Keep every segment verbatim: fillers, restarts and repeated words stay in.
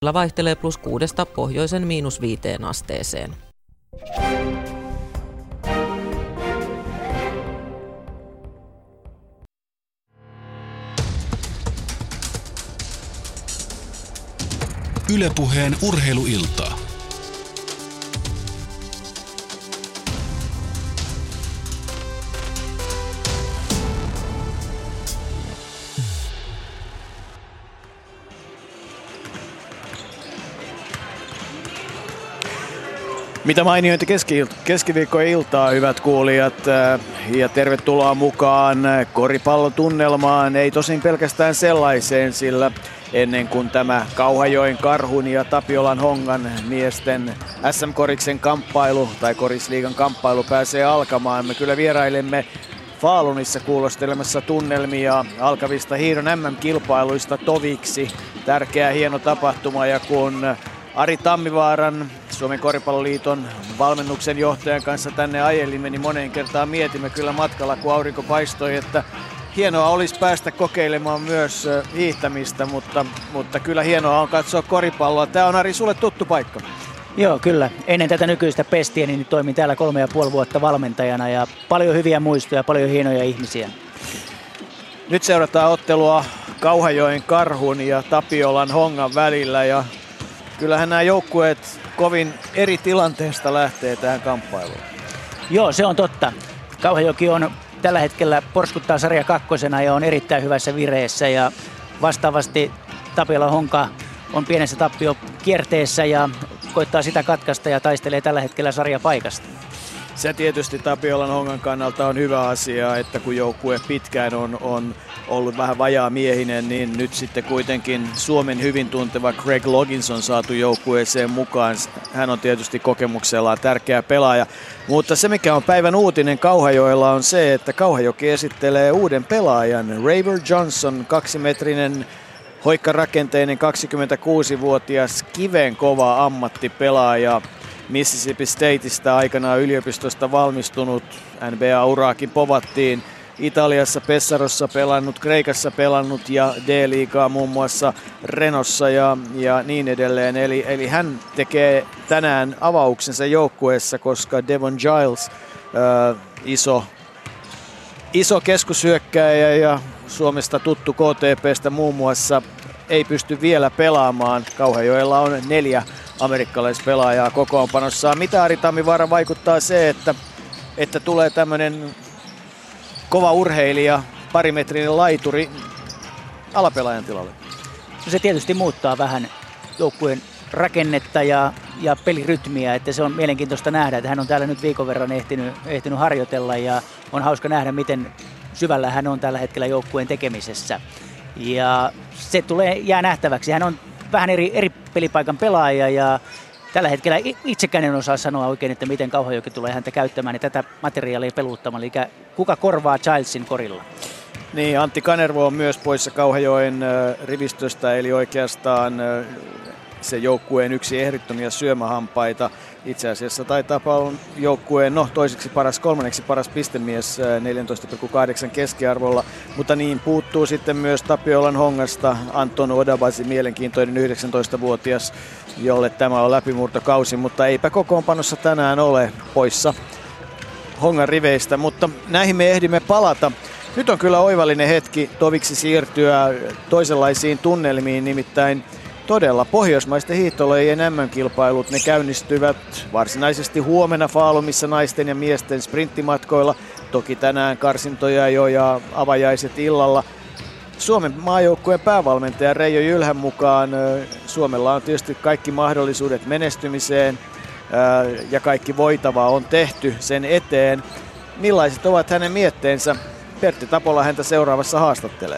vaihtelee plus kuudesta pohjoisen miinus viiteen asteeseen. Yle Puheen urheiluiltaa. Mitä mainiointi keski- keskiviikkoiltaa, hyvät kuulijat, ja tervetuloa mukaan koripallotunnelmaan. Ei tosin pelkästään sellaiseen, sillä ennen kuin tämä Kauhajoen Karhun ja Tapiolan Hongan miesten S M-koriksen kamppailu tai korisliigan kamppailu pääsee alkamaan, me kyllä vierailemme Falunissa kuulostelemassa tunnelmia alkavista hiihdon M M-kilpailuista toviksi. Tärkeä hieno tapahtuma, ja kun Ari Tammivaaran, Suomen Koripalloliiton valmennuksen johtajan kanssa tänne ajelimme, niin moneen kertaan mietimme kyllä matkalla, kun aurinko paistoi, että hienoa olisi päästä kokeilemaan myös hiihtämistä, mutta, mutta kyllä hienoa on katsoa koripalloa. Tämä on, Ari, sulle tuttu paikka. Joo, kyllä. Ennen tätä nykyistä pestiä niin toimin täällä kolme ja puoli vuotta valmentajana, ja paljon hyviä muistoja, paljon hienoja ihmisiä. Nyt seurataan ottelua Kauhajoen Karhun ja Tapiolan Hongan välillä, ja kyllähän nämä joukkueet kovin eri tilanteesta lähtee tähän kamppailuun. Joo, se on totta. Kauhajoki on tällä hetkellä porskuttaa sarja kakkosena ja on erittäin hyvässä vireessä, ja vastaavasti Tapiolan Honka on pienessä tappiokierteessä ja koittaa sitä katkaista ja taistelee tällä hetkellä sarjapaikasta. Se tietysti Tapiolan Hongan kannalta on hyvä asia, että kun joukkue pitkään on, on ollut vähän vajaa miehinen, niin nyt sitten kuitenkin Suomen hyvin tunteva Greg Loggins on saatu joukkueeseen mukaan. Hän on tietysti kokemuksellaan tärkeä pelaaja. Mutta se, mikä on päivän uutinen Kauhajoella, on se, että Kauhajoki esittelee uuden pelaajan. Raver Johnson, kaksimetrinen, hoikkarakenteinen kaksikymmentäkuusivuotias kiven kova ammattipelaaja. Mississippi Stateista aikanaan yliopistosta valmistunut, N B A-uraakin povattiin. Italiassa Pessarossa pelannut, Kreikassa pelannut ja D-liigaa muun muassa Renossa ja, ja niin edelleen. Eli, eli hän tekee tänään avauksensa joukkueessa, koska Devon Giles, ää, iso, iso keskushyökkääjä ja Suomesta tuttu K T P:stä muun muassa, ei pysty vielä pelaamaan. Kauhajoella on neljä amerikkalaispelaajaa kokoonpanossaan. Mitä, Ari Tammivaara, vaikuttaa se, että, että tulee tämmöinen kova urheilija, parimetrinen laituri alapelaajan tilalle? No, se tietysti muuttaa vähän joukkueen rakennetta ja, ja pelirytmiä, että se on mielenkiintoista nähdä, että hän on täällä nyt viikon verran ehtinyt, ehtinyt harjoitella, ja on hauska nähdä, miten syvällä hän on tällä hetkellä joukkueen tekemisessä. Ja se tulee, jää nähtäväksi. Hän on vähän eri, eri pelipaikan pelaaja, ja tällä hetkellä itsekään en osaa sanoa oikein, että miten Kauhajoki tulee häntä käyttämään, niin tätä materiaalia peluuttamaan. Eli kuka korvaa Gilesin korilla? Niin, Antti Kanervo on myös poissa Kauhajoen äh, rivistöstä, eli oikeastaan äh, se joukkueen yksi ehdottomia syömähampaita. Itse asiassa taitaa olla joukkueen no, toiseksi paras, kolmanneksi paras pistemies äh, neljätoista pilkku kahdeksan keskiarvolla, mutta niin puuttuu sitten myös Tapiolan Hongasta Anton Odabasi, mielenkiintoinen yhdeksäntoistavuotias, jolle tämä on läpimurtokausi, mutta eipä kokoonpanossa tänään ole, poissa Hongan riveistä, mutta näihin me ehdimme palata. Nyt on kyllä oivallinen hetki toviksi siirtyä toisenlaisiin tunnelmiin, nimittäin todella pohjoismaisten hiihtolajien M M-kilpailut, ne käynnistyvät varsinaisesti huomenna Falumissa naisten ja miesten sprinttimatkoilla. Toki tänään karsintoja jo ja avajaiset illalla. Suomen maajoukkueen päävalmentaja Reijo Jylhän mukaan Suomella on tietysti kaikki mahdollisuudet menestymiseen ja kaikki voitavaa on tehty sen eteen. Millaiset ovat hänen mietteensä? Pertti Tapola häntä seuraavassa haastattelee.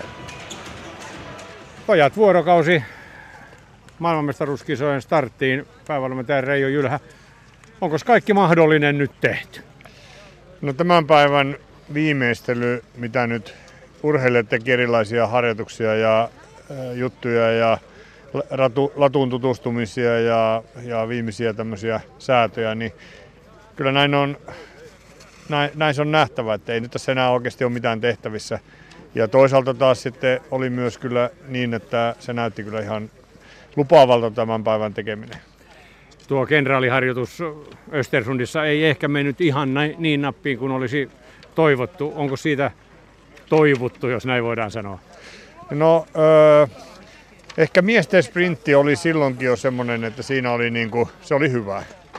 Pojat, vuorokausi maailmanmestaruuskisojen starttiin, päävalmentaja Reijo Jylhä. Onko kaikki mahdollinen nyt tehty? No, tämän päivän viimeistely, mitä nyt urheilijat teki erilaisia harjoituksia ja äh, juttuja ja ratu, latuun tutustumisia ja, ja viimeisiä tämmöisiä säätöjä, niin kyllä näin on, näin, näin se on nähtävä, että ei nyt tässä enää oikeasti ole mitään tehtävissä. Ja toisaalta taas sitten oli myös kyllä niin, että se näytti kyllä ihan lupaavalta tämän päivän tekeminen. Tuo kenraaliharjoitus Östersundissa ei ehkä mennyt ihan niin nappiin kuin olisi toivottu. Onko siitä toivottu, jos näin voidaan sanoa? No, öö, ehkä miesten sprintti oli silloinkin jo semmoinen, että siinä oli niinku, se oli hyvä.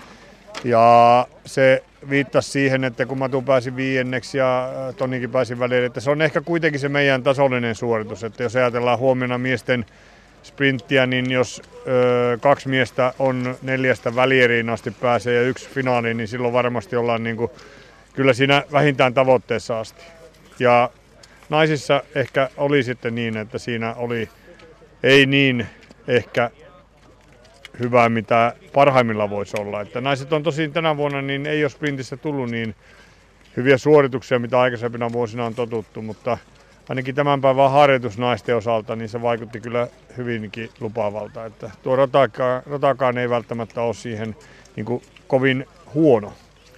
Ja se viittasi siihen, että kun Matu pääsi viienneksi ja Tonikin pääsi väliin, että se on ehkä kuitenkin se meidän tasollinen suoritus. Että jos ajatellaan huomenna miesten sprinttiä, niin jos ö, kaksi miestä on neljästä välieriin asti pääsee ja yksi finaaliin, niin silloin varmasti ollaan niinku, kyllä siinä vähintään tavoitteessa asti. Ja naisissa ehkä oli sitten niin, että siinä oli ei niin ehkä hyvää, mitä parhaimmillaan voisi olla. Että naiset on tosin tänä vuonna, niin ei ole sprintissä tullut niin hyviä suorituksia, mitä aikaisempina vuosina on totuttu, mutta ainakin tämän päivän harjoitus naisten osalta, niin se vaikutti kyllä hyvinkin lupaavalta. Että tuo rotakaan, rotakaan ei välttämättä ole siihen niin kuin kovin huono.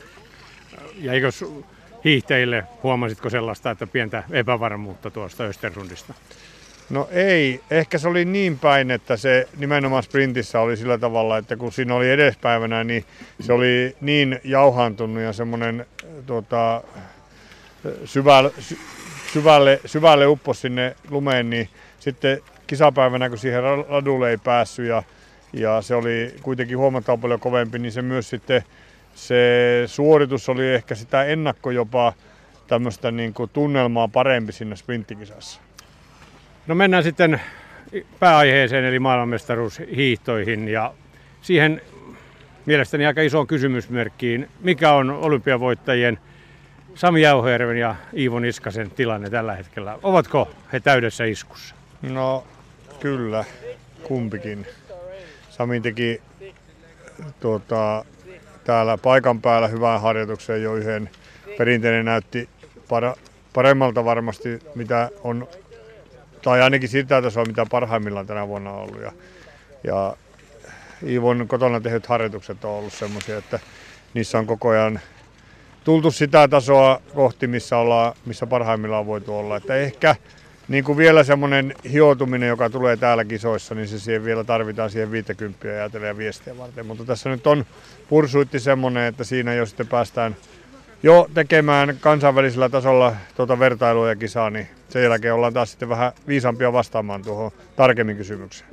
Ja eikö hiihtäjille, huomasitko sellaista, että pientä epävarmuutta tuosta Östersundista? No ei. Ehkä se oli niin päin, että se nimenomaan sprintissä oli sillä tavalla, että kun siinä oli edespäivänä, niin se oli niin jauhaantunut ja semmoinen tuota, syvälle, syvälle, syvälle upposi sinne lumeen, niin sitten kisapäivänä, kun siihen ladulle ei päässyt ja, ja se oli kuitenkin huomattavasti paljon kovempi, niin se myös sitten se suoritus oli ehkä sitä ennakko jopa tämmöistä niin kuin tunnelmaa parempi siinä sprinttikisassa. No mennään sitten pääaiheeseen eli maailmanmestaruushiihtoihin ja siihen mielestäni aika isoon kysymysmerkkiin. Mikä on olympiavoittajien Sami Jauhojärven ja Iivo Niskasen tilanne tällä hetkellä? Ovatko he täydessä iskussa? No kyllä, kumpikin. Sami teki tuota, täällä paikan päällä hyvän harjoituksen jo yhden. Perinteinen näytti para, paremmalta varmasti, mitä on, tai ainakin sitä tasoa, mitä parhaimmillaan tänä vuonna on ollut. Ja, ja Iivon kotona tehdyt harjoitukset on ollut semmoisia, että niissä on koko ajan tultu sitä tasoa kohti, missä, ollaan, missä parhaimmillaan on voitu olla. Että ehkä niin kuin vielä semmoinen hioutuminen, joka tulee täällä kisoissa, niin se siihen vielä tarvitaan siihen viittäkymppiä ajatellen ja viestiä varten. Mutta tässä nyt on pursuitti semmoinen, että siinä jo sitten päästään jo tekemään kansainvälisellä tasolla tuota vertailua ja kisaa, niin sen jälkeen ollaan taas sitten vähän viisampia vastaamaan tuohon tarkemmin kysymykseen.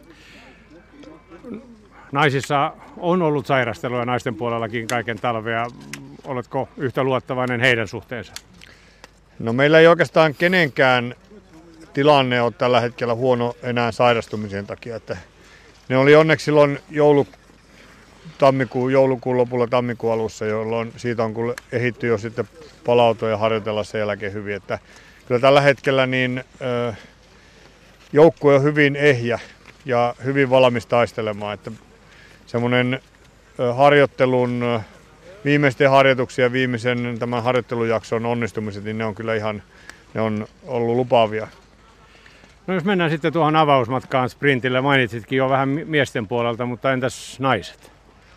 Naisissa on ollut sairastelua naisten puolellakin kaiken talvea. Oletko yhtä luottavainen heidän suhteensa? No meillä ei oikeastaan kenenkään tilanne ole tällä hetkellä huono enää sairastumisen takia. Että ne oli onneksi silloin joulu, tammikuun, joulukuun lopulla tammikuun alussa, jolloin siitä on kun ehitty jo sitten palautua ja harjoitella sen jälkeen hyvin. Että kyllä tällä hetkellä niin, ö, joukkue on hyvin ehjä ja hyvin valmis taistelemaan. Että semmoinen ö, harjoittelun, viimeisten harjoituksia, viimeisen tämän harjoittelujakson onnistumiset, niin ne on kyllä ihan ne on ollut lupaavia. No jos mennään sitten tuohon avausmatkaan sprintille, mainitsitkin jo vähän miesten puolelta, mutta entäs naiset?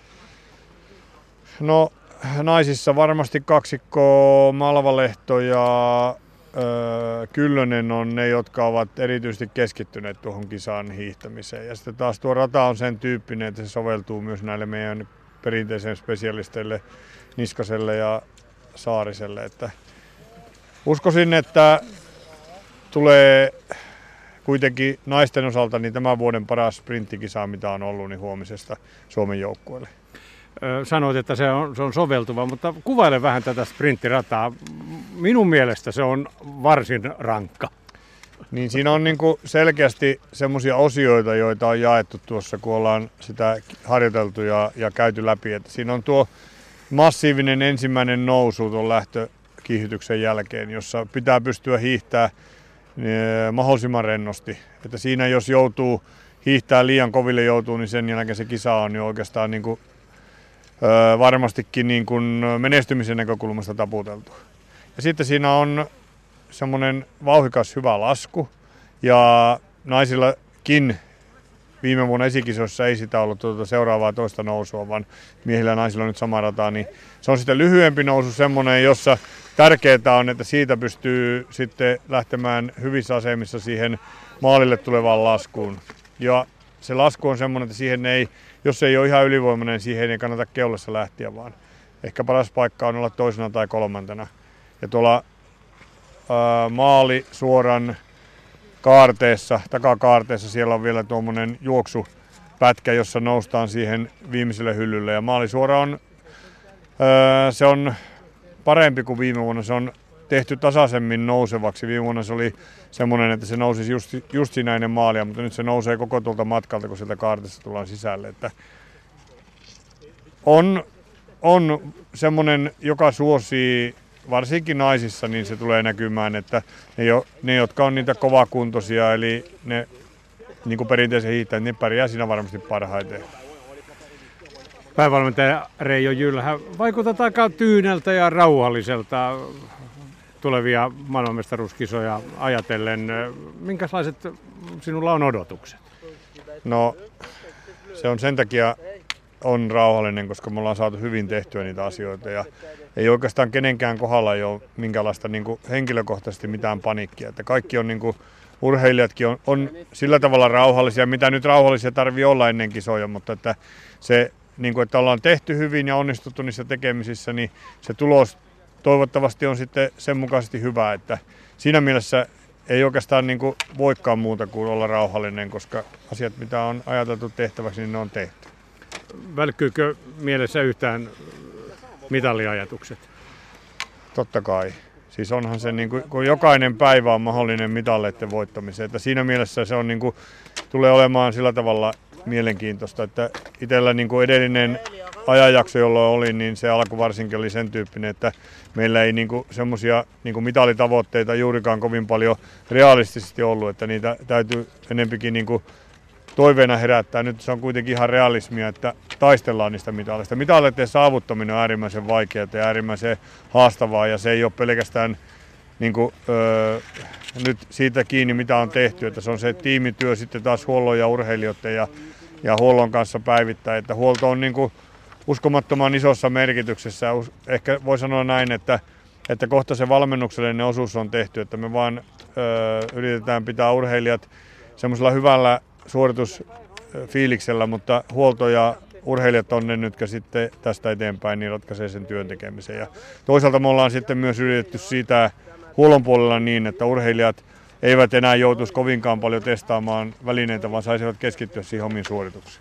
No naisissa varmasti kaksikko Malvalehto ja ö, Kyllönen on ne, jotka ovat erityisesti keskittyneet tuohon kisaan hiihtämiseen. Ja sitten taas tuo rata on sen tyyppinen, että se soveltuu myös näille meidän perinteisen spesialisteille Niskaselle ja Saariselle. Että uskoisin, että tulee kuitenkin naisten osalta niin tämän vuoden paras sprinttikisa, mitä on ollut, niin huomisesta Suomen joukkueelle. Sanoit, että se on, se on soveltuva, mutta kuvaile vähän tätä sprinttirataa. Minun mielestä se on varsin rankka. Niin siinä on niin kuin selkeästi semmoisia osioita, joita on jaettu tuossa, kun ollaan sitä harjoiteltu ja, ja käyty läpi. Että siinä on tuo massiivinen ensimmäinen nousu tuon lähtökiihdytyksen jälkeen, jossa pitää pystyä hiihtämään mahdollisimman rennosti. Että siinä jos joutuu hiihtää liian koville joutuu, niin sen jälkeen se kisa on jo oikeastaan niin kuin, ö, varmastikin niin kuin menestymisen näkökulmasta taputeltu. Ja sitten siinä on semmoinen vauhdikas hyvä lasku ja naisillakin viime vuonna esikisoissa ei sitä ollut tuota seuraavaa toista nousua, vaan miehillä ja naisilla on nyt sama rata, niin se on sitten lyhyempi nousu semmoinen, jossa tärkeää on, että siitä pystyy sitten lähtemään hyvissä asemissa siihen maalille tulevaan laskuun. Ja se lasku on semmoinen, että siihen ei, jos ei ole ihan ylivoimainen, niin siihen ei kannata keulassa lähteä, vaan ehkä paras paikka on olla toisena tai kolmantena. Ja tuolla ää, maali suoran kaarteessa, takakaarteessa siellä on vielä tuommoinen juoksupätkä, jossa noustaan siihen viimeiselle hyllylle. Ja maalisuora on, ää, se on parempi kuin viime vuonna. Se on tehty tasaisemmin nousevaksi. Viime vuonna se oli semmoinen, että se nousisi just, just siinä ennen maalia, mutta nyt se nousee koko tuolta matkalta, kun sieltä kaartessa tullaan sisälle. Että on, on semmoinen, joka suosii varsinkin naisissa, niin se tulee näkymään, että ne, jo, ne jotka on niitä kovakuntoisia, eli ne niin kuin perinteisen hiihtäjät, ne pärjää siinä varmasti parhaiten. Päävalmentaja Reijo Jylhä, vaikutat aika tyyneltä ja rauhalliselta tulevia maailmanmestaruuskisoja ajatellen. Minkälaiset sinulla on odotukset? No, se on sen takia on rauhallinen, koska me ollaan saatu hyvin tehtyä niitä asioita ja ei oikeastaan kenenkään kohdalla ei ole minkäänlaista niin kuin henkilökohtaisesti mitään paniikkia. Että kaikki on, niin kuin, urheilijatkin on, on sillä tavalla rauhallisia, mitä nyt rauhallisia tarvii olla ennen kisoja, mutta että se, niin kuin, että ollaan tehty hyvin ja onnistuttu niissä tekemisissä, niin se tulos toivottavasti on sitten sen mukaisesti hyvä, että siinä mielessä ei oikeastaan niin kuin voikaan muuta kuin olla rauhallinen, koska asiat, mitä on ajateltu tehtäväksi, niin ne on tehty. Välkkyykö mielessä yhtään mitaliajatukset? Totta kai. Siis onhan se, niin kuin, kun jokainen päivä on mahdollinen mitalleiden voittamiseen, että siinä mielessä se on, niin kuin, tulee olemaan sillä tavalla mielenkiintoista, että itsellä niin kuin edellinen ajanjakso, jolloin oli, niin se alku varsinkin oli sen tyyppinen, että meillä ei niin semmoisia niin mitalitavoitteita juurikaan kovin paljon realistisesti ollut, että niitä täytyy enempikin niin kuin toiveena herättää. Nyt se on kuitenkin ihan realismia, että taistellaan niistä mitaleista. Mitaleiden saavuttaminen on äärimmäisen vaikeaa ja äärimmäisen haastavaa ja se ei ole pelkästään niin kuin, öö, nyt siitä kiinni, mitä on tehty, että se on se tiimityö sitten taas huollon ja urheilijoiden ja, ja huollon kanssa päivittäin, että huolto on niin kuin uskomattoman isossa merkityksessä. Ehkä voi sanoa näin, että, että kohta se valmennuksellinen osuus on tehty, että me vaan öö, yritetään pitää urheilijat semmoisella hyvällä suoritusfiiliksellä, mutta huolto ja urheilijat on ne nyt sitten tästä eteenpäin, niin ratkaisee sen työn tekemisen. Ja toisaalta me ollaan sitten myös yritetty siitä huollon puolella niin, että urheilijat eivät enää joutuisi kovinkaan paljon testaamaan välineitä, vaan saisivat keskittyä siihen omiin suorituksiin.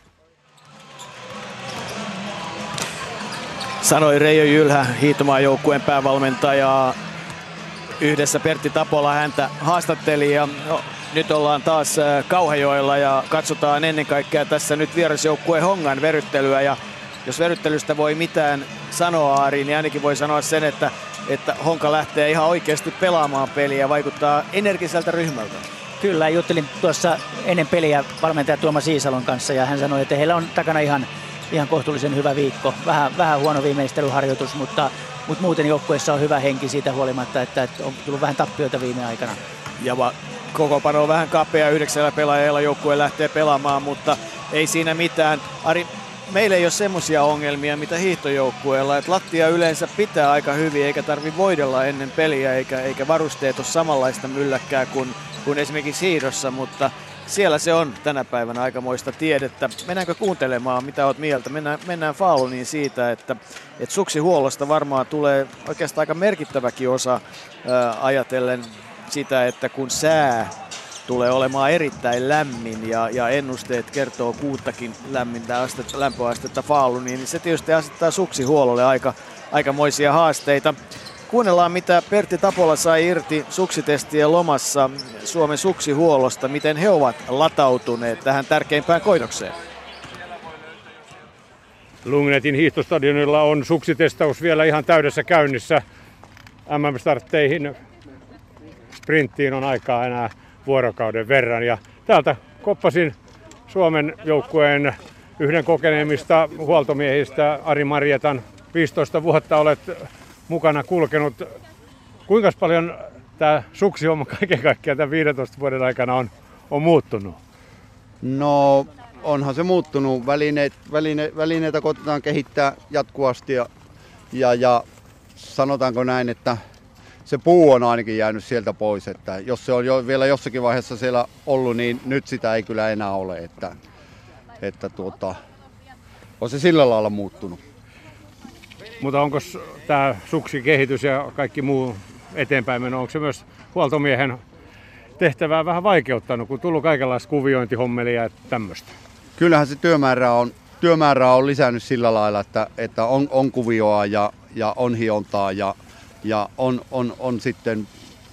Sanoi Reijo Jylhä, hiihtomaajoukkueen päävalmentaja. Yhdessä Pertti Tapola häntä haastatteli ja no, nyt ollaan taas Kauhajoella ja katsotaan ennen kaikkea tässä nyt vierasjoukkueen Hongan veryttelyä. Ja jos veryttelystä voi mitään sanoa, Ari, niin ainakin voi sanoa sen, että, että Honka lähtee ihan oikeasti pelaamaan peliä ja vaikuttaa energiseltä ryhmältä. Kyllä, juttelin tuossa ennen peliä valmentaja Tuomas Iisalon kanssa ja hän sanoi, että heillä on takana ihan, ihan kohtuullisen hyvä viikko. Vähän, vähän huono viimeistelyharjoitus, mutta, mutta muuten joukkueessa on hyvä henki siitä huolimatta, että, että on tullut vähän tappioita viime aikana. Ja va- kokoonpano on vähän kapea, yhdeksällä pelaajalla joukkue lähtee pelaamaan, mutta ei siinä mitään. Ari, meillä ei ole semmoisia ongelmia, mitä hiihtojoukkueella, että lattia yleensä pitää aika hyvin, eikä tarvi voidella ennen peliä, eikä, eikä varusteet ole samanlaista mylläkkää kuin, kuin esimerkiksi hiihdossa, mutta siellä se on tänä päivänä aikamoista tiedettä. Mennäänkö kuuntelemaan, mitä olet mieltä? Mennään, mennään Fauluniin siitä, että, että suksihuollosta varmaan tulee oikeastaan aika merkittäväkin osa ää, ajatellen sitä, että kun sää tulee olemaan erittäin lämmin ja, ja ennusteet kertoo kuuttakin lämmintä astetta, lämpöastetta Faluniin, niin se tietysti asettaa suksihuollolle aika, aikamoisia haasteita. Kuunnellaan, mitä Pertti Tapola sai irti suksitestien lomassa Suomen suksihuollosta, miten he ovat latautuneet tähän tärkeimpään koitokseen. Lungnetin hiihtostadionilla on suksitestaus vielä ihan täydessä käynnissä. M M-startteihin sprinttiin on aikaa enää vuorokauden verran. Ja täältä koppasin Suomen joukkueen yhden kokeneimmista huoltomiehistä, Ari Marietan. viisitoista vuotta olet mukana kulkenut. Kuinka paljon tämä suksihomma kaiken kaikkiaan tämän viidentoista vuoden aikana on, on muuttunut? No onhan se muuttunut. Välineet, väline, välineitä koitetaan kehittää jatkuvasti ja, ja, ja sanotaanko näin, että se puu on ainakin jäänyt sieltä pois. Että jos se on jo vielä jossakin vaiheessa siellä ollut, niin nyt sitä ei kyllä enää ole. Että että tuota, on se sillä lailla muuttunut. Mutta onko tämä suksikehitys ja kaikki muu eteenpäin meno, onko se myös huoltomiehen tehtävää vähän vaikeuttanut, kun tullut kaikenlaista kuviointihommelia ja tämmöistä? Kyllähän se työmäärä on, työmäärä on lisännyt sillä lailla, että, että on, on kuvioa ja, ja on hiontaa ja, ja on, on, on sitten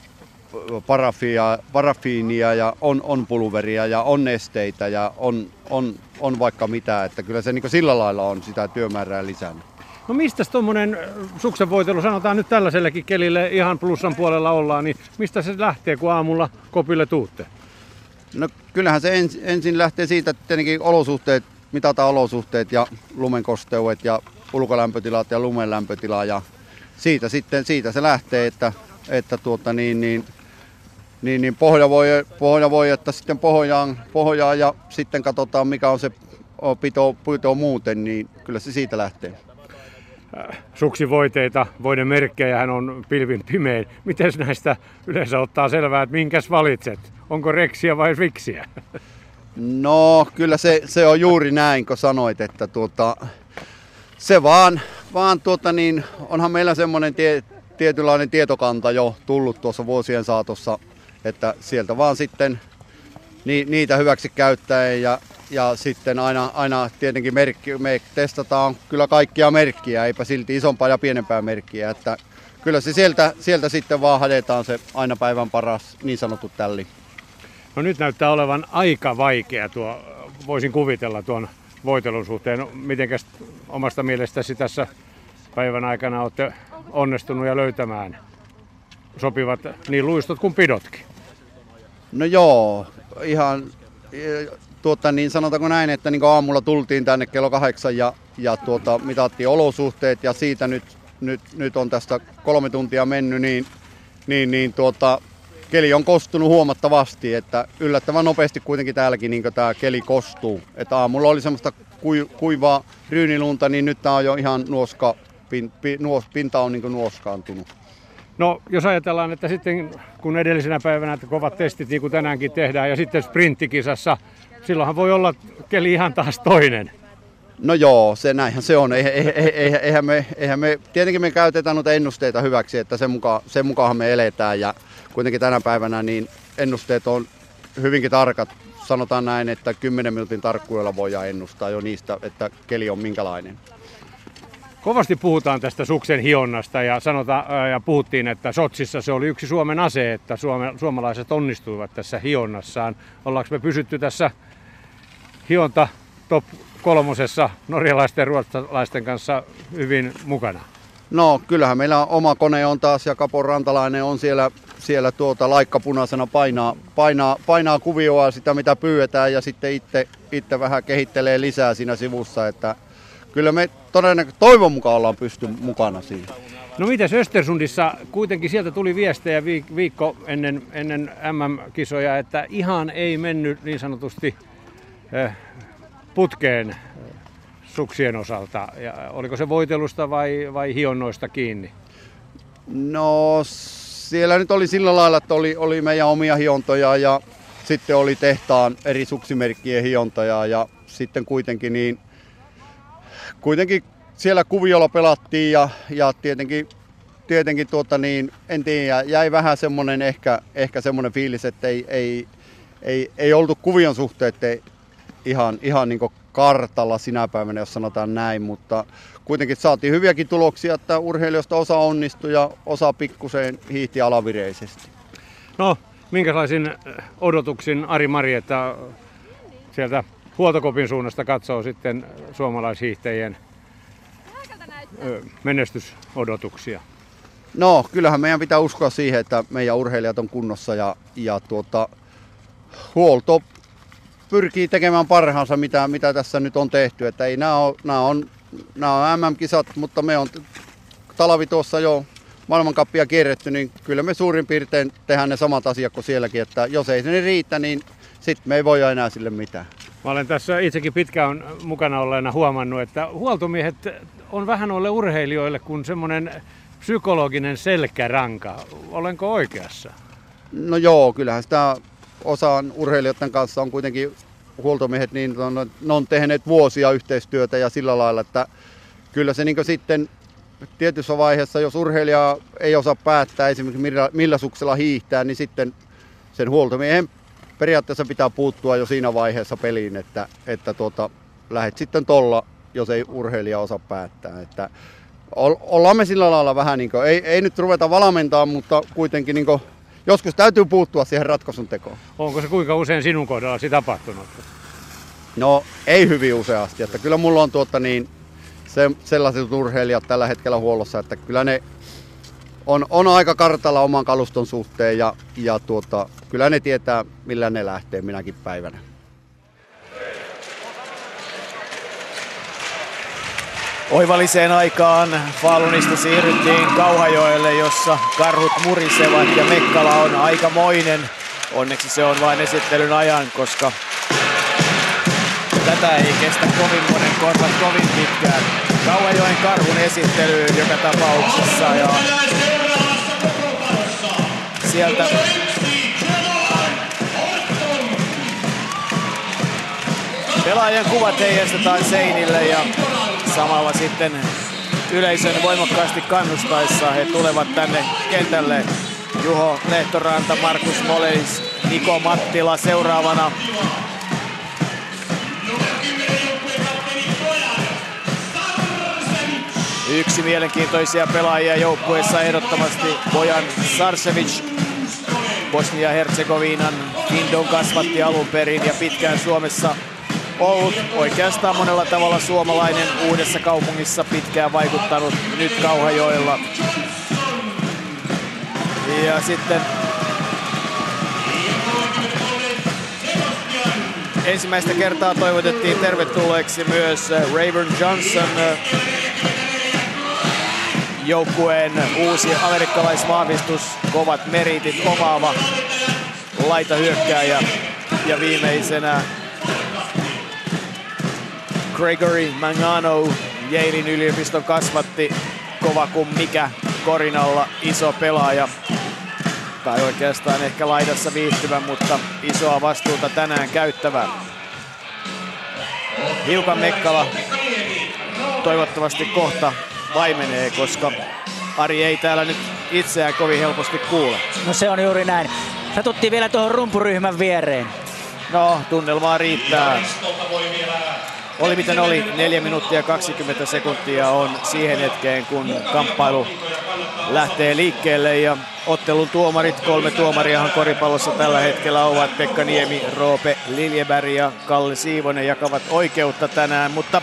parafia, parafiinia ja on, on pulveria ja on nesteitä ja on, on, on vaikka mitä. Että kyllä se niin sillä lailla on sitä työmäärää lisännyt. No mistä tuommoinen suksenvoitelu, sanotaan nyt tällaisellekin kelille ihan plussan puolella ollaan, niin mistä se lähtee, kun aamulla kopille tuutte? No kyllähän se ens, ensin lähtee siitä, että tietenkin olosuhteet, mitataan olosuhteet ja lumenkosteudet ja ulkolämpötilat ja lumenlämpötila ja siitä sitten siitä se lähtee, että, että tuota niin, niin, niin, niin pohja voi, pohja voi että sitten pohjaan, pohjaan ja sitten katsotaan mikä on se pito, pito muuten, niin kyllä se siitä lähtee. Suksivoiteita, voiden merkkejä hän on pilvin pimein. Miten näistä yleensä ottaa selvää, että minkäs valitset? Onko reksiä vai viksiä? No kyllä se, se on juuri näin, kun sanoit, että tuota, se vaan, vaan tuota niin, onhan meillä semmoinen tie, tietynlainen tietokanta jo tullut tuossa vuosien saatossa, että sieltä vaan sitten ni, niitä hyväksi käyttäen ja Ja sitten aina, aina tietenkin merkki, me testataan kyllä kaikkia merkkiä, eipä silti isompaa ja pienempää merkkiä. Että kyllä se sieltä, sieltä sitten vaan hadetaan se aina päivän paras niin sanottu tälli. No nyt näyttää olevan aika vaikea tuo, voisin kuvitella tuon voitelun suhteen. Mitenkäs omasta mielestäsi tässä päivän aikana olette onnistunut ja löytämään sopivat niin luistot kuin pidotkin? No joo, ihan... Tuota, niin sanotaanko näin, että niin aamulla tultiin tänne kello kahdeksan ja, ja tuota, mitattiin olosuhteet ja siitä nyt, nyt, nyt on tästä kolme tuntia mennyt, niin, niin, niin tuota, keli on kostunut huomattavasti, että yllättävän nopeasti kuitenkin täälläkin niin tämä keli kostuu. Että aamulla oli semmoista kuivaa ryynilunta, niin nyt tämä on jo ihan nuoska, pin, pin, nuos, pinta on niin nuoskaantunut. No jos ajatellaan, että sitten kun edellisenä päivänä että kovat testit niin kuin tänäänkin tehdään ja sitten sprinttikisassa, silloinhan voi olla keli ihan taas toinen. No joo, se näinhän se on. Eihän me, eihän me, tietenkin me käytetään noita ennusteita hyväksi, että sen mukaan, sen mukaanhan me eletään ja kuitenkin tänä päivänä niin ennusteet on hyvinkin tarkat. Sanotaan näin, että kymmenen minuutin tarkkuudella voidaan ennustaa jo niistä, että keli on minkälainen. Kovasti puhutaan tästä suksen hionnasta ja, sanotaan, ja puhuttiin, että Sotsissa se oli yksi Suomen ase, että suome, suomalaiset onnistuivat tässä hionnassaan. Ollaanko me pysytty tässä hionta top kolmosessa norjalaisten ja ruotsalaisten kanssa hyvin mukana? No kyllähän meillä oma kone on taas ja Kapon Rantalainen on siellä, siellä tuota laikkapunaisena painaa, painaa, painaa kuvioa sitä mitä pyydetään ja sitten itse, itse vähän kehittelee lisää siinä sivussa, että kyllä me todennäköisesti toivon mukaan ollaan pysty mukana siinä. No mitäs Östersundissa, kuitenkin sieltä tuli viestejä viikko ennen, ennen M M-kisoja, että ihan ei mennyt niin sanotusti putkeen suksien osalta. Ja oliko se voitelusta vai, vai hionnoista kiinni? No siellä nyt oli sillä lailla, että oli, oli meidän omia hiontoja ja sitten oli tehtaan eri suksimerkkien hiontoja ja sitten kuitenkin niin Kuitenkin siellä kuviolla pelattiin ja, ja tietenkin, tietenkin tuota niin, en tiedä, jäi vähän semmoinen ehkä, ehkä semmoinen fiilis, että ei, ei, ei, ei oltu kuvion suhteet ihan, ihan niin kuin kartalla sinä päivänä, jos sanotaan näin, mutta kuitenkin saatiin hyviäkin tuloksia, että urheilijoista osa onnistui ja osa pikkuseen hiihti alavireisesti. No, minkälaisin odotuksin Ari Marietta sieltä Huoltokopin suunnasta katsoo sitten suomalaishiihtäjien menestysodotuksia? No, kyllähän meidän pitää uskoa siihen, että meidän urheilijat on kunnossa ja, ja tuota, huolto pyrkii tekemään parhaansa, mitä, mitä tässä nyt on tehty. Että ei, nämä, on, nämä, on, nämä on M M-kisat, mutta me on talvi tuossa jo maailmankappia kierretty, niin kyllä me suurin piirtein tehdään ne samat asiat kuin sielläkin. Että jos ei se ne riitä, niin sitten me ei voi enää sille mitään. Mä olen tässä itsekin pitkään mukana olleena huomannut, että huoltomiehet on vähän noille urheilijoille kuin semmoinen psykologinen selkäranka. Olenko oikeassa? No joo, kyllähän sitä osaan urheilijoiden kanssa on kuitenkin huoltomiehet, niin on, ne on tehneet vuosia yhteistyötä ja sillä lailla, että kyllä se niin sitten tietyssä vaiheessa, jos urheilija ei osaa päättää esimerkiksi millä, millä suksella hiihtää, niin sitten sen huoltomiehen periaatteessa pitää puuttua jo siinä vaiheessa peliin, että, että tuota, lähdet sitten tolla, jos ei urheilija osaa päättää. Että ollaan me sillä lailla vähän, niin kuin, ei, ei nyt ruveta valmentaa, mutta kuitenkin niin kuin, joskus täytyy puuttua siihen ratkaisun tekoon. Onko se kuinka usein sinun kohdallasi tapahtunut? No ei hyvin useasti, että kyllä mulla on tuota, niin, se, sellaiset urheilijat tällä hetkellä huollossa, että kyllä ne on, on aika kartalla oman kaluston suhteen ja, ja tuota, kyllä ne tietää millä ne lähtee minäkin päivänä. Oivalliseen aikaan Falunista siirryttiin Kauhajoelle, jossa karhut murisevat ja Mekkala on aikamoinen. Onneksi se on vain esittelyn ajan, koska tätä ei kestä kovin monen korvat kovin pitkään. Kauhajoen karhun esittelyyn joka tapauksessa ja sieltä pelaajien kuvat heijastetaan seinille ja samalla sitten yleisön voimakkaasti kannustaessa he tulevat tänne kentälle. Juho Lehtoranta, Markus Moleis, Niko Mattila seuraavana. Yksi mielenkiintoisia pelaajia joukkueessa ehdottomasti Bojan Sarcevic. Bosnia-Herzegovinan Kindon kasvatti alun perin ja pitkään Suomessa ollut oikeastaan monella tavalla suomalainen, uudessa kaupungissa pitkään vaikuttanut, nyt Kauhajoella. Ja sitten ensimmäistä kertaa toivotettiin tervetulleeksi myös Rayburn Johnson, joukkueen uusi amerikkalaisvahvistus, kovat meritit omaava laitahyökkääjä ja viimeisenä Gregory Mangano, Yalein yliopiston kasvatti, kova kuin mikä, korinalla iso pelaaja. Tai oikeastaan ehkä laidassa viihtyvä, mutta isoa vastuuta tänään käyttävä. Hiukan Mekkala toivottavasti kohta vaimenee, koska Ari ei täällä nyt itseään kovin helposti kuule. No se on juuri näin. Satuttiin vielä tuohon rumpuryhmän viereen. No, tunnelmaa riittää. Oli miten oli, neljä minuuttia kaksikymmentä sekuntia on siihen hetkeen, kun kamppailu lähtee liikkeelle. Ja ottelun tuomarit, kolme tuomariahan koripallossa tällä hetkellä ovat Pekka Niemi, Roope Liljeberg ja Kalle Siivonen jakavat oikeutta tänään. Mutta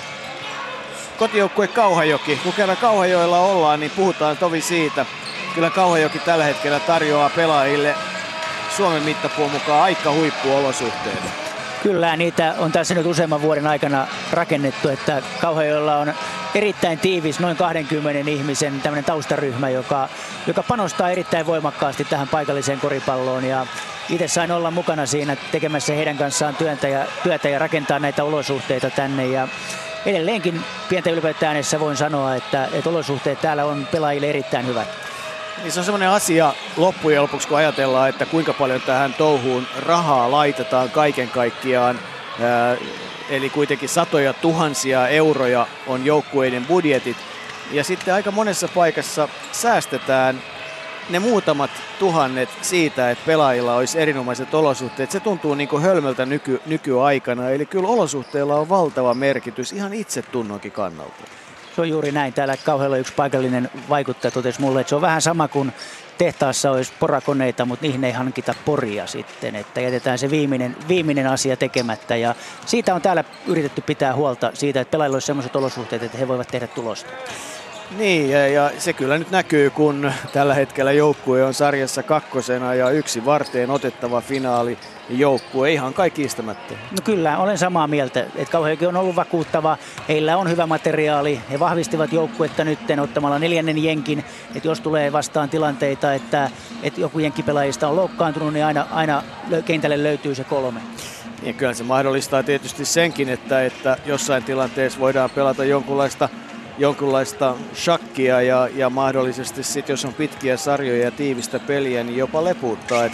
kotijoukkue Kauhajoki, kun kerran Kauhajoella ollaan, niin puhutaan tovi siitä. Kyllä Kauhajoki tällä hetkellä tarjoaa pelaajille Suomen mittapuun mukaan aika huippuolosuhteita. Kyllä, niitä on tässä nyt useamman vuoden aikana rakennettu, että Kauhajoella on erittäin tiivis, noin kaksikymmentä ihmisen tämmöinen taustaryhmä, joka, joka panostaa erittäin voimakkaasti tähän paikalliseen koripalloon. Ja itse sain olla mukana siinä tekemässä heidän kanssaan työtä ja, työtä ja rakentaa näitä olosuhteita tänne. Ja edelleenkin pientä ylpeyttä äänessä voin sanoa, että, että olosuhteet täällä on pelaajille erittäin hyvät. Niin se on semmoinen asia loppujen lopuksi, kun ajatellaan, että kuinka paljon tähän touhuun rahaa laitetaan kaiken kaikkiaan. Ää, eli kuitenkin satoja tuhansia euroja on joukkueiden budjetit. Ja sitten aika monessa paikassa säästetään ne muutamat tuhannet siitä, että pelaajilla olisi erinomaiset olosuhteet. Se tuntuu niin kuin hölmöltä nyky, nykyaikana. Eli kyllä olosuhteilla on valtava merkitys ihan itsetunnonkin kannalta. Se on juuri näin. Täällä Kauhajoella yksi paikallinen vaikuttaja totesi mulle, että se on vähän sama kuin tehtaassa olisi porakoneita, mutta niihin ei hankita poria sitten. Että jätetään se viimeinen, viimeinen asia tekemättä. Ja siitä on täällä yritetty pitää huolta siitä, että pelaajilla olisi sellaiset olosuhteet, että he voivat tehdä tulosta. Niin, ja, ja se kyllä nyt näkyy, kun tällä hetkellä joukkue on sarjassa kakkosena ja yksi varteen otettava finaali joukkue, ihan kai kiistämättä. No kyllä, olen samaa mieltä, että Kauhajoki on ollut vakuuttava, heillä on hyvä materiaali, he vahvistivat joukkuetta nytten ottamalla neljännen jenkin, että jos tulee vastaan tilanteita, että, että joku jenkkipelaajista on loukkaantunut, niin aina, aina kentälle löytyy se kolme. Ja kyllä se mahdollistaa tietysti senkin, että, että jossain tilanteessa voidaan pelata jonkunlaista jonkunlaista shakkia ja, ja mahdollisesti sitten, jos on pitkiä sarjoja ja tiivistä peliä, niin jopa lepuuttaa. Et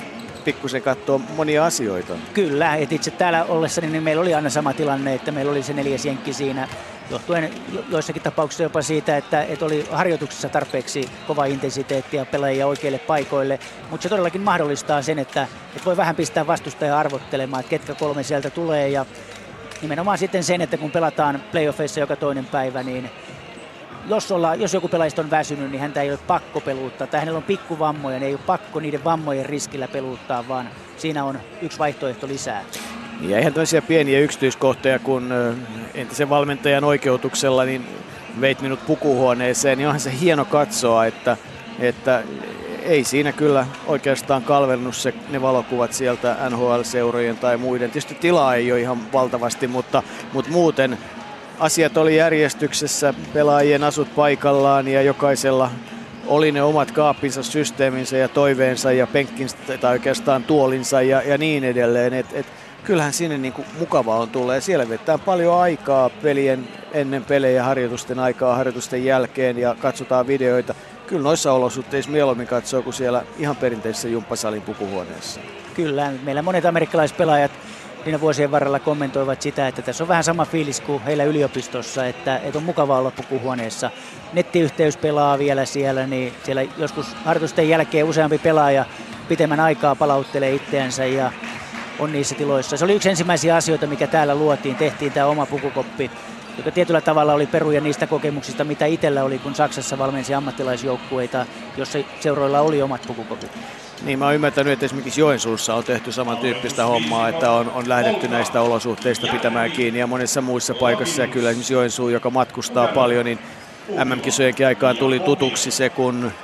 pikkusen katsoa monia asioita. Kyllä, että itse täällä ollessani niin meillä oli aina sama tilanne, että meillä oli se neljäs jenkki siinä, johtuen joissakin tapauksissa jopa siitä, että, että oli harjoituksessa tarpeeksi kova intensiteettiä pelaajia oikeille paikoille, mutta se todellakin mahdollistaa sen, että, että voi vähän pistää vastustajaa arvottelemaan, että ketkä kolme sieltä tulee, ja nimenomaan sitten sen, että kun pelataan playoffeissa joka toinen päivä, niin Jos, olla, jos joku pelaajista on väsynyt, niin häntä ei ole pakko peluuttaa. Tai hänellä on pikkuvammoja, niin ei ole pakko niiden vammojen riskillä peluuttaa, vaan siinä on yksi vaihtoehto lisää. Ja eihän tämmöisiä pieniä yksityiskohtia, kun entisen valmentajan oikeutuksella niin veit minut pukuhuoneeseen, niin onhan se hieno katsoa, että, että ei siinä kyllä oikeastaan kalvennut se, ne valokuvat sieltä N H L-seurojen tai muiden. Tietysti tilaa ei ole ihan valtavasti, mutta, mutta muuten asiat oli järjestyksessä, pelaajien asut paikallaan ja jokaisella oli ne omat kaappinsa, systeeminsä ja toiveensa ja penkkinsä tai oikeastaan tuolinsa ja, ja niin edelleen. Et, et, kyllähän sinne niinku mukavaa on tulla ja siellä vetää paljon aikaa pelien ennen pelejä, harjoitusten aikaa, harjoitusten jälkeen ja katsotaan videoita. Kyllä noissa olosuhteissa mieluummin katsoo kuin siellä ihan perinteisessä jumppasalin pukuhuoneessa. Kyllä, meillä monet amerikkalaispelaajat siinä vuosien varrella kommentoivat sitä, että tässä on vähän sama fiilis kuin heillä yliopistossa, että, että on mukavaa olla pukuhuoneessa. Nettiyhteys pelaa vielä siellä, niin siellä joskus harjoitusten jälkeen useampi pelaaja pitemmän aikaa palauttelee itseänsä ja on niissä tiloissa. Se oli yksi ensimmäisiä asioita, mikä täällä luotiin. Tehtiin tämä oma pukukoppi, joka tietyllä tavalla oli peruja niistä kokemuksista, mitä itsellä oli, kun Saksassa valmensi ammattilaisjoukkueita, jossa seuroilla oli omat pukukopit. Niin, mä oon ymmärtänyt, että esimerkiksi Joensuussa on tehty samantyyppistä hommaa, että on, on lähdetty näistä olosuhteista pitämään kiinni ja monissa muissa paikoissa. Ja kyllä esimerkiksi Joensuu, joka matkustaa paljon, niin M M-kisojenkin aikaan tuli tutuksi se, kun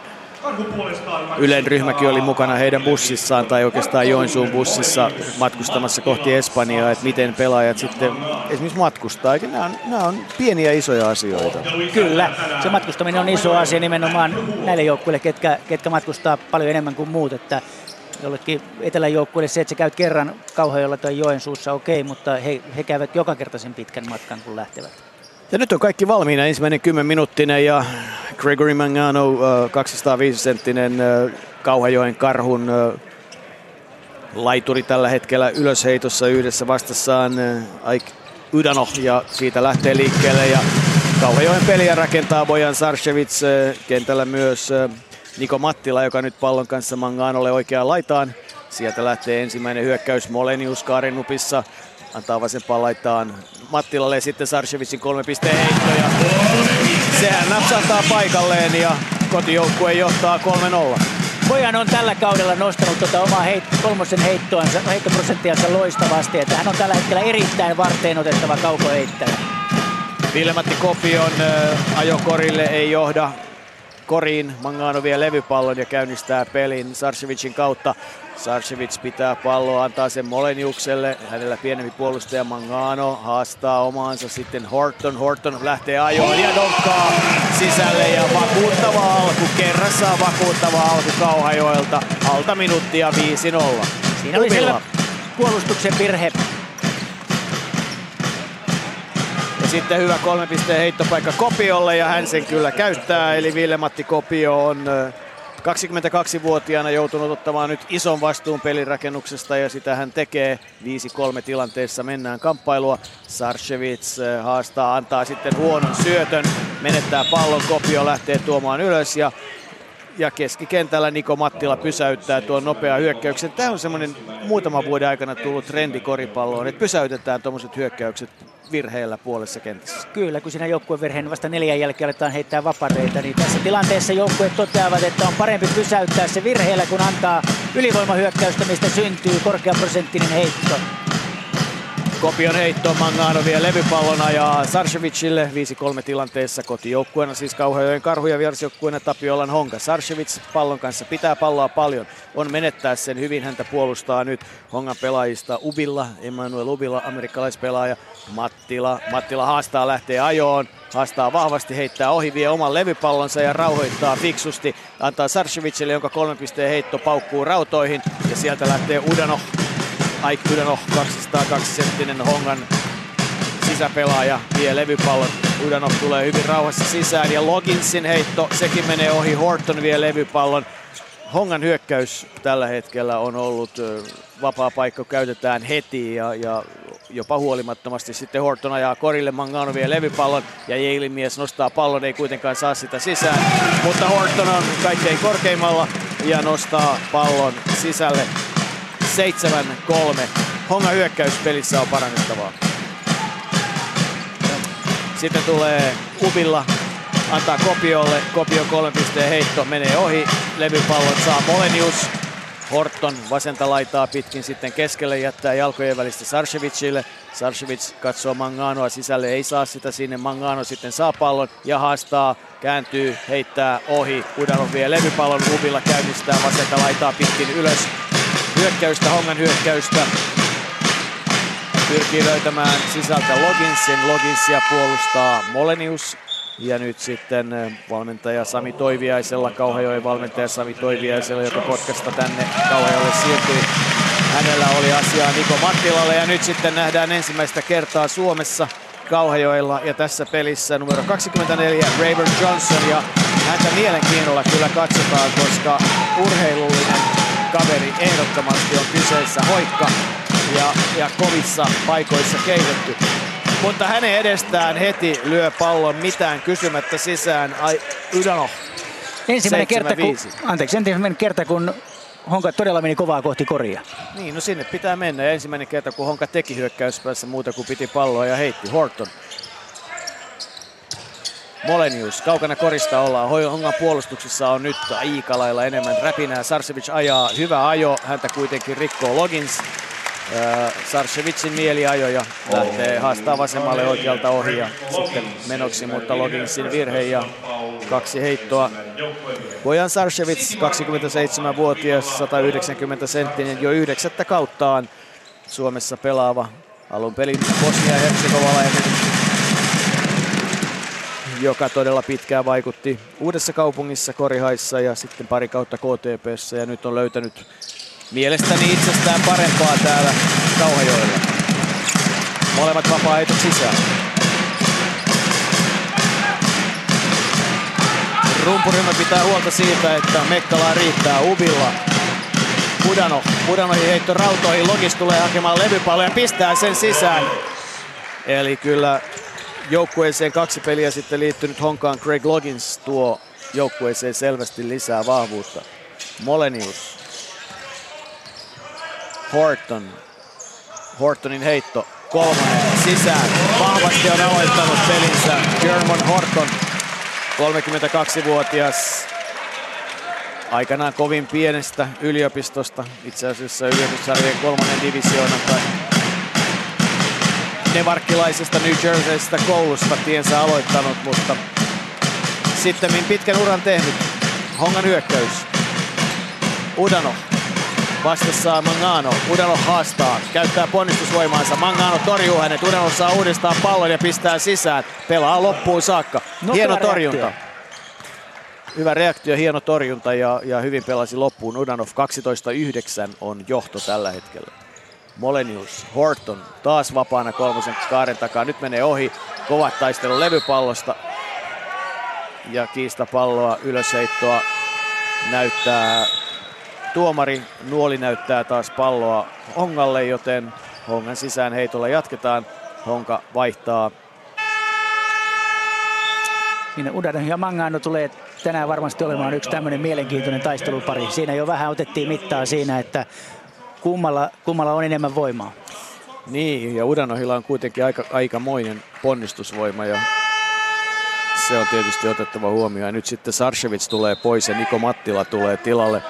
Ylen ryhmäkin oli mukana heidän bussissaan tai oikeastaan Joensuun bussissa matkustamassa kohti Espanjaa, että miten pelaajat sitten esimerkiksi matkustaa. Nämä on, nämä on pieniä isoja asioita. Kyllä, se matkustaminen on iso asia nimenomaan näille joukkueille, ketkä, ketkä matkustaa paljon enemmän kuin muut. Että jollekin etelän joukkueille se, että sä käyt kerran Kauhajoella tai Joensuussa, okei, okay, mutta he, he käyvät joka kerta sen pitkän matkan, kun lähtevät. Ja nyt on kaikki valmiina, ensimmäinen kymmenminuuttinen ja Gregory Mangano, kaksisataaviisi senttinen Kauhajoen Karhun laituri tällä hetkellä ylösheitossa yhdessä vastassaan Aik Udanov ja siitä lähtee liikkeelle ja Kauhajoen peliä rakentaa Bojan Sarcevic, kentällä myös Niko Mattila, joka nyt pallon kanssa Manganolle oikeaan laitaan. Sieltä lähtee ensimmäinen hyökkäys Molenius Kaarinupissa. Antaa vasempaan laitaan Mattilalle ja sitten Sarcevicin kolme pisteen heitto ja sehän napsahtaa paikalleen ja kotijoukkue johtaa kolme nolla. Bojan on tällä kaudella nostanut tuota omaa heit- kolmosen heittoansa, heittoprosenttiansa loistavasti, että hän on tällä hetkellä erittäin varteen otettava kaukoheittäjä. Ville-Matti Kopion äh, ajokorille ei johda koriin. Mangano vie levypallon ja käynnistää pelin Sarcevicin kautta. Sarcevic pitää palloa, antaa sen Moleniukselle. Hänellä pienempi puolustaja Mangano haastaa omaansa sitten Horton. Horton lähtee ajoon ja donkkaa sisälle ja vakuuttava alku. Kerrassaan vakuuttava alku Kauhajoelta. Alta minuuttia viisi nolla. Siinä oli selvä puolustuksen virhe. Ja sitten hyvä kolme pisteen heittopaikka Kopiolle ja hän sen kyllä käyttää. Eli Ville-Matti Kopio on kaksikymmentäkaksivuotiaana joutunut ottamaan nyt ison vastuun pelirakennuksesta ja sitä hän tekee. viisi kolme tilanteessa mennään kamppailua. Sarcevic haastaa, antaa sitten huonon syötön, menettää pallon, Kopio lähtee tuomaan ylös ja, ja keskikentällä Niko Mattila pysäyttää tuon nopean hyökkäyksen. Tämä on semmoinen muutaman vuoden aikana tullut trendi koripalloon, että pysäytetään tuommoiset hyökkäykset virheellä puolessa kentässä. Kyllä, kun siinä joukkueen virheen vasta neljän jälkeen aletaan heittää vapareita, niin tässä tilanteessa joukkueet toteavat, että on parempi pysäyttää se virheellä, kun antaa ylivoimahyökkäystä, mistä syntyy korkeaprosenttinen heitto. Kopion heitto, Mangano vie levypallon ajaa Sarcevicille viisi kolme tilanteessa kotijoukkueena, siis Kauhajoen Karhu ja vierasjoukkueena Tapiolan Honka. Sarcevic pallon kanssa pitää palloa paljon, on menettää sen hyvin, häntä puolustaa nyt Hongan pelaajista Ubilla, Emmanuel Ubilla, amerikkalaispelaaja, Mattila. Mattila haastaa, lähtee ajoon, haastaa vahvasti, heittää ohi, vie oman levypallonsa ja rauhoittaa fiksusti. Antaa Sarcevicille, jonka kolmen pisteen heitto paukkuu rautoihin ja sieltä lähtee Udanov. Aik Udanov, kaksisataakaksi senttinen Hongan sisäpelaaja, vie levypallon. Udanov tulee hyvin rauhassa sisään ja Loginsin heitto, sekin menee ohi. Horton vie levypallon. Hongan hyökkäys tällä hetkellä on ollut vapaa paikka, käytetään heti ja, ja jopa huolimattomasti sitten Horton ajaa korille, Mangano vie levypallon ja Yalein mies nostaa pallon, ei kuitenkaan saa sitä sisään, mutta Horton on kaikkein korkeimmalla ja nostaa pallon sisälle. seitsemän kolme. Hongan hyökkäyspelissä on parannettavaa. Sitten tulee Ubilla, antaa Kopiolle, Kopio kolmen pisteen heitto, menee ohi, levypallon saa Molenius. Horton vasenta laitaa pitkin sitten keskelle, jättää jalkojen välistä Sarcevicille. Sarcevic katsoo Manganoa sisälle, ei saa sitä sinne. Mangano sitten saa pallon ja haastaa, kääntyy, heittää ohi. Udanov vie levypallon, Ubilla käynnistää vasenta laitaa pitkin ylös. Hyökkäystä, Hongan hyökkäystä. Pyrkii löytämään sisältä Loginsin, Loginsia puolustaa Molenius. Ja nyt sitten valmentaja Sami Toiviaisella, Kauhajoen valmentaja Sami Toiviaisella, joka Kotkasta tänne Kauhajoelle siirtyi. Hänellä oli asiaa Niko Mattilalle ja nyt sitten nähdään ensimmäistä kertaa Suomessa Kauhajoella. Ja tässä pelissä numero kaksikymmentäneljä Rayburn Johnson ja häntä mielenkiinnolla kyllä katsotaan, koska urheilullinen kaveri ehdottomasti on kyseessä, hoikka ja, ja kovissa paikoissa keitetty. Mutta hänen edestään heti lyö pallon mitään kysymättä sisään. Ai, Udanov. Ensimmäinen kerta, kun, anteeksi, ensimmäinen kerta, kun Honka todella meni kovaa kohti koria. Niin, no sinne pitää mennä. Ja ensimmäinen kerta, kun Honka teki hyökkäyspäässä muuta kuin piti palloa ja heitti. Horton. Molenius, kaukana korista ollaan. Hongan puolustuksessa on nyt aika lailla enemmän räpinää. Sarcevic ajaa, hyvä ajo. Häntä kuitenkin rikkoo Logins. Sarcevicin mieliajo ja lähtee haastaa vasemmalle oikealta ohi ja sitten menoksi, mutta Loginsin virhe ja kaksi heittoa. Bojan Sarcevic, kaksikymmentäseitsemänvuotias, sata yhdeksänkymmentä senttinen, jo yhdeksättä kauttaan Suomessa pelaava. Alun pelin bosnia-herzegovalainen, joka todella pitkään vaikutti Uudessa Kaupungissa, Korihaissa ja sitten pari kautta K T P:ssä ja nyt on löytänyt mielestäni itsestään parempaa täällä Kauhajoella. Molemmat vapaa-heitot sisään. Rumpuryhmä pitää huolta siitä, että Mekkalaa riittää Ubilla. Udanov. Udanovin heitto rautoihin. Logis tulee hakemaan levypallon ja pistää sen sisään. Eli kyllä joukkueeseen kaksi peliä sitten liittynyt Honkaan Greg Logins tuo joukkueeseen selvästi lisää vahvuutta. Molenius. Horton. Hortonin heitto. Kolmonen sisään. Vahvasti on aloittanut pelinsä German Horton. kolmekymmentäkaksivuotias. Aikanaan kovin pienestä yliopistosta. Itse asiassa yliopistosarjojen kolmannen divisioonan tai nevarkkilaisesta New Jerseystä koulusta tiensä aloittanut, mutta sittemmin pitkän uran tehnyt. Hongan hyökkäys. Udanov. Vastassa Mangano. Udanov haastaa. Käyttää ponnistusvoimaansa. Mangano torjuu hänet. Udanov saa uudestaan pallon ja pistää sisään. Pelaa loppuun saakka. Nopea hieno torjunta. Reaktio. Hyvä reaktio, hieno torjunta ja, ja hyvin pelasi loppuun. Udanov kaksitoista yhdeksän on johto tällä hetkellä. Molenius, Horton taas vapaana kolmosen kaaren takaa. Nyt menee ohi. Kovat taistelu levypallosta. Ja kiistapalloa, ylösheittoa näyttää tuomari. Nuoli näyttää taas palloa Hongalle, joten Hongan sisään heitolla jatketaan. Honka vaihtaa. Siinä Udanov ja Mangano tulee tänään varmasti olemaan yksi tämmöinen mielenkiintoinen taistelupari. Siinä jo vähän otettiin mittaa siinä, että kummalla, kummalla on enemmän voimaa. Niin, ja Udanovilla on kuitenkin aika, aikamoinen ponnistusvoima ja se on tietysti otettava huomioon. Ja nyt sitten Sarcevic tulee pois ja Niko Mattila tulee tilalle.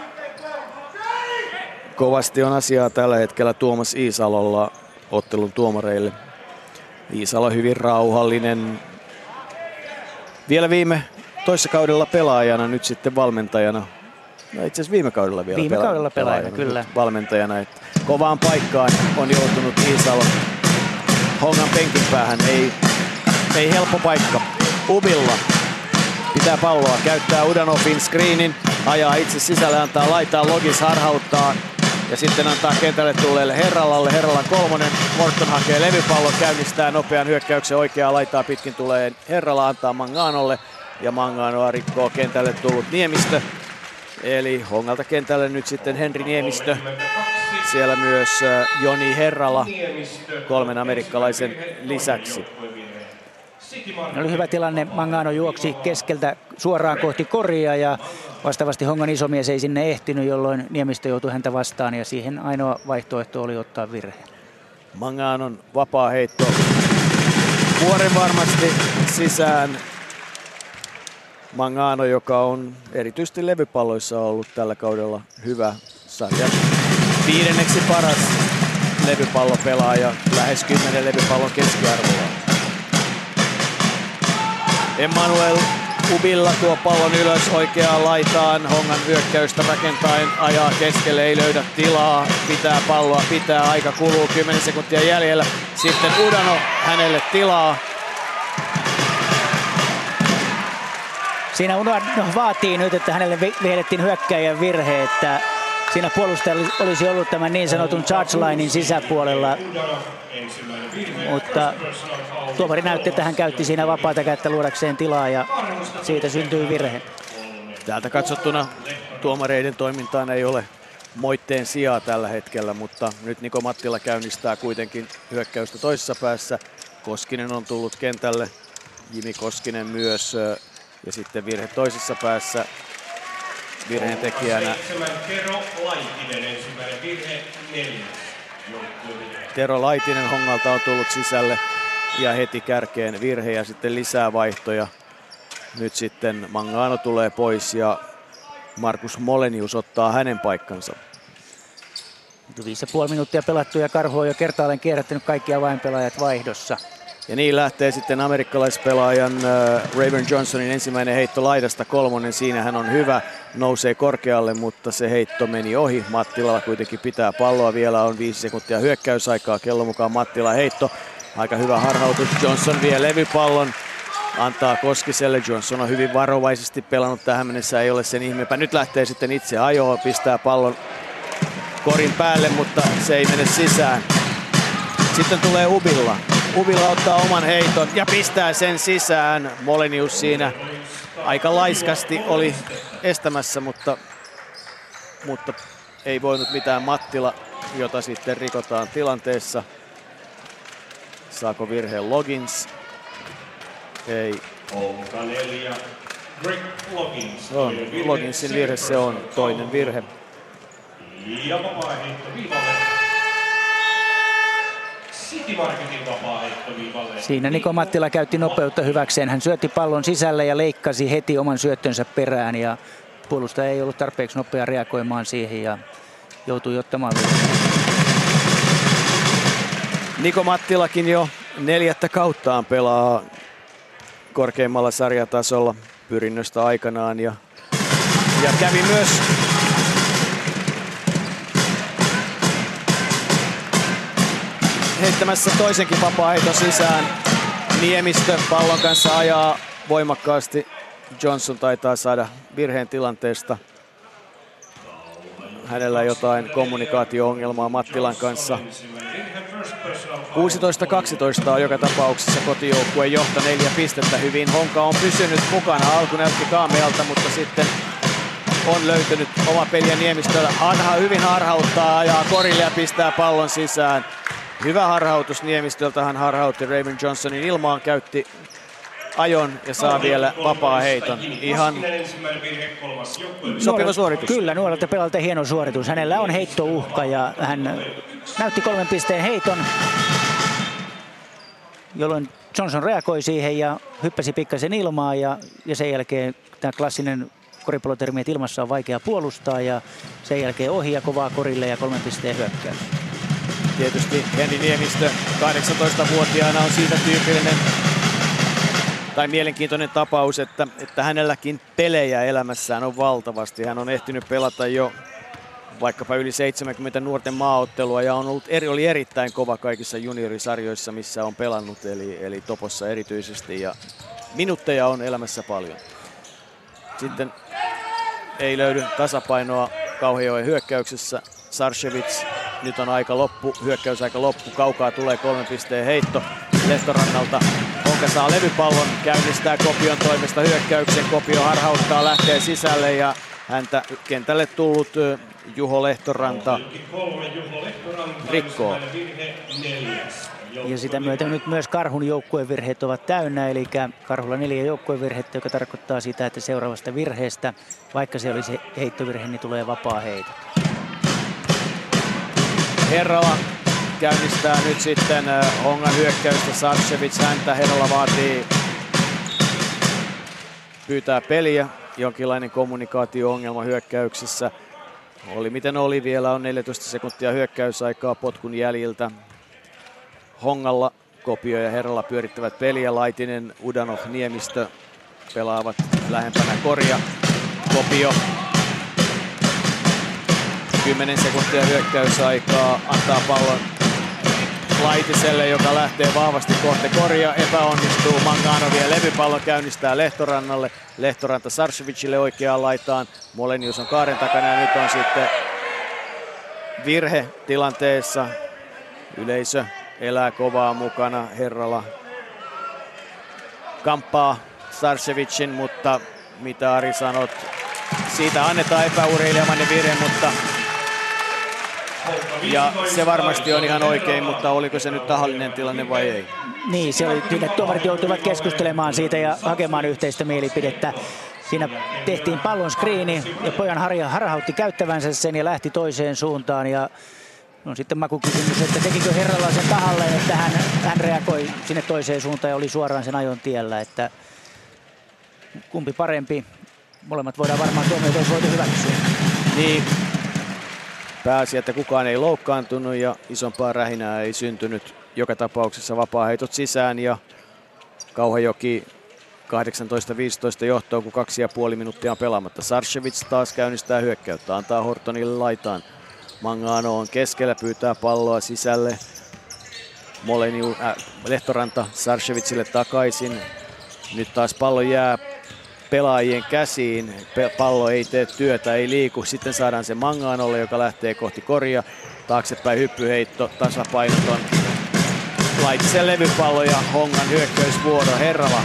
Kovasti on asiaa tällä hetkellä Tuomas Iisalolla ottelun tuomareille. Iisalo hyvin rauhallinen. Vielä viime toissa kaudella pelaajana, nyt sitten valmentajana. No itse asiassa viime kaudella vielä viime pela- kaudella pelaajana, pelaajana kyllä. Valmentajana. Että kovaan paikkaan on joutunut Iisalo. Hongan penkin päähän ei, ei helppo paikka. Ubilla pitää palloa, käyttää Udanovin screenin, ajaa itse sisälle, antaa laitaa, Logis harhauttaa. Ja sitten antaa kentälle tulleelle Herralalle. Herralan kolmonen. Morton hakee levypallon, käynnistää nopean hyökkäyksen oikeaa laitaa pitkin tulee Herrala, antaa Manganolle. Ja Manganoa rikkoo kentälle tullut Niemistö. Eli Hongalta kentälle nyt sitten Henri Niemistö. Siellä myös Joni Herrala kolmen amerikkalaisen lisäksi. Oli hyvä tilanne. Mangano juoksi keskeltä suoraan kohti koria ja vastaavasti Hongan isomies ei sinne ehtinyt, jolloin Niemistö joutui häntä vastaan ja siihen ainoa vaihtoehto oli ottaa virhe. Manganon vapaa heitto vuoren varmasti sisään. Mangano, joka on erityisesti levypalloissa ollut tällä kaudella hyvä sarja. Viidenneksi paras levypallopelaaja, lähes kymmenen levypallon keskiarvoa. Emmanuel Ubilla tuo pallon ylös oikeaan laitaan. Hongan hyökkäystä rakentaen ajaa keskelle, ei löydä tilaa. Pitää palloa, pitää, aika kuluu, kymmenen sekuntia jäljellä. Sitten Udano hänelle tilaa. Siinä Udano vaatii nyt, että hänelle viedettiin hyökkäjän virhe, että siinä puolustaja olisi ollut tämän niin sanotun charge linein sisäpuolella. Mutta tuomari näytti, että hän käytti siinä vapaata kättä luodakseen tilaa ja siitä syntyi virhe. Täältä katsottuna tuomareiden toimintaan ei ole moitteen sijaa tällä hetkellä, mutta nyt Niko Mattila käynnistää kuitenkin hyökkäystä toisessa päässä. Koskinen on tullut kentälle, Jimi Koskinen myös, ja sitten virhe toisessa päässä. Virheen tekijänä Tero Laitinen, ensimmäinen virhe neljäs. Tero Laitinen Hongalta on tullut sisälle ja heti kärkeen virhe ja sitten lisää vaihtoja. Nyt sitten Mangano tulee pois ja Markus Molenius ottaa hänen paikkansa. Viisi ja puoli minuuttia pelattu ja Karhu on jo kertaalleen kierrättänyt kaikki avainpelaajat vaihdossa. Ja niin lähtee sitten amerikkalaispelaajan äh, Rayburn Johnsonin ensimmäinen heitto laidasta, kolmonen. Siinä hän on hyvä, nousee korkealle, mutta se heitto meni ohi. Mattilalla kuitenkin pitää palloa, vielä on viisi sekuntia hyökkäysaikaa. Kellon mukaan Mattila heitto. Aika hyvä harhautus, Johnson vie levypallon. Antaa Koskiselle, Johnson on hyvin varovaisesti pelannut tähän mennessä, ei ole sen ihmeempää. Nyt lähtee sitten itse ajoon, pistää pallon korin päälle, mutta se ei mene sisään. Sitten tulee Ubilla. Ubilla ottaa oman heiton ja pistää sen sisään. Molenius siinä aika laiskasti oli estämässä, mutta, mutta ei voinut mitään Mattila, jota sitten rikotaan tilanteessa. Saako virheen Loggins? Ei. On. Logginsin virhe, se on toinen virhe. Ja vapaa heitto viivalle. City Marketin vapaa heitto viivalle. Siinä Niko Mattila käytti nopeutta hyväkseen. Hän syötti pallon sisälle ja leikkasi heti oman syöttönsä perään. Ja puolustaja ei ollut tarpeeksi nopea reagoimaan siihen ja joutui ottamaan virheen. Niko Mattilakin jo neljättä kauttaan pelaa korkeimmalla sarjatasolla pyrinnöstä aikanaan ja, ja kävi myös heittämässä toisenkin vapaa-heiton sisään. Niemistö pallon kanssa ajaa voimakkaasti. Johnson taitaa saada virheen tilanteesta. Hänellä jotain kommunikaatio-ongelmaa Mattilan kanssa. kuusitoista kaksitoista on joka tapauksessa kotijoukkueen johto, neljä pistettä hyvin. Honka on pysynyt mukana. Alku näytti kaamealta, mutta sitten on löytynyt oma peliä Niemistöllä. Harha hyvin harhauttaa, ajaa korille ja pistää pallon sisään. Hyvä harhautus Niemistöltä. Hän harhautti Rayburn Johnsonin ilmaan, käytti ajon ja saa vielä vapaa heiton. Ihan sopiva suoritus. Kyllä, nuorelta pelaalta hieno suoritus. Hänellä on heittouhka ja hän näytti kolmen pisteen heiton, jolloin Johnson reagoi siihen ja hyppäsi pikkasen ilmaa ja, ja sen jälkeen tämä klassinen koripallotermi, että ilmassa on vaikea puolustaa ja sen jälkeen ohi ja kovaa korille ja kolmen pisteen hyökkäys. Tietysti Henri Niemistö kahdeksantoistavuotiaana on siitä tyypillinen tai mielenkiintoinen tapaus, että, että hänelläkin pelejä elämässään on valtavasti. Hän on ehtinyt pelata jo vaikkapa yli seitsemänkymmentä nuorten maaottelua ja on ollut eri, oli erittäin kova kaikissa juniorisarjoissa, missä on pelannut, eli, eli Topossa erityisesti. Ja minuutteja on elämässä paljon. Sitten ei löydy tasapainoa Kauhajoen hyökkäyksessä. Sarcevic, nyt on aika loppu, hyökkäysaika loppu, kaukaa tulee kolmen pisteen heitto lehtorannalta. Honka saa levypallon, käynnistää Kopion toimesta hyökkäyksen, Kopio harhauttaa, lähtee sisälle ja häntä kentälle tullut Juho Lehtoranta rikkoo. Ja sitä myötä nyt myös Karhun joukkuevirheet ovat täynnä, eli Karhulla neljä joukkuevirhettä, joka tarkoittaa sitä, että seuraavasta virheestä, vaikka se olisi heittovirhe, niin tulee vapaa heitot. Herrala käynnistää nyt sitten Hongan hyökkäystä. Sarcevic häntä. Herrala vaatii, pyytää peliä. Jonkinlainen kommunikaatio-ongelma hyökkäyksessä. Oli miten oli, vielä on neljätoista sekuntia hyökkäysaikaa potkun jäljiltä. Hongalla Kopio ja Herrala pyörittävät peliä. Laitinen, Udanov, Niemistö pelaavat lähempänä koria. Kopio. kymmenen sekuntia hyökkäysaikaa, antaa pallon Laitiselle, joka lähtee vahvasti kohti koria. Epäonnistuu, Mangano vie levypallon, käynnistää Lehtorannalle. Lehtoranta Sarcevicille oikeaan laitaan. Molenius on kaaren takana ja nyt on sitten virhe tilanteessa. Yleisö elää kovaa mukana. Herrala kamppaa Sarcevicin, mutta mitä Ari sanot, siitä annetaan epäurheilijamainen virhe, mutta ja se varmasti on ihan oikein, mutta oliko se nyt tahallinen tilanne vai ei? Niin, se oli, kyllä tuomarit joutuivat keskustelemaan siitä ja hakemaan yhteistä mielipidettä. Siinä tehtiin pallon screeni ja pojan Harja harhautti käyttävänsä sen ja lähti toiseen suuntaan. Ja no sitten makukysymys, että tekikö Herrala sen tahalleen, että hän, hän reagoi sinne toiseen suuntaan ja oli suoraan sen ajon tiellä. Että kumpi parempi? Molemmat voidaan varmaan tuomioita olisi voitu hyväksyä. Niin. Pääsi, että kukaan ei loukkaantunut ja isompaa rähinää ei syntynyt. Joka tapauksessa vapaaheitot sisään ja Kauhajoki kahdeksantoista viisitoista johtoon, kun kaksi ja puoli minuuttia on pelaamatta. Sarcevic taas käynnistää hyökkäyttä, antaa Hortonille laitaan. Mangano on keskellä, pyytää palloa sisälle. Moleniu, äh, Lehtoranta Sarcevicille takaisin. Nyt taas pallo jää pelaajien käsiin. Pallo ei tee työtä, ei liiku. Sitten saadaan se Manganolle, joka lähtee kohti koria. Taaksepäin hyppyheitto, tasapainoton. Laitisen levypallo ja Hongan hyökkäysvuoro. Herrala.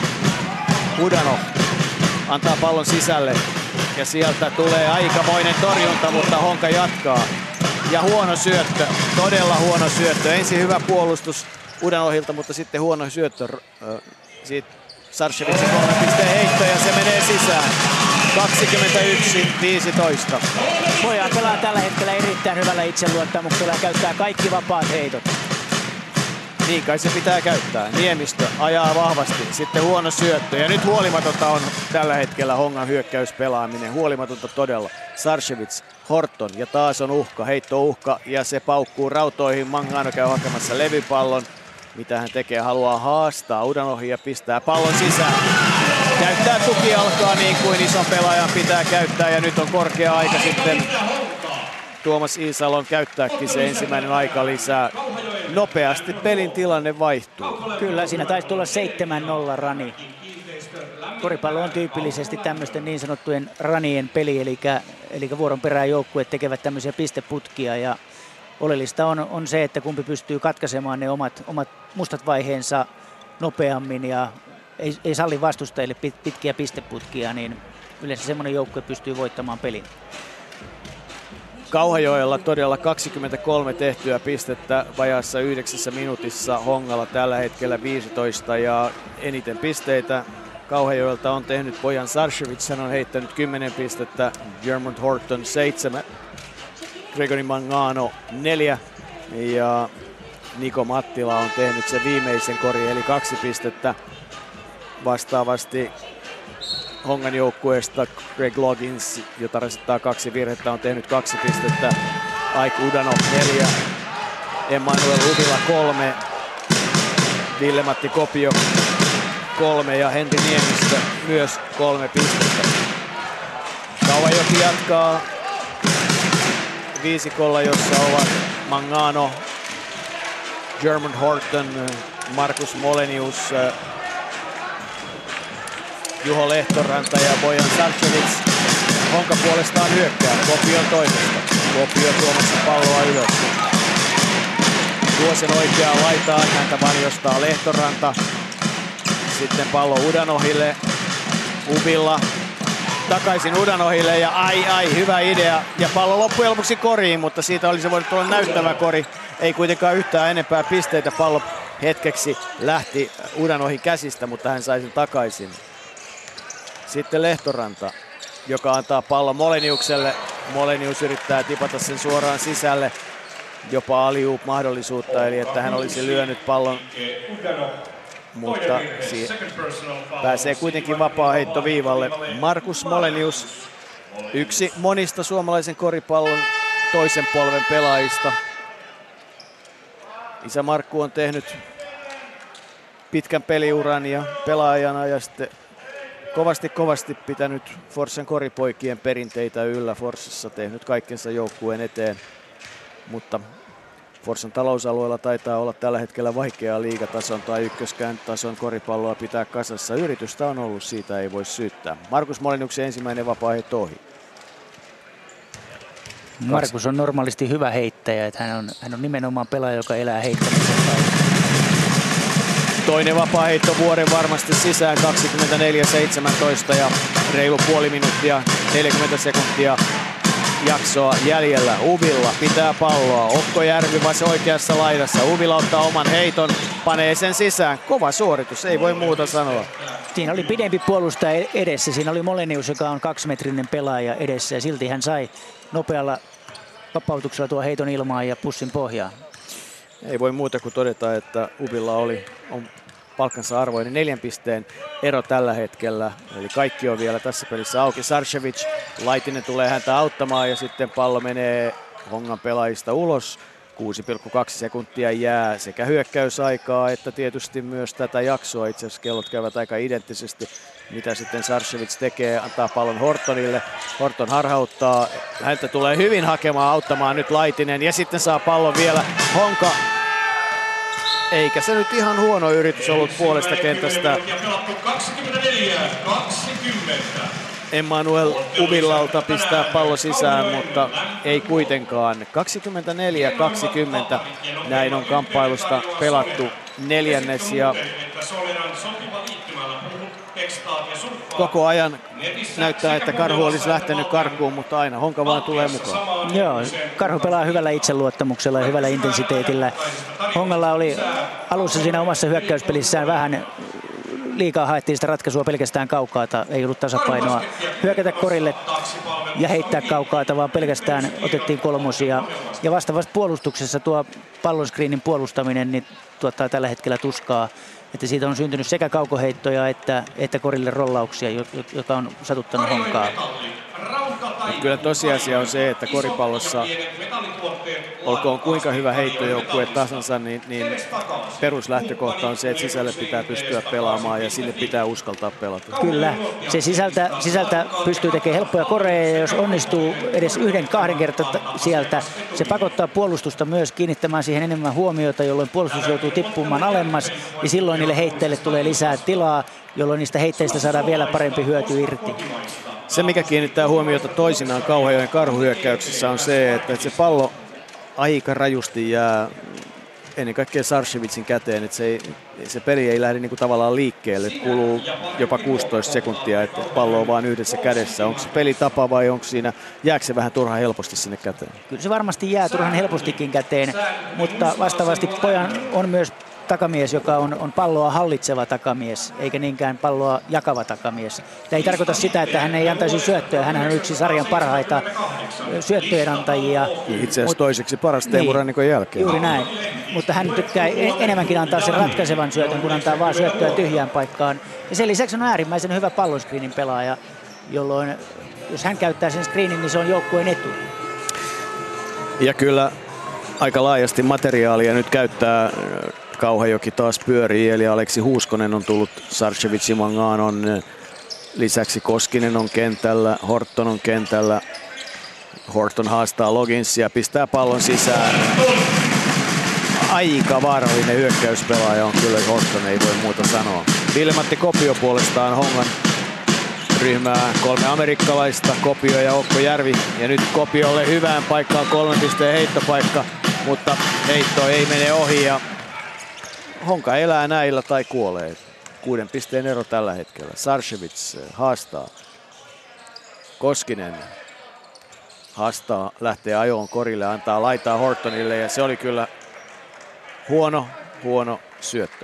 Udanov antaa pallon sisälle. Ja sieltä tulee aikamoinen torjunta, mutta Honka jatkaa. Ja huono syöttö, todella huono syöttö. Ensin hyvä puolustus Udanovilta, mutta sitten huono syöttö. Siitä Sarcevicin kolmen pisteen heitto ja se menee sisään. kaksikymmentäyksi viisitoista. Poja pelaa tällä hetkellä erittäin hyvällä itseluottamuksella ja käyttää kaikki vapaat heitot. Niin kai se pitää käyttää. Niemistö ajaa vahvasti, sitten huono syöttö. Ja nyt huolimatonta on tällä hetkellä Hongan hyökkäyspelaaminen. Huolimatonta todella. Sarcevic, Horton ja taas on uhka, heitto uhka ja se paukkuu rautoihin. Mangano käy hakemassa levypallon. Mitä hän tekee? Haluaa haastaa Udanovi ja pistää pallon sisään. Käyttää tukijalkaa niin kuin ison pelaajan pitää käyttää ja nyt on korkea aika sitten Tuomas Iisalon käyttääkin se ensimmäinen aika lisää. Nopeasti pelin tilanne vaihtuu. Kyllä, siinä taisi tulla seitsemän nolla rani. Koripallo on tyypillisesti tämmöisten niin sanottujen ranien peli, eli, eli vuoron perään joukkueet tekevät tämmöisiä pisteputkia ja oleellista on, on se, että kumpi pystyy katkaisemaan ne omat, omat mustat vaiheensa nopeammin ja ei, ei salli vastustajille pit, pitkiä pisteputkia, niin yleensä semmoinen joukkue pystyy voittamaan pelin. Kauhajoella todella kaksikymmentäkolme tehtyä pistettä vajaassa yhdeksässä minuutissa. Hongalla tällä hetkellä viisitoista ja eniten pisteitä. Kauhajoelta on tehnyt Bojan Sarcevic, hän on heittänyt kymmenen pistettä, Jermund Horton seitsemän. Gregory Mangano neljä ja Niko Mattila on tehnyt sen viimeisen korin eli kaksi pistettä. Vastaavasti Hongan joukkueesta Greg Loggins, jota rasittaa kaksi virhettä, on tehnyt kaksi pistettä. Aik Udanov neljä, Emmanuel Uvila kolme, Ville-Matti Kopio kolme ja Henri Niemistö myös kolme pistettä. Kauhajoki jatkaa viisikolla, jossa ovat Mangano, Jermund Horton, Markus Molenius, Juho Lehtoranta ja Bojan Sarcevic. Honka puolestaan hyökkää Kopion toimesta. Kopio tuomassa palloa ylös. Tuo sen oikeaan laitaan, häntä varjostaa Lehtoranta. Sitten pallo Udanohille. Uvilla takaisin Udanohille ja ai ai, hyvä idea. Ja pallo loppujen lopuksi koriin, mutta siitä olisi voinut tulla näyttävä kori. Ei kuitenkaan yhtään enempää pisteitä. Pallo hetkeksi lähti Udanohin käsistä, mutta hän sai sen takaisin. Sitten Lehtoranta, joka antaa pallon Moleniukselle. Molenius yrittää tipata sen suoraan sisälle. Jopa aliup mahdollisuutta, eli että hän olisi lyönyt pallon. Mutta pääsee kuitenkin vapaa heitto viivalle. Markus Molenius, yksi monista suomalaisen koripallon toisen polven pelaajista. Isä Markku on tehnyt pitkän peliuran ja pelaajana ja sitten kovasti kovasti pitänyt Forssan koripoikien perinteitä yllä. Forssassa tehnyt kaikkensa joukkueen eteen, mutta Forssan talousalueella taitaa olla tällä hetkellä vaikeaa liigatason tai ykköskään tason koripalloa pitää kasassa. Yritystä on ollut, siitä ei voi syyttää. Markus Moleniuksen ensimmäinen vapaa heitto ohi. Markus on normaalisti hyvä heittäjä, että hän on, hän on nimenomaan pelaaja, joka elää heittämisen. Toinen vapaa heitto vuoden varmasti sisään, kaksikymmentäneljä seitsemäntoista ja reilu puoli minuuttia, neljäkymmentä sekuntia jaksoa jäljellä. Uvilla pitää palloa, Okko Järvi vasta oikeassa laidassa. Uvilla ottaa oman heiton, panee sen sisään. Kova suoritus, ei voi muuta sanoa. Siinä oli pidempi puolustaja edessä, siinä oli Molenius, joka on kaksimetrinen pelaaja edessä ja silti hän sai nopealla vapautuksella tuo heiton ilmaan ja pussin pohjaan. Ei voi muuta kuin todeta, että Uvilla oli on palkkansa arvoinen neljän pisteen ero tällä hetkellä. Eli kaikki on vielä tässä pelissä auki. Sarcevic, Laitinen tulee häntä auttamaan ja sitten pallo menee Hongan pelaajista ulos. kuusi pilkku kaksi sekuntia jää sekä hyökkäysaikaa että tietysti myös tätä jaksoa. Itse asiassa kellot käyvät aika identtisesti. Mitä sitten Sarcevic tekee, antaa pallon Hortonille. Horton harhauttaa, häntä tulee hyvin hakemaan, auttamaan nyt Laitinen ja sitten saa pallon vielä Honka. Eikä se nyt ihan huono yritys ollut puolesta kentästä. Emmanuel Uvillalta pistää pallo sisään, mutta ei kuitenkaan. kaksikymmentäneljä kaksikymmentä, näin on kamppailusta pelattu neljännes ja koko ajan näyttää, että Karhu olisi lähtenyt karkuun, mutta aina Honka vaan tulee mukaan. Joo, Karhu pelaa hyvällä itseluottamuksella ja hyvällä intensiteetillä. Hongalla oli alussa siinä omassa hyökkäyspelissään vähän liikaa haettiin sitä ratkaisua pelkästään kaukaata, ei ollut tasapainoa hyökätä korille ja heittää kaukaata, vaan pelkästään otettiin kolmosia. Ja vastaavasti puolustuksessa tuo pallonskriinin puolustaminen niin tuottaa tällä hetkellä tuskaa, että siitä on syntynyt sekä kaukoheittoja että, että korille rollauksia, joka on satuttanut Honkaa. Kyllä tosiasia on se, että koripallossa, olkoon kuinka hyvä heittojoukkue tasansa, niin, niin peruslähtökohta on se, että sisälle pitää pystyä pelaamaan ja sinne pitää uskaltaa pelata. Kyllä, se sisältä, sisältä pystyy tekemään helppoja koreja ja jos onnistuu edes yhden kahden kertaa sieltä, se pakottaa puolustusta myös kiinnittämään siihen enemmän huomiota, jolloin puolustus joutuu tippumaan alemmas ja silloin niille heitteille tulee lisää tilaa, jolloin niistä heitteistä saadaan vielä parempi hyöty irti. Se, mikä kiinnittää huomiota toisinaan Kauhajoen Karhuhyökkäyksessä on se, että se pallo aika rajusti jää ennen kaikkea Sarcevicin käteen, että se, ei, se peli ei lähde niin kuin tavallaan liikkeelle, että kuluu jopa kuusitoista sekuntia, että pallo on vain yhdessä kädessä. Onko se pelitapa vai onko siinä, jääkö se vähän turhan helposti sinne käteen? Kyllä se varmasti jää turhan helpostikin käteen, mutta vastaavasti pojan on myös takamies, joka on, on palloa hallitseva takamies, eikä niinkään palloa jakava takamies. Tämä ei tarkoita sitä, että hän ei antaisi syöttöä. Hän on yksi sarjan parhaita syöttöjen antajia. Itse asiassa Mut, toiseksi paras Teemu niin, Rannikon jälkeen. Juuri näin. Mutta hän tykkää enemmänkin antaa sen ratkaisevan syötön, kun antaa vaan syöttöä tyhjään paikkaan. Ja sen lisäksi on äärimmäisen hyvä pallonskriinin pelaaja, jolloin jos hän käyttää sen screenin, niin se on joukkueen etu. Ja kyllä aika laajasti materiaalia nyt käyttää. Kauhajoki taas pyörii, eli Aleksi Huuskonen on tullut Sarcevic Manganon lisäksi. Koskinen on kentällä, Horton on kentällä. Horton haastaa Logginsia, pistää pallon sisään. Aika vaarallinen hyökkäyspelaaja on kyllä Horton, ei voi muuta sanoa. Ville-Matti Kopio puolestaan Hongan ryhmää, kolme amerikkalaista, Kopio ja Okko Järvi. Ja nyt Kopiolle hyvään paikkaan kolmen pisteen heittopaikka, mutta heitto ei mene ohi ja Honka elää näillä tai kuolee. Kuuden pisteen ero tällä hetkellä. Sarcevic haastaa. Koskinen haastaa, lähtee ajoon korille, antaa laitaa Hortonille ja se oli kyllä huono, huono syöttö.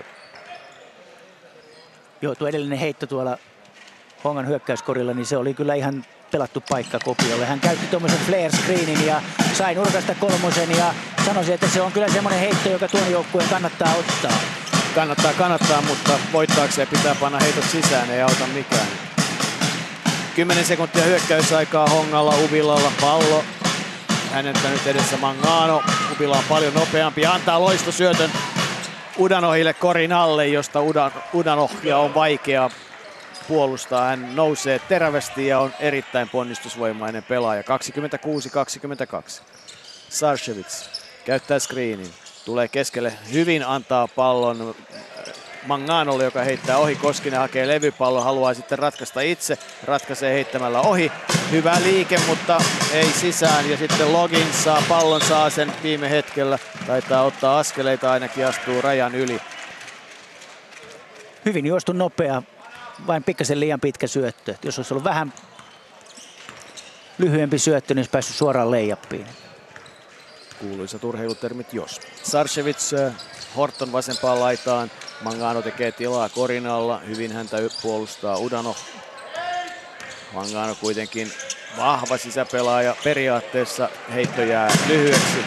Joo, tuo edellinen heitto tuolla Hongan hyökkäyskorilla, niin se oli kyllä ihan pelattu paikka Kopiolle. Hän käytti tuommoisen flare screenin ja sai nurkasta kolmosen ja sanoisin, että se on kyllä semmoinen heitto, joka tuon joukkueen kannattaa ottaa. Kannattaa, kannattaa, mutta voittaakseen pitää panna heitot sisään, ei auta mikään. kymmenen sekuntia hyökkäysaikaa Hongalla, Ubilalla pallo. Häneltä nyt edessä Mangano. Ubila on paljon nopeampi ja antaa loistosyötön Udanohille korin alle, josta Udan, Udanohja on vaikea puolustaa. Hän nousee terävästi ja on erittäin ponnistusvoimainen pelaaja. kaksikymmentäkuusi kaksikymmentäkaksi. Sarcevic käyttää screenin. Tulee keskelle, hyvin antaa pallon Manganolle, joka heittää ohi. Koskinen hakee levypallon, haluaa sitten ratkaista itse. Ratkaisee heittämällä ohi. Hyvä liike, mutta ei sisään. Ja sitten Loggins saa pallon, saa sen viime hetkellä. Taitaa ottaa askeleita, ainakin astuu rajan yli. Hyvin juostu nopea, vain pikkasen liian pitkä syöttö. Jos olisi ollut vähän lyhyempi syöttö, niin olisi päässyt suoraan leijappiin. Kuuluisat urheilutermit jos. Sarcevic, Horton vasempaan laitaan. Mangano tekee tilaa korin alla. Hyvin häntä puolustaa Udanov. Mangano kuitenkin vahva sisäpelaaja. Periaatteessa heitto jää lyhyeksi.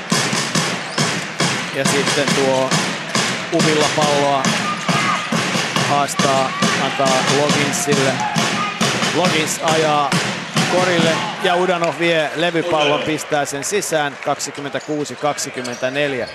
Ja sitten tuo Ubilla palloa haastaa, antaa Logginsille. Loggins ajaa korille ja Udanov vie levypallon, pistää sen sisään. kaksikymmentäkuusi kaksikymmentäneljä.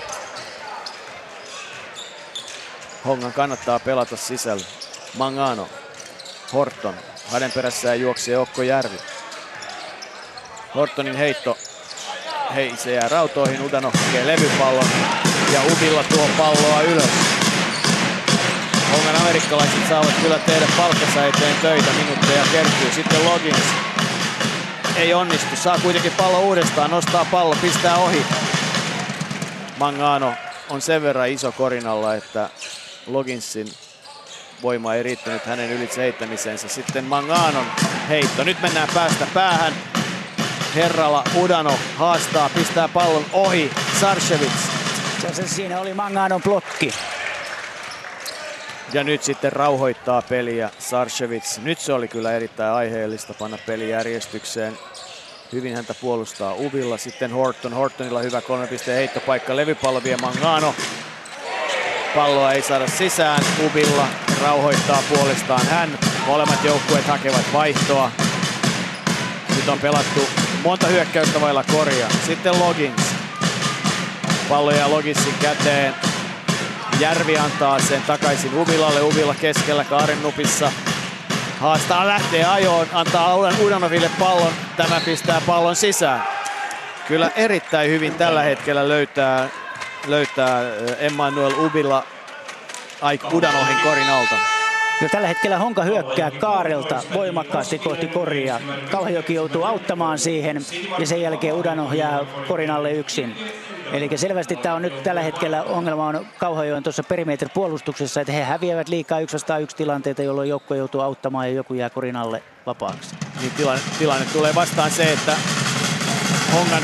Hongan kannattaa pelata sisällä. Mangano, Horton, hänen perässään juoksee Okko Järvi. Hortonin heitto, hei se jää rautoihin, Udanov tekee levypallon ja Ubilla tuo palloa ylös. Hongan amerikkalaiset saavat kyllä tehdä palkkansa eteen töitä, minuutteja kertyy. Sitten Loggins ei onnistu, saa kuitenkin pallo uudestaan, nostaa pallo, pistää ohi. Mangano on sen verran iso korinalla, että Logginsin voima ei riittänyt hänen ylitse heittämiseensä. Sitten Manganon heitto, nyt mennään päästä päähän. Herralla Udanov haastaa, pistää pallon ohi, Sarcevic. Siinä oli Manganon blokki. Ja nyt sitten rauhoittaa peliä Sarcevic. Nyt se oli kyllä erittäin aiheellista panna pelijärjestykseen. Hyvin häntä puolustaa Ubilla. Sitten Horton. Hortonilla hyvä kolme pisteen heittopaikka. Levypallo vie Mangano. Palloa ei saada sisään. Ubilla rauhoittaa puolestaan hän. Molemmat joukkueet hakevat vaihtoa. Nyt on pelattu monta hyökkäystä vailla koria. Sitten Loggins. Pallo jää Logginsin käteen. Järvi antaa sen takaisin Ubilalle. Ubila keskellä kaaren nupissa. Haastaa, lähtee ajoon, antaa Udanoville pallon. Tämä pistää pallon sisään. Kyllä erittäin hyvin tällä hetkellä löytää, löytää Emmanuel Ubila Udanovin korin alta. Ja tällä hetkellä Honka hyökkää kaarelta voimakkaasti kohti koria. Kauhajoki joutuu auttamaan siihen ja sen jälkeen Udanov jää korin alle yksin. Eli selvästi tämä on nyt tällä hetkellä ongelma on Kauhajoen tuossa perimetripuolustuksessa, että he häviävät liikaa yksi vastaan yksi tilanteita, jolloin joukko joutuu auttamaan ja joku jää korin alle vapaaksi. Niin tilanne, tilanne tulee vastaan se, että Hongan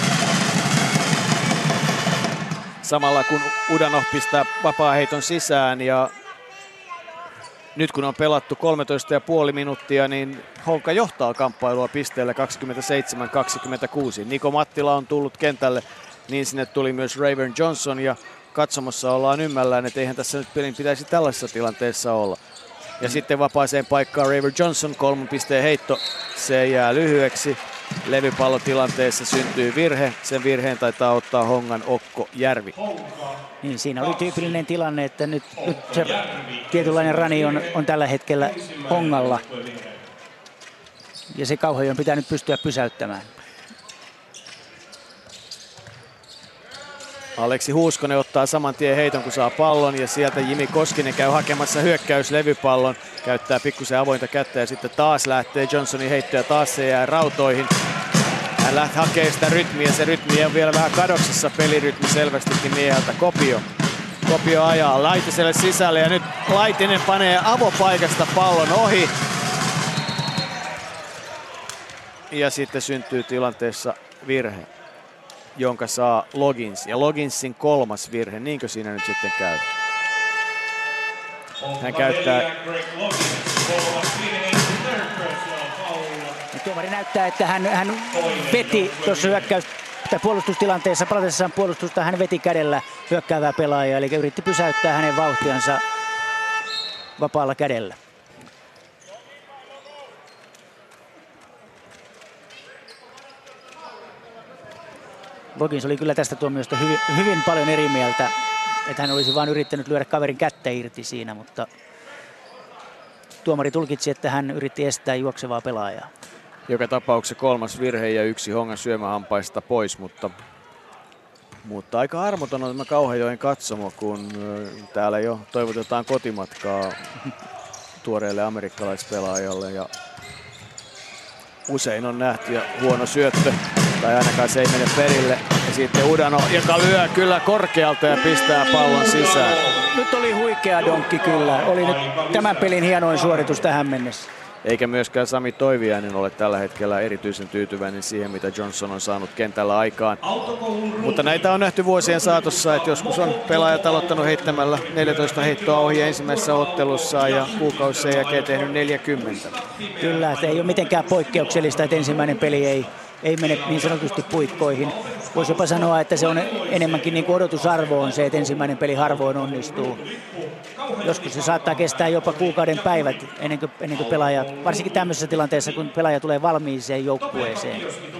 samalla kun Udanov pistää vapaa-heiton sisään ja nyt kun on pelattu kolmetoista pilkku viisi minuuttia, niin Honka johtaa kamppailua pisteellä kaksikymmentäseitsemän kaksikymmentäkuusi. Niko Mattila on tullut kentälle, niin sinne tuli myös Rayburn Johnson ja katsomossa ollaan ymmällään, että eihän tässä nyt pelin pitäisi tällaisessa tilanteessa olla. Ja sitten vapaaseen paikkaan Rayburn Johnson, kolmen pisteen heitto, se jää lyhyeksi. Levypallotilanteessa syntyy virhe, sen virheen taitaa ottaa Hongan Okko Järvi. Niin, siinä oli tyypillinen tilanne, että nyt, nyt se tietynlainen rani on, on tällä hetkellä Hongalla. Ja se Kauhajoen pitää nyt pystyä pysäyttämään. Aleksi Huuskonen ottaa saman tien heiton, kun saa pallon ja sieltä Jimi Koskinen käy hakemassa hyökkäyslevypallon. Käyttää pikkusen avointa kättä ja sitten taas lähtee Johnsonin heitto ja taas se jää rautoihin. Hän lähtee hakemaan sitä rytmiä, se rytmi on vielä vähän kadoksissa, pelirytmi selvästikin mieheltä. Kopio. Kopio ajaa Laitiselle sisälle ja nyt Laitinen panee avopaikasta pallon ohi. ja sitten syntyy tilanteessa virhe, jonka saa Loggins. Ja Logginsin kolmas virhe, niinkö siinä nyt sitten käy? Hän käyttää... Tuomari näyttää, että hän, hän veti tuossa hyökkäys- tai puolustustilanteessa, palatessaan puolustusta, hän veti kädellä hyökkäävää pelaajaa, eli yritti pysäyttää hänen vauhtiansa vapaalla kädellä. Loggins oli kyllä tästä tuomiosta hyvin, hyvin paljon eri mieltä, että hän olisi vain yrittänyt lyödä kaverin kättä irti siinä, mutta tuomari tulkitsi, että hän yritti estää juoksevaa pelaajaa. Joka tapauksessa kolmas virhe ja yksi Hongan syömähampaista pois, mutta, mutta aika armoton on tämä Kauhajoen katsomo, kun täällä jo toivotetaan kotimatkaa tuoreelle amerikkalaispelaajalle. Ja usein on nähty ja huono syöttö, tai ainakaan se ei mene perille. Ja sitten Udano, joka lyö kyllä korkealta ja pistää pallon sisään. Nyt oli huikea donkki kyllä. Oli nyt tämän pelin hienoin suoritus tähän mennessä. Eikä myöskään Sami Toiviainen ole tällä hetkellä erityisen tyytyväinen siihen, mitä Johnson on saanut kentällä aikaan. Mutta näitä on nähty vuosien saatossa, että joskus on pelaajat aloittanut heittämällä neljätoista heittoa ohi ensimmäisessä ottelussa ja kuukausi sen jälkeen tehnyt neljäkymmentä. Kyllä, että ei ole mitenkään poikkeuksellista, että ensimmäinen peli ei, ei mene niin sanotusti puikkoihin. Voisi jopa sanoa, että se on enemmänkin niin kuin odotusarvo on se, että ensimmäinen peli harvoin onnistuu. Joskus se saattaa kestää jopa kuukauden päivät ennen kuin, ennen kuin pelaaja, varsinkin tämmöisessä tilanteessa, kun pelaaja tulee valmiiseen joukkueeseen.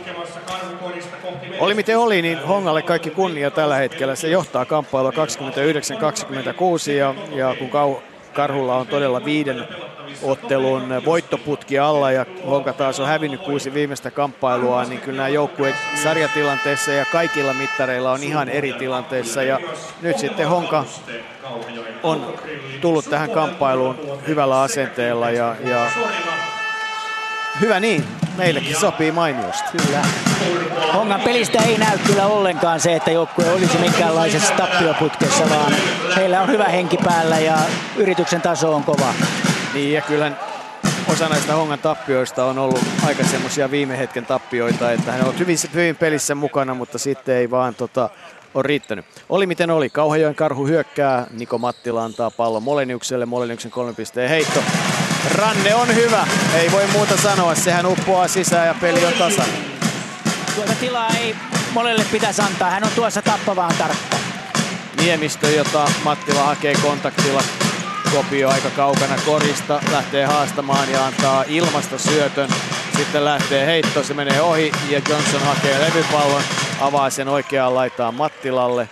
Oli miten oli, niin Hongalle kaikki kunnia tällä hetkellä. Se johtaa kamppailua kaksikymmentäyhdeksän kaksikymmentäkuusi ja, ja kun Kau, Karhulla on todella viiden ottelun voittoputki alla ja Honka taas on hävinnyt kuusi viimeistä kamppailua, niin kyllä nämä joukkueet sarjatilanteessa ja kaikilla mittareilla on ihan eri tilanteissa. Ja nyt sitten Honka on tullut tähän kamppailuun hyvällä asenteella ja, ja hyvä niin, meillekin sopii mainiosti. Kyllä. Hongan pelistä ei näy kyllä ollenkaan se, että joukkue olisi minkäänlaisessa tappioputkessa, vaan heillä on hyvä henki päällä ja yrityksen taso on kova. Niin ja kyllähän osa näistä Hongan tappioista on ollut aika semmoisia viime hetken tappioita, että hän on ollut hyvin, hyvin pelissä mukana, mutta sitten ei vaan tota, ole riittänyt. Oli miten oli, Kauhajoen Karhu hyökkää, Niko Mattila antaa pallon Moleniukselle, Moleniuksen kolmen pisteen heitto. Ranne on hyvä, ei voi muuta sanoa, sehän uppoaa sisään ja peli on tasan. Tuota tilaa ei Molelle pitäisi antaa, hän on tuossa tappavaan tarkka. Niemistö, jota Mattila hakee kontaktilla. Kopio aika kaukana korista, lähtee haastamaan ja antaa ilmasta syötön. Sitten lähtee heitto, se menee ohi ja Johnson hakee levypallon, avaa sen oikeaan laitaan Mattilalle.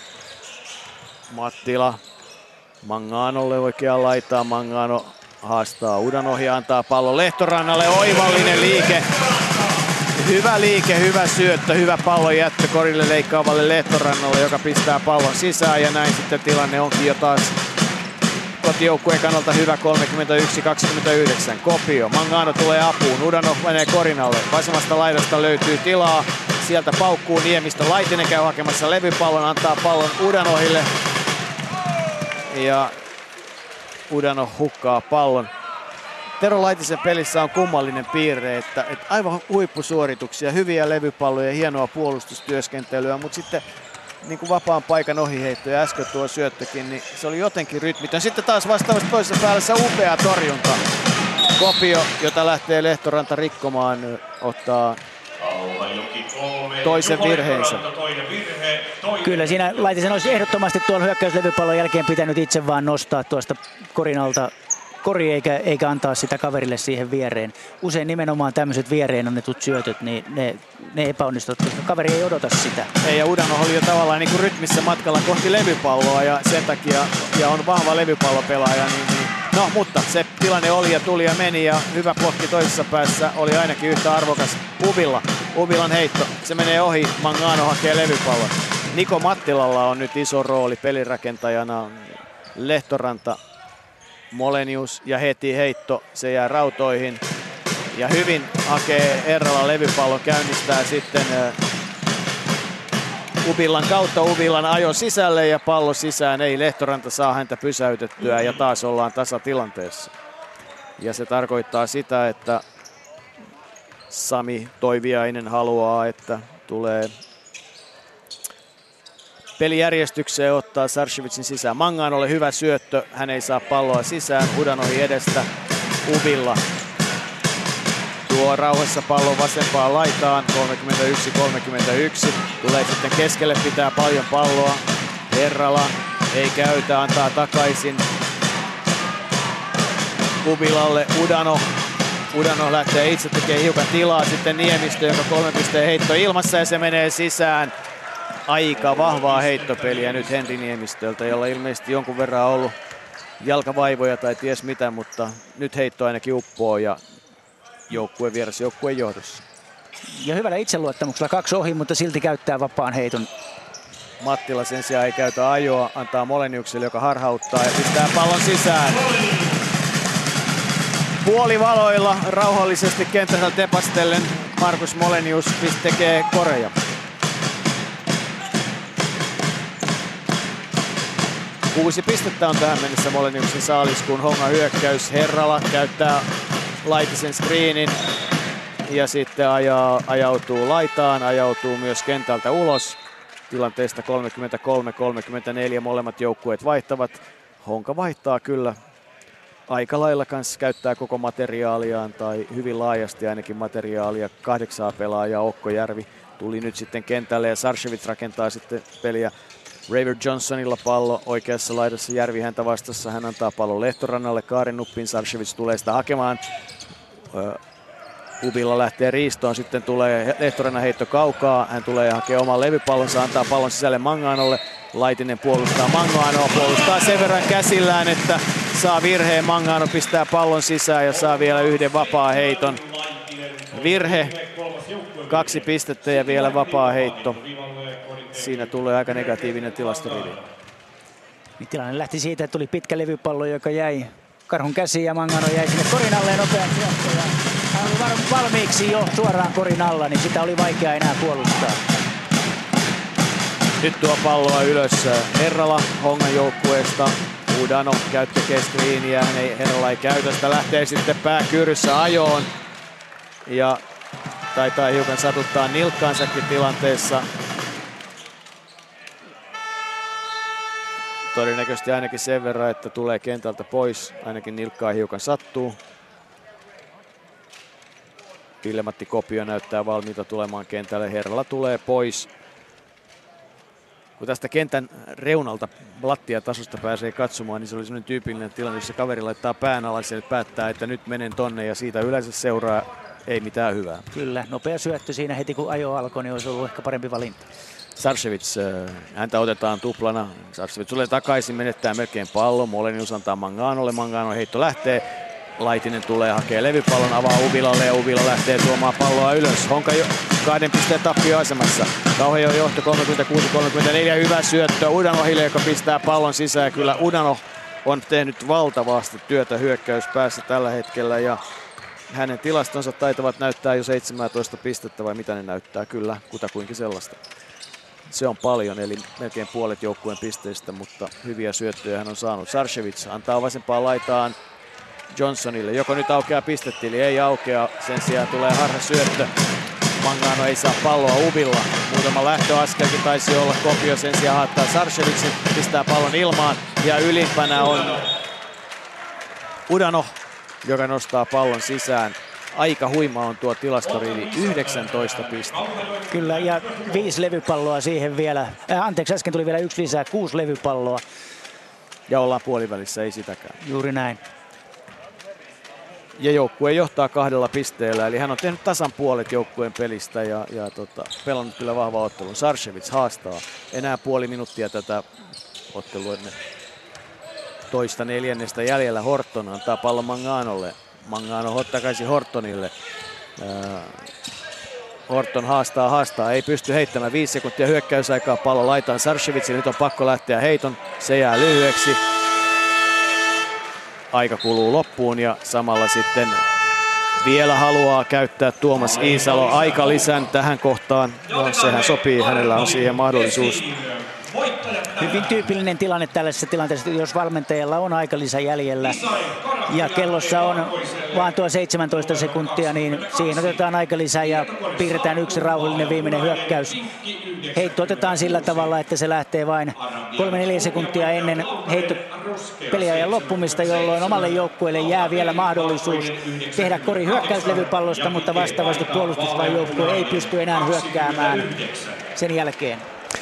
Mattila Manganolle oikeaan laitaan, Mangano haastaa Udanohi, antaa pallon Lehtorannalle, oivallinen liike. Hyvä liike, hyvä syöttö, hyvä pallon jättö korille leikkaavalle Lehtorannalle, joka pistää pallon sisään ja näin sitten tilanne onkin jo taas kotijoukkueen kannalta hyvä kolmekymmentäyksi kaksikymmentäyhdeksän. Kopio, Mangano tulee apuun, Udanov menee Korinalle, vasemmasta laidasta löytyy tilaa, sieltä paukkuu Niemistö, Laitinen käy hakemassa levypallon, antaa pallon Udanohille ja Udanov hukkaa pallon. Tero Laitisen pelissä on kummallinen piirre, että, että aivan huippusuorituksia, hyviä levypalloja, hienoa puolustustyöskentelyä, mutta sitten niin kuin vapaan paikan ohiheitto ja äsken tuo syöttökin, niin se oli jotenkin rytmitön. Sitten taas vastaavasti toisessa päällä upea torjunta. Kopio, jota lähtee Lehtoranta rikkomaan, ottaa toisen virheensä. Kyllä siinä Laitisen olisi ehdottomasti tuolla hyökkäyslevypallon jälkeen pitänyt itse vaan nostaa tuosta Korinalta kori eikä, eikä antaa sitä kaverille siihen viereen. Usein nimenomaan tämmöiset viereen annetut syötöt, niin ne, ne epäonnistuvat, koska kaveri ei odota sitä. Ei, ja Udano oli jo tavallaan niin kuin rytmissä matkalla kohti levypalloa ja sen takia, ja on vahva levypallopelaaja, niin, niin no, mutta se tilanne oli ja tuli ja meni ja hyvä blokki toisessa päässä oli ainakin yhtä arvokas Uvilla. Uvilan heitto, se menee ohi, Mangano hakee levypallon. Niko Mattilalla on nyt iso rooli pelirakentajana. Lehtoranta, Molenius ja heti heitto, se jää rautoihin. Ja hyvin hakee Eerola levypallon, käynnistää sitten Ubilan kautta, Ubilan ajo sisälle ja pallo sisään. Ei Lehtoranta saa häntä pysäytettyä ja taas ollaan tasatilanteessa. Ja se tarkoittaa sitä, että Sami Toiviainen haluaa, että tulee pelijärjestykseen ottaa Sarcevicin sisään. Manganolle hyvä syöttö, hän ei saa palloa sisään, Udanohi edestä, Uvilla tuo rauhassa pallon vasempaan laitaan, kolmekymmentäyksi kolmekymmentäyksi, tulee sitten keskelle, pitää paljon palloa, Herrala ei käytä, antaa takaisin Uvilalle, Udano. Udano lähtee itse tekemään hiukan tilaa, sitten Niemistö, joka kolme pisteen heitto ilmassa ja se menee sisään. Aika vahvaa heittopeliä nyt Henri Niemistöltä, jolla ilmeisesti jonkun verran on ollut jalkavaivoja tai ties mitä, mutta nyt heitto ainakin uppoo ja joukkue vieressä joukkueen johdossa. Ja hyvällä itseluottamuksella kaksi ohi, mutta silti käyttää vapaan heiton. Mattila sen sijaan ei käytä ajoa, antaa Moleniukselle, joka harhauttaa ja pistää pallon sisään. Puolivaloilla rauhallisesti kentällä tepastellen Markus Molenius tekee koreja. Kuusi pistettä on tähän mennessä Moleniuksen saaliskuun Honga hyökkäys. Herrala käyttää laitisen screenin ja sitten ajaa, ajautuu laitaan, ajautuu myös kentältä ulos. Tilanteesta kolmekymmentäkolme kolmekymmentäneljä molemmat joukkueet vaihtavat. Honka vaihtaa kyllä aika lailla kanssa, käyttää koko materiaaliaan tai hyvin laajasti ainakin materiaalia. Kahdeksaa pelaajaa, Okkojärvi tuli nyt sitten kentälle ja Sarcevic rakentaa sitten peliä. Raver Johnsonilla pallo oikeassa laidassa, Järvi häntä vastassa, hän antaa pallon Lehtorannalle, Kaaren nuppiin, Sarcevic tulee sitä hakemaan. Uvilla lähtee riistoon, sitten tulee Lehtorannan heitto kaukaa, hän tulee hakea oman levypallonsa, antaa pallon sisälle Manganolle. Laitinen puolustaa Manganoa, puolustaa sen verran käsillään, että saa virheen. Mangano pistää pallon sisään ja saa vielä yhden vapaa heiton. Virhe, kaksi pistettä ja vielä vapaa heitto. Siinä tulee aika negatiivinen tilastorivi. Tilanne lähti siitä, että tuli pitkä levypallo, joka jäi Karhun käsiin ja Mangano jäi sinne korin alle nopean syöttö. Hän oli valmiiksi jo suoraan korin alla, niin sitä oli vaikea enää puolustaa. Nyt tuo palloa ylös Herrala Hongan joukkueesta. Udano käytti keskiliiniä, hän ei, Herrala ei käytä sitä, lähtee sitten pääkyyryssä ajoon. Ja taitaa hiukan satuttaa nilkkaansakin tilanteessa. Todennäköisesti ainakin sen verran, että tulee kentältä pois, ainakin nilkkaa hiukan sattuu. Ville-Matti Kopio näyttää valmiita tulemaan kentälle, Herrala tulee pois. Kun tästä kentän reunalta lattiatasosta pääsee katsomaan, niin se oli sellainen tyypillinen tilanne, jossa kaveri laittaa pään alas ja päättää, että nyt menen tonne ja siitä yleensä seuraa ei mitään hyvää. Kyllä, nopea syöttö siinä heti kun ajo alkoi, niin olisi ollut ehkä parempi valinta. Sarcevic, häntä otetaan tuplana. Sarcevic tulee takaisin, menettää melkein pallon. Molenius antaa Manganolle, Mangano heitto lähtee. Laitinen tulee, hakee levypallon, avaa Uvilalle ja Uvila lähtee tuomaan palloa ylös. Honka jo kahden pisteen tappioasemassa. Kauhajoen johto kolmekymmentäkuusi kolmekymmentäneljä, hyvä syöttö Udanohille, joka pistää pallon sisään. Kyllä Udano on tehnyt valtavasti työtä hyökkäyspäässä tällä hetkellä ja hänen tilastonsa taitavat näyttää jo seitsemäntoista pistettä vai mitä ne näyttää, kyllä kutakuinkin sellaista. Se on paljon, eli melkein puolet joukkueen pisteistä, mutta hyviä syöttöjä hän on saanut. Sarcevic antaa vasempaan laitaan Johnsonille, joko nyt aukeaa pistetili, ei aukea, sen sijaan tulee harha syöttö. Mangano ei saa palloa Uvilla, muutama lähtöaskelkin taisi olla, Kopio sen sijaan haattaa Sarcevicin, pistää pallon ilmaan ja ylimpänä on Udano, joka nostaa pallon sisään. Aika huima on tuo tilastorivi, yhdeksäntoista pistettä. Kyllä, ja viisi levypalloa siihen vielä. Äh, anteeksi, äsken tuli vielä yksi lisää, kuusi levypalloa. Ja ollaan puolivälissä, ei sitäkään. Juuri näin. Ja joukkue johtaa kahdella pisteellä, eli hän on tehnyt tasan puolet joukkueen pelistä ja, ja tota, pelannut kyllä vahva ottelun. Sarcevic haastaa enää puoli minuuttia tätä ottelua. Toista neljännestä jäljellä Horton antaa pallon Manganolle. Mangano takaisin Hortonille. Horton haastaa, haastaa, ei pysty heittämään. Viisi sekuntia hyökkäysaikaa, pallo laitaan Sarcevicille. Nyt on pakko lähteä heiton, se jää lyhyeksi. Aika kuluu loppuun ja samalla sitten vielä haluaa käyttää Tuomas Iisalo aikalisän tähän kohtaan. No, sehän sopii, hänellä on siihen mahdollisuus. Hyvin tyypillinen tilanne tällaisessa tilanteessa, jos valmentajalla on aikalisä jäljellä ja kellossa on vaan tuo seitsemäntoista sekuntia, niin siihen otetaan aika lisää ja piirretään yksi rauhallinen viimeinen hyökkäys. Heitto otetaan sillä tavalla, että se lähtee vain kolme neljä sekuntia ennen heittopeliajan loppumista, jolloin omalle joukkueelle jää vielä mahdollisuus tehdä kori hyökkäyslevypallosta, mutta vastaavasti puolustusvain joukkue ei pysty enää hyökkäämään sen jälkeen.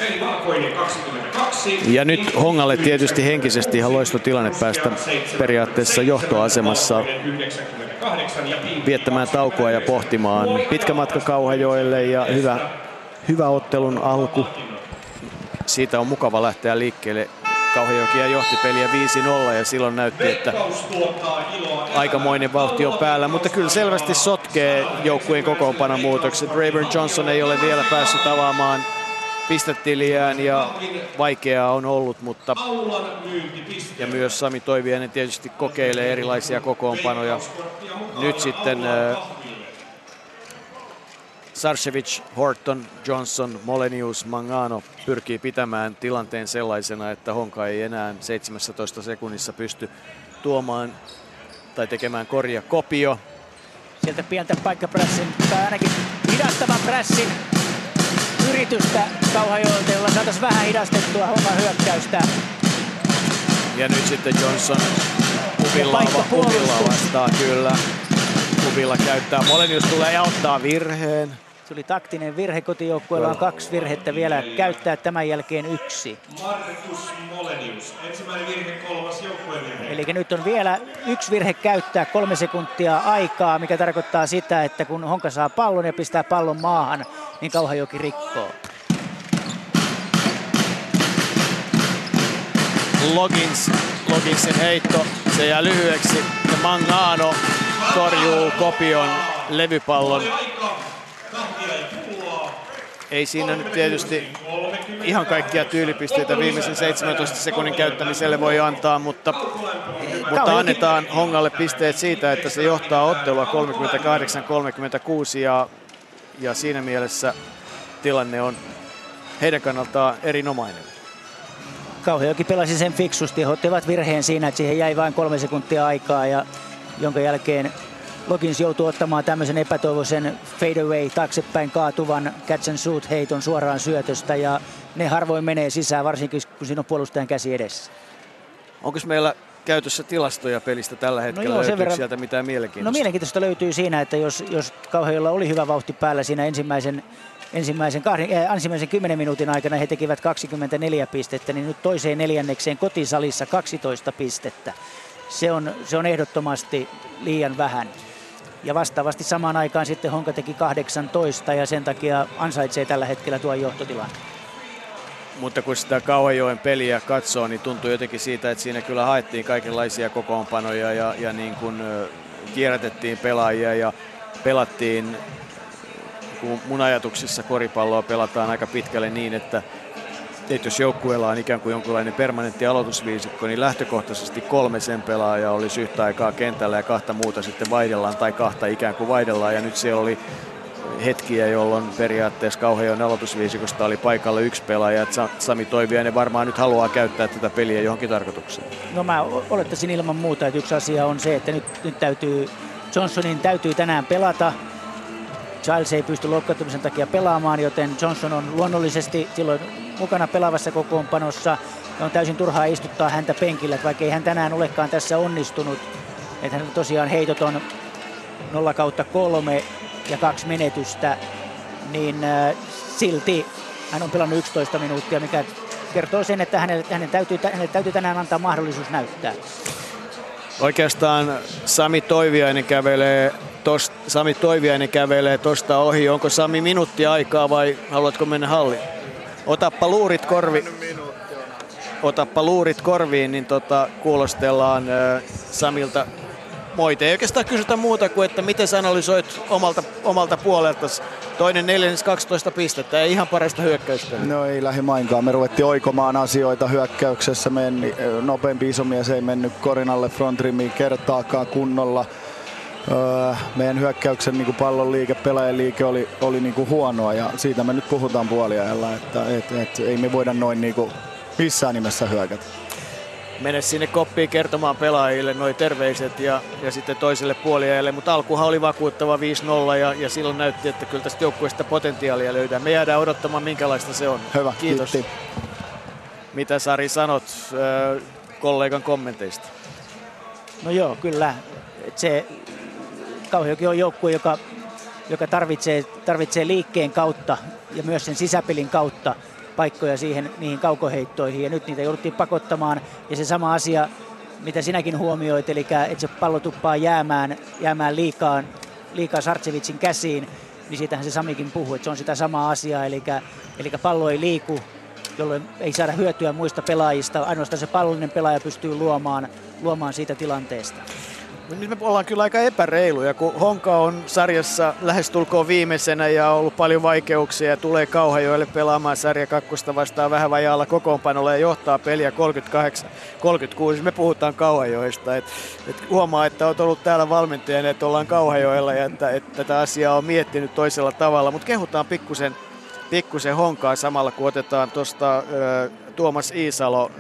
Ja nyt Hongalle tietysti henkisesti ihan loistotilanne päästä periaatteessa johtoasemassa viettämään taukoa ja pohtimaan. Pitkä matka Kauhajoelle ja hyvä, hyvä ottelun alku. Siitä on mukava lähteä liikkeelle. Kauhajokia johti peliä viisi nolla ja silloin näytti, että aikamoinen vauhti on päällä, mutta kyllä selvästi sotkee joukkueen kokoonpanon muutokset. Rayburn Johnson ei ole vielä päässyt avaamaan pistetiliään ja vaikeaa on ollut, mutta ja myös Sami Toiviainen tietysti kokeilee erilaisia kokoonpanoja. Nyt sitten äh, Sarcevic, Horton, Johnson, Molenius, Mangano pyrkii pitämään tilanteen sellaisena, että Honka ei enää seitsemässätoista sekunnissa pysty tuomaan tai tekemään korja kopio. Sieltä pientä paikkaprässin, tai ainakin hidastavan prässin yritystä Kauhajoelta, jolla saataisiin vähän hidastettua Hongan hyökkäystä. Ja nyt sitten Johnson Kupilla, Kupilla vastaa kyllä. Kupilla käyttää. Molenius tulee ja ottaa virheen. Tuli taktinen virhe, kotijoukkueella on kaksi virhettä vielä käyttää, tämän jälkeen yksi. Markus Molenius, ensimmäinen virhe, kolmas joukkueen virhe. Eli nyt on vielä yksi virhe käyttää, kolme sekuntia aikaa, mikä tarkoittaa sitä, että kun Honka saa pallon ja pistää pallon maahan, niin Kauhajoki rikkoo. Logins, Loginsin heitto, se jää lyhyeksi ja Mangano torjuu kopion levypallon. Ei siinä nyt tietysti ihan kaikkia tyylipisteitä viimeisen seitsemäntoista sekunnin käyttämiselle voi antaa, mutta, mutta annetaan Hongalle pisteet siitä, että se johtaa ottelua kolmekymmentäkahdeksan kolmekymmentäkuusi ja, ja siinä mielessä tilanne on heidän kannaltaan erinomainen. Kauhajoki pelasi sen fiksusti, he ottivat virheen siinä, että siihen jäi vain kolme sekuntia aikaa ja jonka jälkeen Logins joutuu ottamaan tämmöisen epätoivoisen fadeaway taaksepäin kaatuvan catch and shoot heiton suoraan syötöstä ja ne harvoin menee sisään, varsinkin kun siinä on puolustajan käsi edessä. Onko meillä käytössä tilastoja pelistä tällä hetkellä? No joo, löytyykö verran sieltä mitään mielenkiintoista? No mielenkiintoista löytyy siinä, että jos, jos Kauhajolla oli hyvä vauhti päällä siinä ensimmäisen Ensimmäisen, kahden, äh, ensimmäisen kymmenen minuutin aikana he tekivät kaksikymmentäneljä pistettä, niin nyt toiseen neljännekseen kotisalissa kaksitoista pistettä. Se on, se on ehdottomasti liian vähän. Ja vastaavasti samaan aikaan sitten Honka teki kahdeksantoista ja sen takia ansaitsee tällä hetkellä tuon johtotilan. Mutta kun sitä Kauhajoen peliä katsoo, niin tuntuu jotenkin siitä, että siinä kyllä haettiin kaikenlaisia kokoonpanoja ja, ja niin kuin kierrätettiin pelaajia ja pelattiin. Kun mun ajatuksissa koripalloa pelataan aika pitkälle niin, että, että jos joukkueella on ikään kuin jonkinlainen permanentti aloitusviisikko, niin lähtökohtaisesti kolme sen pelaajaa olisi yhtä aikaa kentällä ja kahta muuta sitten vaihdellaan tai kahta ikään kuin vaihdellaan. Ja nyt siellä oli hetkiä, jolloin periaatteessa Kauhajoen aloitusviisikosta oli paikalla yksi pelaaja. Että Sami Toiviainen varmaan nyt haluaa käyttää tätä peliä johonkin tarkoitukseen. No mä olettaisin ilman muuta, että yksi asia on se, että nyt, nyt täytyy, Johnsonin täytyy tänään pelata. Giles ei pysty loukkaantumisen takia pelaamaan, joten Johnson on luonnollisesti silloin mukana pelaavassa kokoonpanossa. On täysin turhaa istuttaa häntä penkillä, vaikka ei hän tänään olekaan tässä onnistunut. Että hän tosiaan heitot on nolla kautta kolme ja kaksi menetystä, niin äh, silti hän on pelannut yksitoista minuuttia, mikä kertoo sen, että hänelle, hänen täytyy, hänelle täytyy tänään antaa mahdollisuus näyttää. Oikeastaan Sami Toiviainen kävelee Tost, Sami Toiviainen kävelee tosta ohi. Onko Sami minuutti aikaa vai haluatko mennä halliin? Otappa luurit korvi. Otappa luurit korviin, niin tota, kuulostellaan äh, Samilta moite. Ei oikeastaan kysytä muuta kuin, että miten sä analysoit omalta, omalta puolelta. Toinen neljännes kaksitoista pistettä, ei ihan parasta hyökkäystä. No ei lähimainkaan. Me ruvettiin oikomaan asioita hyökkäyksessä. Meidän nopeampi isomies ei mennyt korinalle frontrimiin kertaakaan kunnolla. Öö, meidän hyökkäyksen niin kuin pallon liike, pelaajan liike oli, oli niin kuin huonoa ja siitä me nyt puhutaan puoliajalla, että et, et, ei me voida noin niin kuin missään nimessä hyökätä. mene sinne koppiin kertomaan pelaajille noi terveiset ja, ja sitten toiselle puoliajalle, mutta alkuhan oli vakuuttava viisi nolla ja, ja silloin näytti, että kyllä tästä joukkueesta potentiaalia löydää. Me jäädään odottamaan, minkälaista se on. Hyvä, kiitos. kiitti. Mitä Sari sanot äh, kollegan kommenteista? No joo, kyllä. Se Kauhajoki on joukkue, joka, joka tarvitsee, tarvitsee liikkeen kautta ja myös sen sisäpelin kautta paikkoja siihen, niihin kaukoheittoihin, ja nyt niitä jouduttiin pakottamaan, ja se sama asia, mitä sinäkin huomioit, eli että se pallo tuppaa jäämään, jäämään liikaa, liikaa Sartsevitsin käsiin, niin siitähän se Samikin puhui, että se on sitä samaa asiaa, eli, eli pallo ei liiku, jolloin ei saada hyötyä muista pelaajista, ainoastaan se pallollinen pelaaja pystyy luomaan, luomaan siitä tilanteesta. Nyt me ollaan kyllä aika epäreiluja, kun Honka on sarjassa lähestulkoon viimeisenä ja on ollut paljon vaikeuksia ja tulee Kauhajoelle pelaamaan sarja kakkosta vastaan vähän vajaalla kokoonpanolla ja johtaa peliä kolmekymmentäkahdeksan kolmekymmentäkuusi. Me puhutaan Kauhajoesta. Et, et huomaa, että olet ollut täällä valmentajana, että ollaan Kauhajoella ja että, että tätä asiaa on miettinyt toisella tavalla, mutta kehutaan pikkusen, pikkusen Honkaa samalla, kun otetaan tuosta Tuomas Iisalo.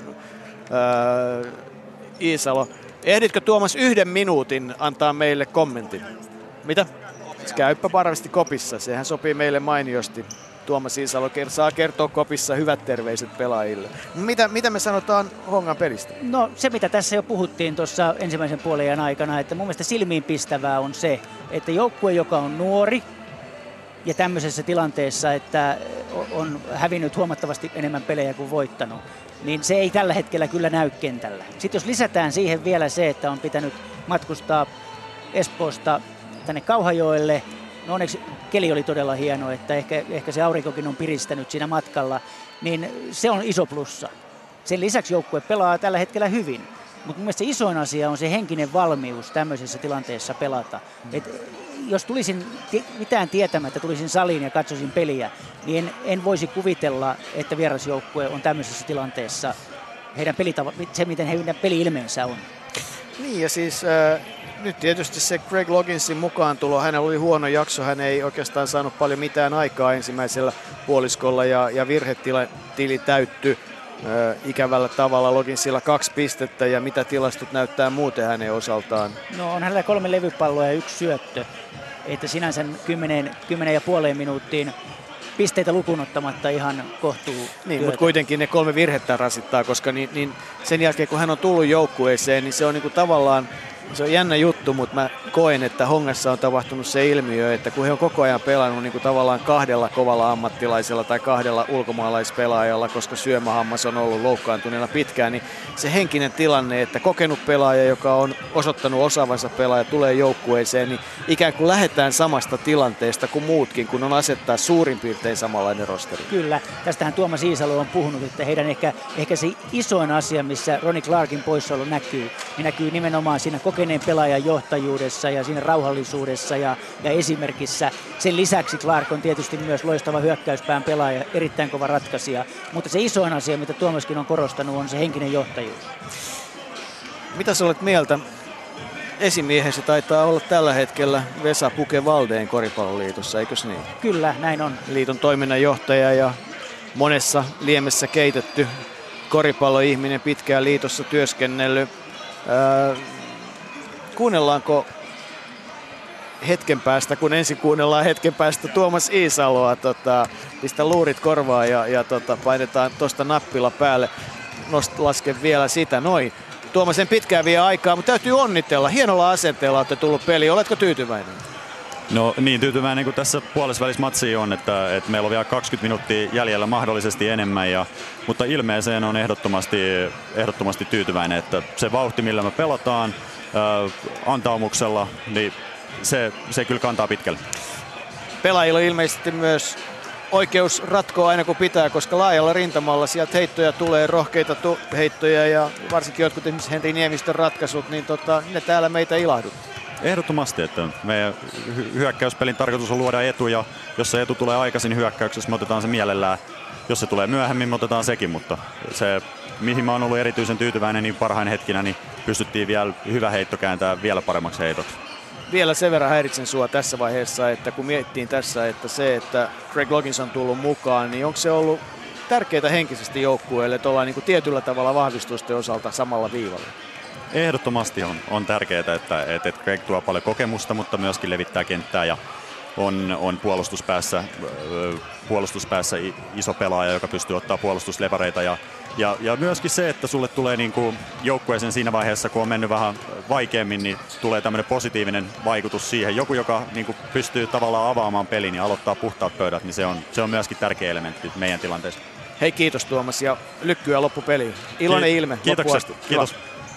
Ää, Iisalo. Ehditkö Tuomas yhden minuutin antaa meille kommentin? Mitä? Käyppä parvasti kopissa, sehän sopii meille mainiosti. Tuomas Iisalo saa kertoa kopissa hyvät terveiset pelaajille. Mitä, mitä me sanotaan Hongan pelistä? No se mitä tässä jo puhuttiin tuossa ensimmäisen puolen aikana, että mun mielestä silmiinpistävää on se, että joukkue, joka on nuori ja tämmöisessä tilanteessa, että on hävinnyt huomattavasti enemmän pelejä kuin voittanut, niin se ei tällä hetkellä kyllä näy kentällä. Sitten jos lisätään siihen vielä se, että on pitänyt matkustaa Espoosta tänne Kauhajoelle, no onneksi keli oli todella hieno, että ehkä, ehkä se aurinkokin on piristänyt siinä matkalla, niin se on iso plussa. Sen lisäksi joukkue pelaa tällä hetkellä hyvin, mutta mun mielestä se isoin asia on se henkinen valmius tämmöisessä tilanteessa pelata. Et jos tulisin mitään tietämättä, tulisin saliin ja katsoisin peliä, niin en, en voisi kuvitella, että vierasjoukkue on tämmöisessä tilanteessa, heidän pelitava, se miten heidän peli-ilmeensä on. Niin ja siis äh, nyt tietysti se Greg Logginsin mukaan tulo, hänellä oli huono jakso, hän ei oikeastaan saanut paljon mitään aikaa ensimmäisellä puoliskolla ja, ja virhetili täyttyi äh, ikävällä tavalla. Logginsilla kaksi pistettä ja mitä tilastot näyttää muuten hänen osaltaan? No on hänellä kolme levypalloa ja yksi syöttö. Että sinänsä kymmenen, kymmenen ja puoleen minuuttiin pisteitä lukuun ottamatta ihan kohtuu. Niin, mutta kuitenkin ne kolme virhettä rasittaa, koska niin, niin sen jälkeen kun hän on tullut joukkueeseen, niin se on niinku tavallaan, se on jännä juttu, mutta mä koen, että Hongassa on tapahtunut se ilmiö, että kun he on koko ajan pelannut niin kuin tavallaan kahdella kovalla ammattilaisella tai kahdella ulkomaalaispelaajalla, koska syömähammas on ollut loukkaantuneena pitkään, niin se henkinen tilanne, että kokenut pelaaja, joka on osoittanut osaavansa pelaaja, tulee joukkueeseen, niin ikään kuin lähdetään samasta tilanteesta kuin muutkin, kun on asettaa suurin piirtein samanlainen rosteri. Kyllä, tästähän Tuomas Iisalo on puhunut, että heidän ehkä, ehkä se isoin asia, missä Ronnie Clarkin poissaolo näkyy, niin näkyy nimenomaan siinä kokeneen pelaajan johtajuudessa ja siinä rauhallisuudessa ja, ja esimerkissä. Sen lisäksi Clark on tietysti myös loistava hyökkäyspään pelaaja, erittäin kova ratkaisija, mutta se isoin asia, mitä Tuomaskin on korostanut, on se henkinen johtajuus. Mitä sä olet mieltä? Esimiehesi taitaa olla tällä hetkellä Vesa Puke-Valdeen Koripalloliitossa, eikös niin? Kyllä, näin on. Liiton toiminnanjohtaja ja monessa liemessä keitetty koripalloihminen, pitkään liitossa työskennellyt. Öö, kuunnellaanko hetken päästä, kun ensin kuunnellaan hetken päästä Tuomas Iisaloa, tota, pistä luurit korvaan ja, ja tota, painetaan tuosta nappila päälle. Nost, laske vielä sitä, noin. Tuomasen pitkään vie aikaa, mutta täytyy onnitella. Hienolla asenteella olette tullut peliin. Oletko tyytyväinen? No niin, tyytyväinen kuin tässä puolesvälissä matsia on, että, että meillä on vielä kaksikymmentä minuuttia jäljellä mahdollisesti enemmän, ja, mutta ilmeeseen on ehdottomasti, ehdottomasti tyytyväinen, että se vauhti, millä me pelataan ää, antaumuksella, niin se, se kyllä kantaa pitkälle. Pelaajilla on ilmeisesti myös oikeus ratkoa aina kun pitää, koska laajalla rintamalla sieltä heittoja tulee, rohkeita tu- heittoja ja varsinkin jotkut esimerkiksi Henri Niemistön ratkaisut, niin tota, ne täällä meitä ilahduttaa. Ehdottomasti, että meidän hyökkäyspelin tarkoitus on luoda etu, ja jos se etu tulee aikaisin hyökkäyksessä, me otetaan se mielellään. Jos se tulee myöhemmin, me otetaan sekin, mutta se, mihin mä oon ollut erityisen tyytyväinen niin parhain hetkinä, niin pystyttiin vielä hyvä heitto kääntää vielä paremmaksi heitot. Vielä sen verran häiritsen sua tässä vaiheessa, että kun miettiin tässä, että se, että Greg Loggins on tullut mukaan, niin onko se ollut tärkeää henkisesti joukkueelle, että ollaan niin kuin tietyllä tavalla vahvistusten osalta samalla viivalla? Ehdottomasti on, on tärkeää, että, että Greg tuo paljon kokemusta, mutta myöskin levittää kenttää ja on, on puolustuspäässä, puolustuspäässä iso pelaaja, joka pystyy ottaa puolustuslepareita ja, ja, ja myöskin se, että sulle tulee niin kuin joukkueeseen siinä vaiheessa, kun on mennyt vähän vaikeammin, niin tulee tämmöinen positiivinen vaikutus siihen. Joku, joka niin kuin pystyy tavallaan avaamaan pelin ja aloittaa puhtaat pöydät, niin se on, se on myöskin tärkeä elementti meidän tilanteessa. Hei, kiitos Tuomas ja lykkyä loppupeliin. Iloinen Ki- ilme. Kiitokset. Kiitos.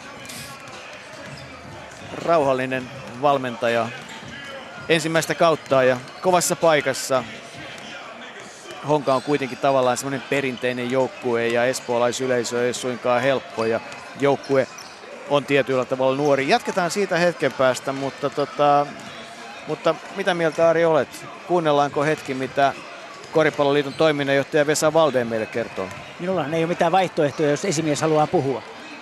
Rauhallinen valmentaja ensimmäistä kauttaa ja kovassa paikassa. Honka on kuitenkin tavallaan semmoinen perinteinen joukkue ja espoolaisyleisö ei suinkaan helppo ja joukkue on tietyllä tavalla nuori. Jatketaan siitä hetken päästä, mutta, tota, mutta mitä mieltä Ari olet? Kuunnellaanko hetki, mitä Koripalloliiton toiminnanjohtaja Vesa Valdén meille kertoo? Minullahan ei ole mitään vaihtoehtoja, jos esimies haluaa puhua.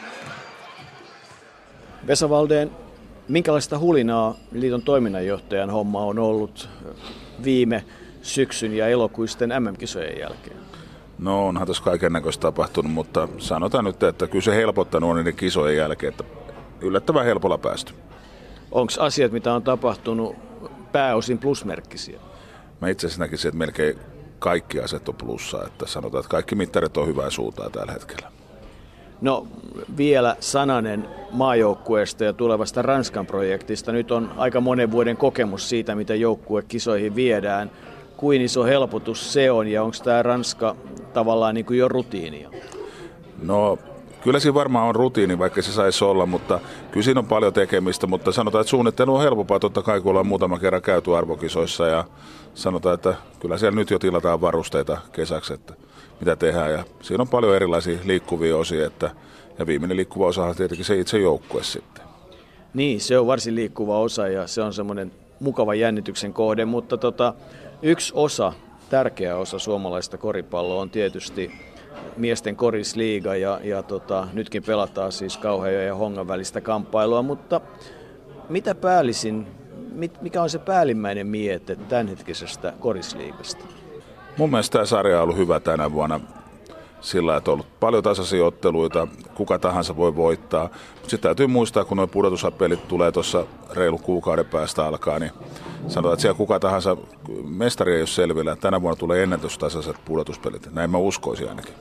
Vesa Valdén, minkälaista hulinaa liiton toiminnanjohtajan homma on ollut viime syksyn ja elokuisten M M-kisojen jälkeen? No onhan tässä kaiken näköistä tapahtunut, mutta sanotaan nyt, että kyllä se helpottanut on niiden kisojen jälkeen, että yllättävän helpolla päästy. Onko asiat, mitä on tapahtunut, pääosin plusmerkkisiä? Mä itse asiassa näkisin, että melkein kaikki asiat on plussaa, että sanotaan, että kaikki mittarit on hyvää suuntaan tällä hetkellä. No vielä sananen maajoukkueesta ja tulevasta Ranskan projektista. Nyt on aika monen vuoden kokemus siitä, mitä joukkue kisoihin viedään. Kuin iso helpotus se on ja onko tämä Ranska tavallaan niin kuin jo rutiinia? No kyllä siinä varmaan on rutiini, vaikka se saisi olla, mutta kyllä siinä on paljon tekemistä, mutta sanotaan, että suunnittelu on helpompaa totta kai, kun ollaan muutama kerran käyty arvokisoissa ja sanotaan, että kyllä siellä nyt jo tilataan varusteita kesäksi, että mitä tehdään ja siinä on paljon erilaisia liikkuvia osia, että, ja viimeinen liikkuva osa on tietenkin se itse joukkue sitten. Niin, se on varsin liikkuva osa ja se on semmoinen mukava jännityksen kohde, mutta tota, yksi osa, tärkeä osa suomalaista koripalloa on tietysti miesten korisliiga ja, ja tota, nytkin pelataan siis Kauhajoen ja Hongan välistä kamppailua, mutta mitä päällisin, mit, mikä on se päällimmäinen miete tämänhetkisestä korisliigasta? Mun mielestä tämä sarja on ollut hyvä tänä vuonna sillä, että on ollut paljon tasaisia otteluita, kuka tahansa voi voittaa. Sitten täytyy muistaa, kun nuo pudotuspelit tulee tuossa reilu kuukauden päästä alkaa, niin sanotaan, että siellä kuka tahansa mestari ei ole selvillä. Tänä vuonna tulee ennätystasaiset pudotuspelit. Näin mä uskoisin ainakin.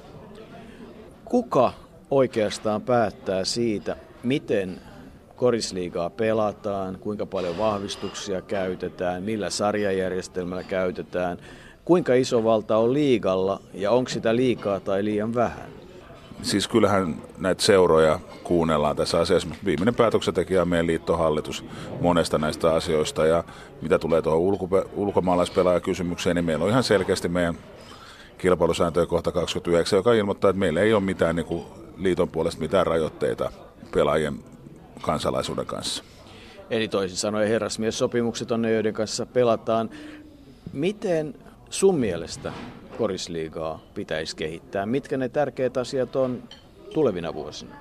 Kuka oikeastaan päättää siitä, miten korisliigaa pelataan, kuinka paljon vahvistuksia käytetään, millä sarjajärjestelmällä käytetään, kuinka iso valta on liigalla ja onko sitä liikaa tai liian vähän? Siis kyllähän näitä seuroja kuunnellaan tässä asiassa. Viimeinen päätöksentekijä on meidän liittohallitus monesta näistä asioista ja mitä tulee tuohon ulko- ulkomaalaispelaajakysymykseen, niin meillä on ihan selkeästi meidän kilpailusääntöjä kohta kaksikymmentäyhdeksän, joka ilmoittaa, että meillä ei ole mitään niin kuin liiton puolesta mitään rajoitteita pelaajien kansalaisuuden kanssa. Eli toisin sanoen herrasmiessopimukset on ne, joiden kanssa pelataan. Miten sun mielestä korisliigaa pitäisi kehittää? Mitkä ne tärkeät asiat on tulevina vuosina?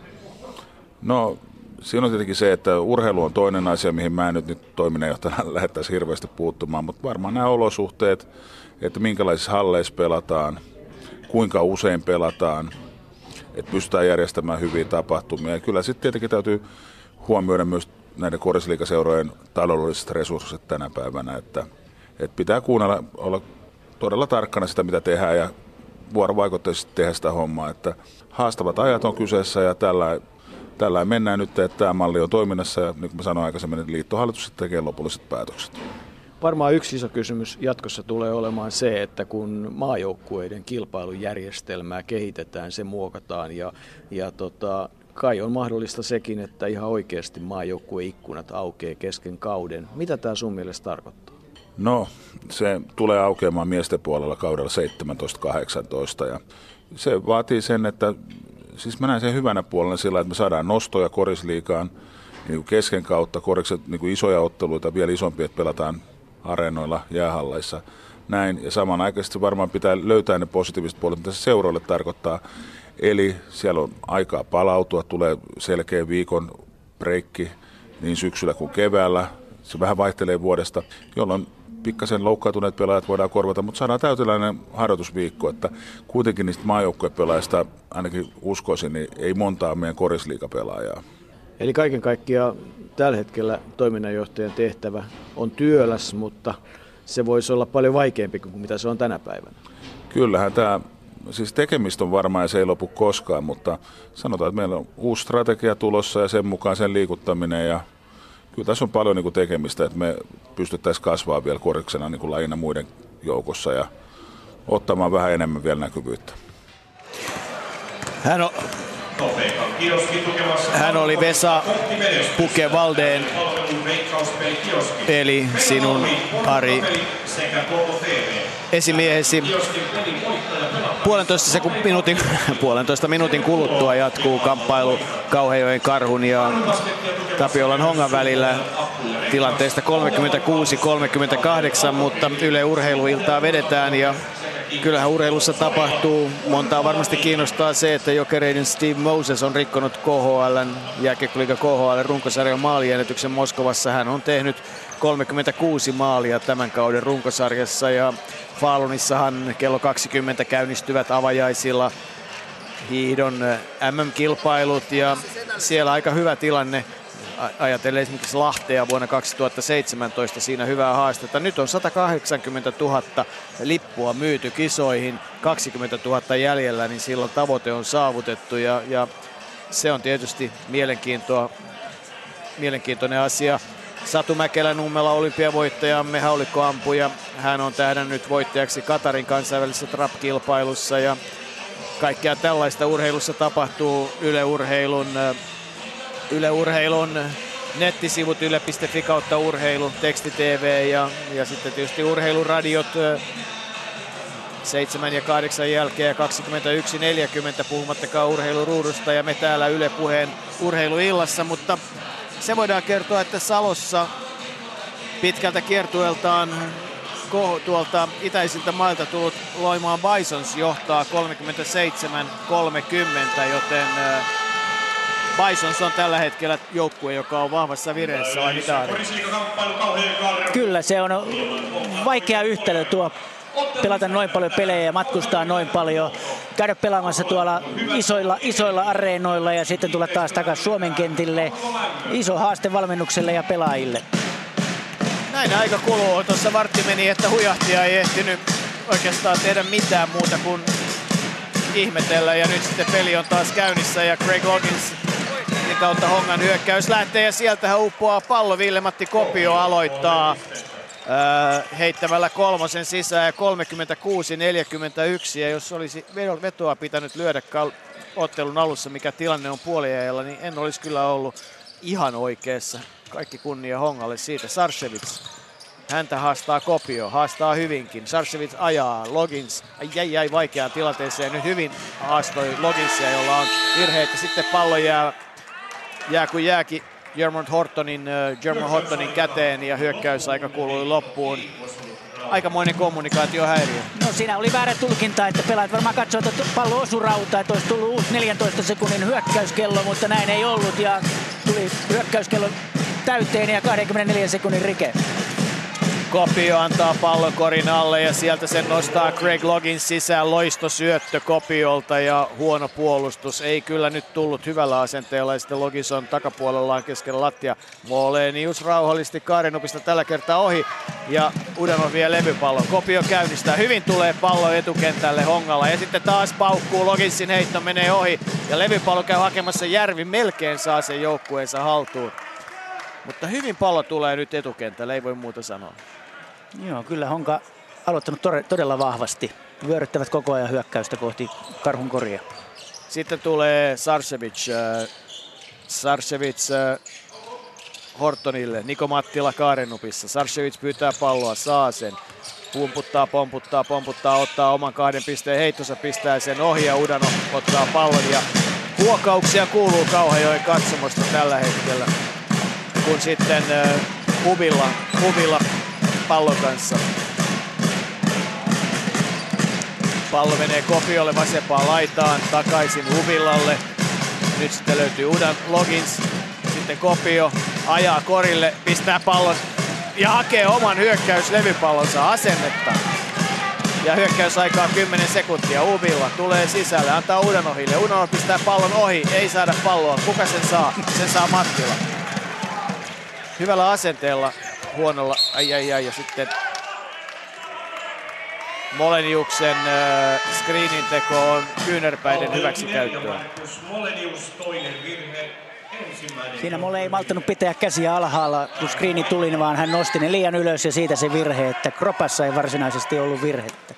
No, siinä on tietenkin se, että urheilu on toinen asia, mihin mä en nyt, nyt toiminnanjohtajana lähettäisi hirveästi puuttumaan, mutta varmaan nämä olosuhteet, että minkälaisissa halleissa pelataan, kuinka usein pelataan, että pystytään järjestämään hyviä tapahtumia. Ja kyllä sitten tietenkin täytyy huomioida myös näiden korisliigaseurojen taloudelliset resurssit tänä päivänä, että, että pitää kuunnella, olla todella tarkkana sitä, mitä tehdään ja vuorovaikutteisesti tehdä sitä hommaa, että haastavat ajat on kyseessä ja tällä, tällä mennään nyt, että tämä malli on toiminnassa ja niin kuin mä sanoin aikaisemmin, että liittohallitus tekee lopulliset päätökset. Varmaan yksi iso kysymys jatkossa tulee olemaan se, että kun maajoukkueiden kilpailujärjestelmää kehitetään, se muokataan ja, ja tota, kai on mahdollista sekin, että ihan oikeasti maajoukkueikkunat aukeaa kesken kauden. Mitä tämä sun mielestä tarkoittaa? No, se tulee aukeamaan miesten puolella kaudella seitsemäntoista kahdeksantoista ja se vaatii sen, että siis mä näen sen hyvänä puolella sillä, että me saadaan nostoja korisliigaan niin kuin kesken kautta, korikset, niin kuin isoja otteluita, vielä isompia, että pelataan areenoilla, jäähalleissa, näin. Ja samanaikaisesti varmaan pitää löytää ne positiiviset puolet, mitä se seuroille tarkoittaa. Eli siellä on aikaa palautua, tulee selkeä viikon breikki niin syksyllä kuin keväällä. Se vähän vaihtelee vuodesta, jolloin pikkasen loukkaantuneet pelaajat voidaan korvata, mutta saadaan täyteläinen harjoitusviikko, että kuitenkin niistä maajoukkuepelaajista ainakin uskoisin, niin ei montaa meidän korisliigapelaajaa. Eli kaiken kaikkiaan tällä hetkellä toiminnanjohtajan tehtävä on työläs, mutta se voisi olla paljon vaikeampi kuin mitä se on tänä päivänä. Kyllähän tämä, siis tekemistä on varmaan ja se ei lopu koskaan, mutta sanotaan, että meillä on uusi strategia tulossa ja sen mukaan sen liikuttaminen ja kyllä tässä on paljon niin kuin tekemistä, että me pystyttäisiin kasvaa vielä koriksena niin kuin lajina muiden joukossa ja ottamaan vähän enemmän vielä näkyvyyttä. Hän, on, hän oli Vesa Puke-Valdeen, eli sinun Ari esimiehesi. Puolentoista, seku, minuutin, puolentoista minuutin kuluttua jatkuu kamppailu Kauhajoen Karhun ja Tapiolan Hongan välillä tilanteesta kolmekymmentäkuusi kolmekymmentäkahdeksan, mutta Yle Urheiluiltaa vedetään ja kyllähän urheilussa tapahtuu. Montaa varmasti kiinnostaa se, että Jokereiden Steve Moses on rikkonut K H L:n, jääkiekkoliiga K H L:n runkosarjan maaliennätyksen Moskovassa. Hän on tehnyt kolmekymmentäkuusi maalia tämän kauden runkosarjassa ja Falunissahan kello kaksikymmentä käynnistyvät avajaisilla hiihdon M M-kilpailut ja siellä aika hyvä tilanne. Ajatellen esimerkiksi Lahtea vuonna kaksituhattaseitsemäntoista siinä hyvää haastetta. Nyt on sata kahdeksankymmentätuhatta lippua myyty kisoihin, kaksikymmentätuhatta jäljellä, niin silloin tavoite on saavutettu ja, ja se on tietysti mielenkiintoa, mielenkiintoinen asia. Satu Mäkelä-Nummela olympiavoittajamme, haulikkoampuja. Hän on tähdännyt voittajaksi Katarin kansainvälisessä trap-kilpailussa ja kaikkea tällaista urheilussa tapahtuu. Yle Urheilun Yle Urheilun nettisivut yle piste fi kautta urheilu, teksti T V ja, ja sitten tietysti urheiluradiot seitsemän ja kahdeksan jälkeen ja kaksikymmentäyksi neljäkymmentä puhumattakaan urheiluruudusta ja me täällä Yle Puheen urheiluillassa, mutta se voidaan kertoa, että Salossa pitkältä kiertueeltaan tuolta itäisiltä mailta tullut Loimaan Bisons johtaa kolmekymmentäseitsemän kolmekymmentä, joten Bisons on tällä hetkellä joukkue, joka on vahvassa vireessä, vai mitä? Kyllä, se on vaikea yhtälö tuo pelata noin paljon pelejä ja matkustaa noin paljon, käydä pelaamassa tuolla isoilla, isoilla areenoilla ja sitten tulla taas takaisin Suomen kentille. Iso haaste valmennukselle ja pelaajille. Näin aika kuluu. Tuossa vartti meni, että huijahtia ei ehtinyt oikeastaan tehdä mitään muuta kuin ihmetellä ja nyt sitten peli on taas käynnissä ja Greg Loggins kautta Hongan hyökkäys lähtee ja sieltähän uppoaa pallo. Ville-Matti Kopio aloittaa äh, heittämällä kolmosen sisään ja kolmekymmentäkuusi neljäkymmentäyksi ja jos olisi vetoa pitänyt lyödä ottelun alussa, mikä tilanne on puoliajalla, niin en olisi kyllä ollut ihan oikeassa. Kaikki kunnia Hongalle siitä. Sarcevic, häntä haastaa Kopio, haastaa hyvinkin. Sarcevic ajaa, Loggins jäi, jäi vaikeaan tilanteeseen. Nyt hyvin haastoi Logginsia, jolla on virheitä. Sitten pallo jää, jää kuin jääkin Jermond Hortonin, uh, Jermond Hortonin käteen ja hyökkäysaika kuului loppuun. Aikamoinen kommunikaatiohäiriö. No siinä oli väärä tulkinta, että pelaajat varmaan katsoivat, että pallo osui rautaan, että olisi tullut uusi neljäntoista sekunnin hyökkäyskello, mutta näin ei ollut ja tuli hyökkäyskello täyteen ja kaksikymmentäneljä sekunnin rike. Kopio antaa pallon korin alle ja sieltä sen nostaa Greg Loggins sisään. Loistosyöttö Kopiolta ja huono puolustus. Ei kyllä nyt tullut hyvällä asenteella ja sitten Loggins on takapuolellaan keskellä lattia. Molenius rauhallisesti Kaarenupista tällä kertaa ohi ja Udanov vie levypallon. Kopio käynnistää. Hyvin tulee pallo etukentälle Hongalla ja sitten taas paukkuu. Logginsin heitto menee ohi ja levypallo käy hakemassa Järvi. Melkein saa sen joukkueensa haltuun. Mutta hyvin pallo tulee nyt etukentälle, ei voi muuta sanoa. Joo, kyllä Honka aloittanut todella vahvasti. Vyöryttävät koko ajan hyökkäystä kohti Karhun koria. Sitten tulee Sarcevic. Äh, Sarcevic äh, Hortonille. Niko Mattila Kaarenupissa. Sarcevic pyytää palloa, saa sen. Pumputtaa, pomputtaa, pomputtaa, ottaa oman kahden pisteen heittonsa, pistää sen ohi ja Udanov ottaa pallon. Ja huokauksia kuuluu Kauhajoen katsomosta tällä hetkellä. Kun sitten äh, Huvilla, Huvilla pallon kanssa. Pallo menee Kopiolle vasempaan laitaan, takaisin Huvillalle. Nyt sitten löytyy Udan Loggins. Sitten Kopio ajaa korille, pistää pallon ja hakee oman hyökkäyslevypallonsa asennetta. Ja hyökkäysaikaa kymmenen sekuntia. Ubilla tulee sisälle, antaa Udanohille. Udanoh pistää pallon ohi, ei saada palloa. Kuka sen saa? Sen saa Mattila. Hyvällä asenteella, huonolla, ai ai ai, ja sitten Moleniuksen äh, screenin teko on kyynärpäiden hyväksikäyttöä. Siinä Mole ei malttanut pitää käsiä alhaalla, kun screeni tuli, vaan hän nosti ne liian ylös ja siitä se virhe, että Kropassa ei varsinaisesti ollut virhettä.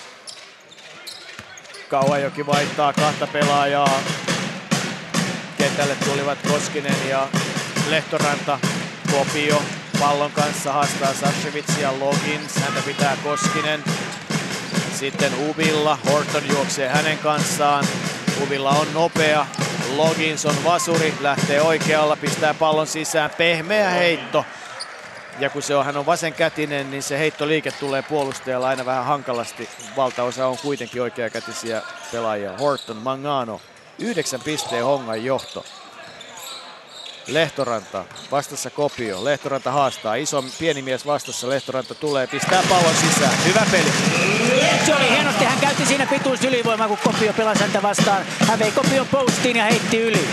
Kauhajoki vaihtaa kahta pelaajaa. Kentälle tulivat Koskinen ja Lehtoranta. Kopio pallon kanssa haastaa Sarcevic ja Logins. Häntä pitää Koskinen. Sitten Ubilla. Horton juoksee hänen kanssaan. Ubilla on nopea. Logins on vasuri. Lähtee oikealla. Pistää pallon sisään. Pehmeä heitto. Ja kun se on, hän on vasenkätinen, niin se heittoliike tulee puolustajalla aina vähän hankalasti. Valtaosa on kuitenkin oikeakätisiä pelaajia. Horton, Mangano. Yhdeksän pisteen Hongan johto. Lehtoranta vastassa Kopio. Lehtoranta haastaa. Iso pieni mies vastassa. Lehtoranta tulee, pistää pallon sisään. Hyvä peli. Se oli hienosti. Hän käytti siinä pituusylivoimaa, kun Kopio pelasi häntä vastaan. Hän vei Kopion postiin ja heitti yli.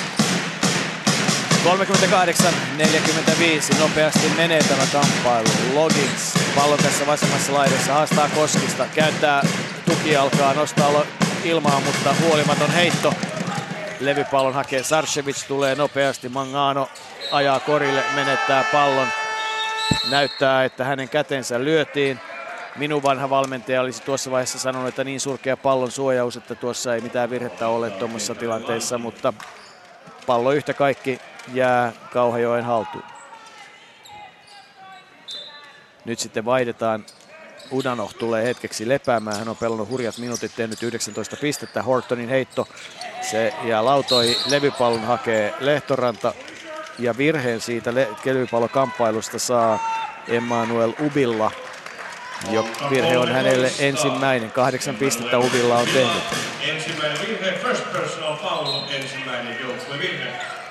kolmekymmentäkahdeksan neljäkymmentäviisi. Nopeasti menee tämä kamppailu. Logins pallon kanssa vasemmassa laidassa. Haastaa Koskista. Käyttää tukijalkaa. Nostaa ilmaa, mutta huolimaton heitto. Levypallon hakee Sarcevic, tulee nopeasti, Mangano ajaa korille, menettää pallon. Näyttää, että hänen kätensä lyötiin. Minun vanha valmentaja olisi tuossa vaiheessa sanonut, että niin surkea pallon suojaus, että tuossa ei mitään virhettä ole tuommoisessa tilanteessa, mutta pallo yhtä kaikki jää Kauhajoen haltuun. Nyt sitten vaihdetaan. Udanoh tulee hetkeksi lepäämään. Hän on pelannut hurjat minuutit, tehnyt yhdeksäntoista pistettä. Hortonin heitto. Se jää lautoihin. Levypallon hakee Lehtoranta. Ja virheen siitä le- levypallokamppailusta saa Emmanuel Ubilla. Jo virhe on hänelle ensimmäinen. Kahdeksan pistettä Ubilla on tehnyt. Ensimmäinen virhe, first personal foul, ensimmäinen joukkuevirhe.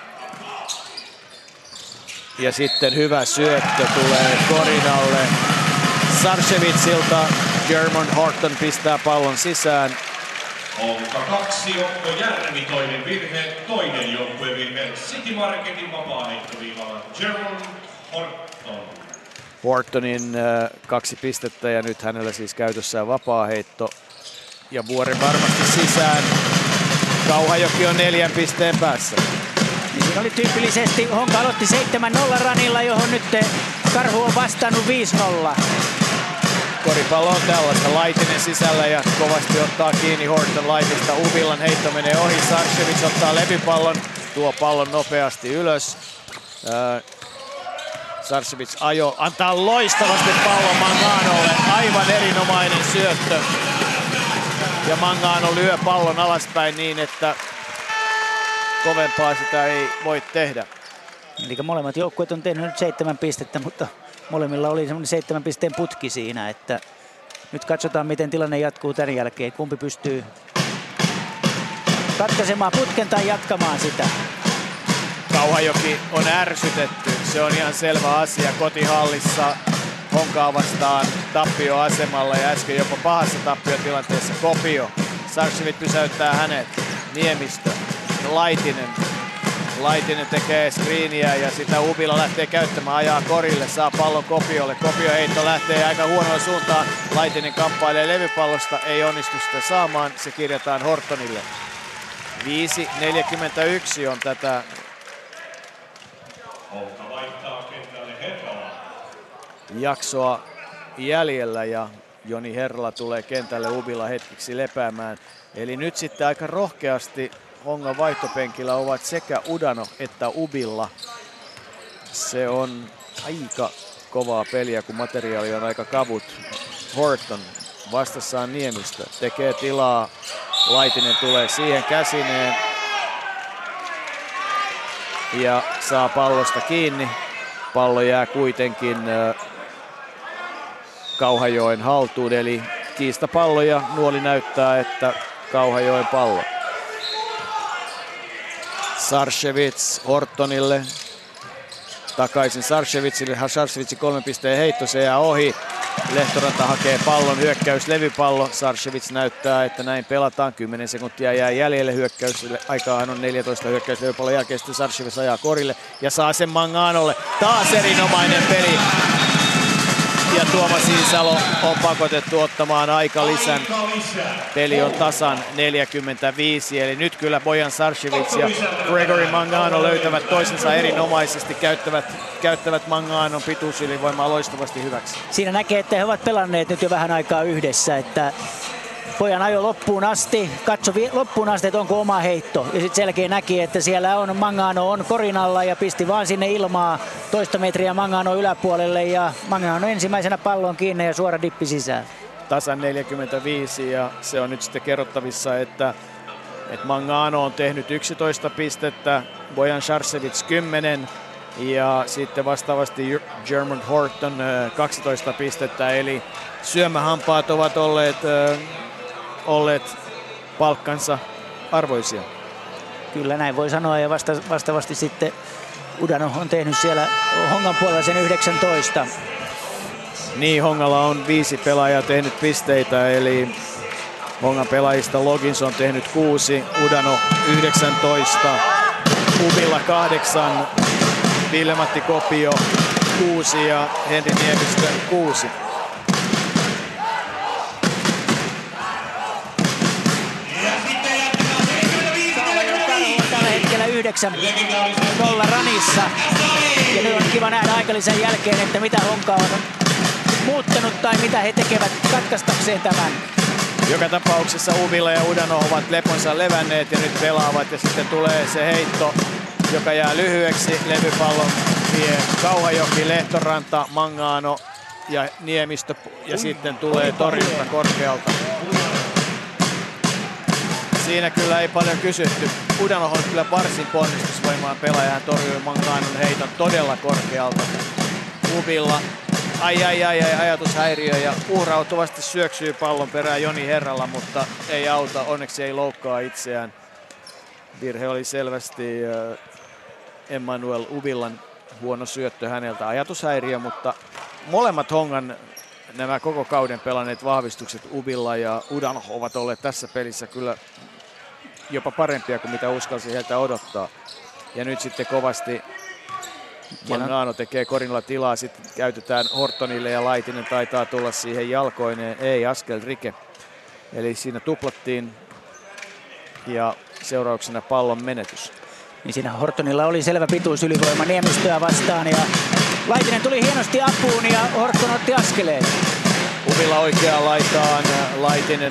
Ja sitten hyvä syöttö tulee Korinalle. Sarcevicilta. German Horton pistää pallon sisään. Honka kaksi, Otto Järvi toinen virhe, toinen joukkuevirhe. City Marketin vapaaheittoviivalla German Horton. Hortonin äh, kaksi pistettä ja nyt hänellä siis käytössään vapaaheitto. Ja Vuoren varmasti sisään. Kauhajoki on neljän pisteen päässä. Niin siinä oli tyypillisesti, Honka aloitti seitsemän nolla ranilla, johon nyt Karhu on vastannut viisi nolla. Koripallo on tällaista. Laitinen sisällä ja kovasti ottaa kiinni Horton Laitista. Uvillan heitto menee ohi. Sarcevic ottaa levypallon. Tuo pallon nopeasti ylös. Äh, Sarcevic ajo. Antaa loistavasti pallon Manganolle. Aivan erinomainen syöttö. Ja Mangano lyö pallon alaspäin niin, että kovempaa sitä ei voi tehdä. Eli molemmat joukkueet on tehnyt nyt seitsemän pistettä, mutta molemmilla oli semmoinen seitsemän pisteen putki siinä, että nyt katsotaan miten tilanne jatkuu tämän jälkeen. Kumpi pystyy katkaisemaan putken tai jatkamaan sitä. Kauhajoki on ärsytetty, se on ihan selvä asia. Kotihallissa Honkaa vastaan tappioasemalla ja äsken jopa pahassa tappiotilanteessa Kopio. Sarcevic pysäyttää hänet. Niemistö, Laitinen. Laitinen tekee screeniä ja sitä Ubilla lähtee käyttämään, ajaa korille, saa pallon Kopiolle. Kopio heitto lähtee aika huonolla suuntaan. Laitinen kamppailee levypallosta, ei onnistu sitä saamaan, se kirjataan Hortonille. viisi neljäkymmentäyksi on tätä jaksoa jäljellä ja Joni Herrala tulee kentälle Ubilla hetkeksi lepäämään. Eli nyt sitten aika rohkeasti Hongan vaihtopenkillä ovat sekä Udanoh että Ubilla. Se on aika kovaa peliä, kun materiaali on aika kavut. Horton vastassaan Niemistö tekee tilaa. Laitinen tulee siihen käsineen. Ja saa pallosta kiinni. Pallo jää kuitenkin Kauhajoen haltuun. Eli kiistapallo ja nuoli näyttää, että Kauhajoen pallo. Sarcevic Hortonille. Takaisin Sarcevicille. Sarcevicin kolmen pisteen heitto, se jää ohi. Lehtoranta hakee pallon, hyökkäys, levypallo. Sarcevic näyttää, että näin pelataan. kymmenen sekuntia jää jäljelle hyökkäys. Aikaahan on neljätoista hyökkäys levypallon jälkeen. Sitten Sarcevic ajaa korille ja saa sen Manganolle. Taas erinomainen peli. Ja Tuomas Iisalo on pakotettu ottamaan aika lisän. Peli on tasan neljäkymmentäviisi, eli nyt kyllä Bojan Sarcevic ja Gregory Mangano löytävät toisensa erinomaisesti, käyttävät, käyttävät Manganon pituusylivoimaa loistavasti hyväksi. Siinä näkee, että he ovat pelanneet nyt jo vähän aikaa yhdessä, että Pojan ajo loppuun asti, katso loppuun asti, että onko oma heitto. Ja sitten selkeä näki, että siellä on Mangano on korinalla ja pisti vaan sinne ilmaa toista metriä Mangano yläpuolelle. Ja Mangano ensimmäisenä pallon kiinni ja suora dippi sisään. Tasan neljäkymmentäviisi ja se on nyt sitten kerrottavissa, että, että Mangano on tehnyt yksitoista pistettä, Bojan Sarcevic kymmenen ja sitten vastaavasti German Horton kaksitoista pistettä. Eli syömähampaat ovat olleet... olleet palkkansa arvoisia. Kyllä näin voi sanoa ja vasta, vastaavasti sitten Udano on tehnyt siellä Hongan puolella sen yhdeksäntoista. Niin, Hongalla on viisi pelaajaa tehnyt pisteitä, eli Hongan pelaajista Logins on tehnyt kuusi, Udano yhdeksäntoista, Ubilla kahdeksan, Ville-Matti Kopio kuusi ja Henri Niemistö kuusi. yhdeksän nolla ranissa. Ja nyt on kiva nähdä aikalisän jälkeen, että mitä Honka on muuttanut tai mitä he tekevät katkaistakseen tämän. Joka tapauksessa Uvilla ja Udano ovat leponsa levänneet ja nyt pelaavat ja sitten tulee se heitto, joka jää lyhyeksi. Levypallon vie Kauhajoki, Lehtoranta, Mangano ja Niemistö ja sitten tulee torjunta korkealta. Siinä kyllä ei paljon kysytty. Udano on kyllä varsin ponnistusvoimaan pelaaja. Hän torjui Manganon heiton todella korkealta. Uvilla ai ai ai ai ajatushäiriö ja uhrautuvasti syöksyy pallon perään Joni Herralla, mutta ei auta. Onneksi ei loukkaa itseään. Virhe oli selvästi äh, Emmanuel Uvillan huono syöttö häneltä. Ajatushäiriö, mutta molemmat Hongan nämä koko kauden pelanneet vahvistukset Uvilla ja Udano ovat olleet tässä pelissä kyllä jopa parempia kuin mitä uskalsi heiltä odottaa. Ja nyt sitten kovasti Mangano tekee korinilla tilaa, sitten käytetään Hortonille ja Laitinen taitaa tulla siihen jalkoineen, ei askel rike. Eli siinä tuplattiin ja seurauksena pallon menetys. Niin siinä Hortonilla oli selvä pituusylivoima Niemistöä vastaan ja Laitinen tuli hienosti apuun ja Horton otti askeleen. Uvilla oikeaan laitaan, Laitinen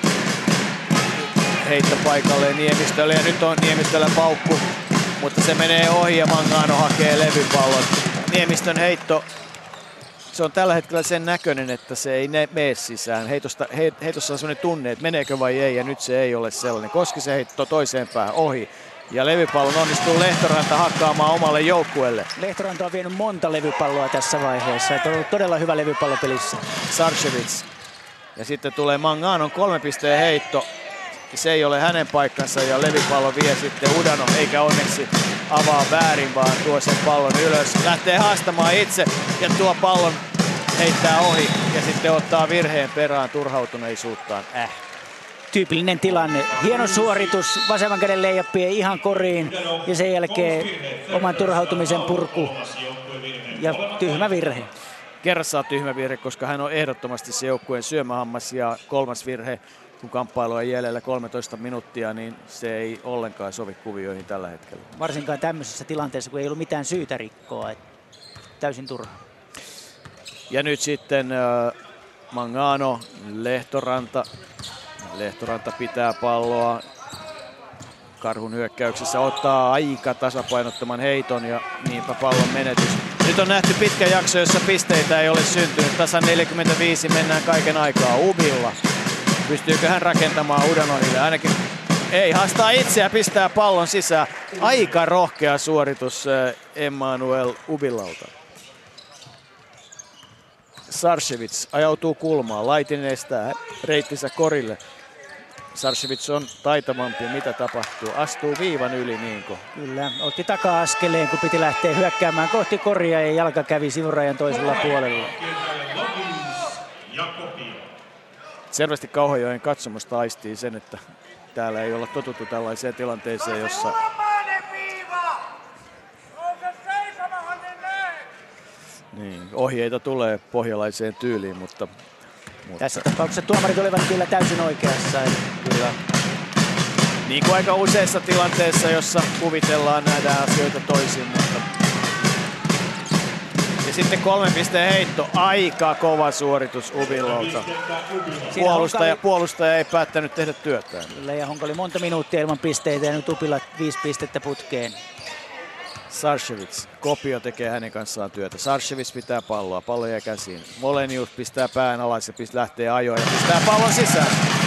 heitto paikalle Niemistölle ja nyt on Niemistöllä paukku, mutta se menee ohi ja Mangano hakee levypallon. Niemistön heitto, se on tällä hetkellä sen näköinen, että se ei mene sisään. Heitosta, he, heitossa on sellainen tunne, että meneekö vai ei ja nyt se ei ole sellainen. Koskisen heitto toiseen päähän ohi. Ja levypallon onnistuu Lehtoranta hakkaamaan omalle joukkueelle. Lehtoranta on vienyt monta levypalloa tässä vaiheessa. Että on ollut todella hyvä levypallo pelissä. Sarcevic. Ja sitten tulee Manganon kolme pisteen heitto. Se ei ole hänen paikkansa ja levypallo vie sitten Udano, eikä onneksi avaa väärin, vaan tuo sen pallon ylös. Lähtee haastamaan itse ja tuo pallon heittää ohi ja sitten ottaa virheen perään turhautuneisuuttaan. Äh. Tyypillinen tilanne. Hieno suoritus, vasemman käden leijappien ihan koriin ja sen jälkeen oman turhautumisen purku ja tyhmä virhe. Kerrassaan tyhmä virhe, koska hän on ehdottomasti se joukkueen syömähammas ja kolmas virhe, kun kamppailu on jäljellä kolmetoista minuuttia, niin se ei ollenkaan sovi kuvioihin tällä hetkellä. Varsinkaan tämmöisessä tilanteessa, kun ei ollut mitään syytä rikkoa, että täysin turha. Ja nyt sitten äh, Mangano, Lehtoranta. Lehtoranta pitää palloa. Karhun hyökkäyksessä ottaa aika tasapainottoman heiton ja niinpä pallon menetys. Nyt on nähty pitkä jakso, jossa pisteitä ei ole syntynyt. Tasan neljäkymmentäviisi mennään kaiken aikaa Uvilla. Pystyykö hän rakentamaan Udanohille? Ainakin ei, haastaa itseä, pistää pallon sisään. Aika rohkea suoritus Emmanuel Ubillalta. Sarcevic ajautuu kulmaan. Laitinen estää reittinsä korille. Sarcevic on taitavampi, mitä tapahtuu? Astuu viivan yli, niinko? Kyllä, otti taka-askeleen, kun piti lähteä hyökkäämään kohti koria ja jalka kävi sivurajan toisella puolella. Selvästi Kauhajoen katsomusta aistii sen, että täällä ei olla totuttu tällaiseen tilanteeseen, jossa niin, ohjeita tulee pohjalaiseen tyyliin, mutta, mutta... Tässä tapauksessa tuomarit olivat kyllä täysin oikeassa. Kyllä. Niin kuin aika useassa tilanteessa, jossa kuvitellaan, nähdään asioita toisin. Mutta... Ja sitten kolmen pisteen heitto. Aika kova suoritus Ubilolta. Puolustaja, puolustaja ei päättänyt tehdä työtään. Kyllä, ja Honka oli monta minuuttia ilman pisteitä ja nyt Upila viisi pistettä putkeen. Sarcevic, Kopio tekee hänen kanssaan työtä. Sarcevic pitää palloa, pallo jää käsiin. Molenius pistää pään alas ja pist, lähtee ajoon ja pistää pallon sisään.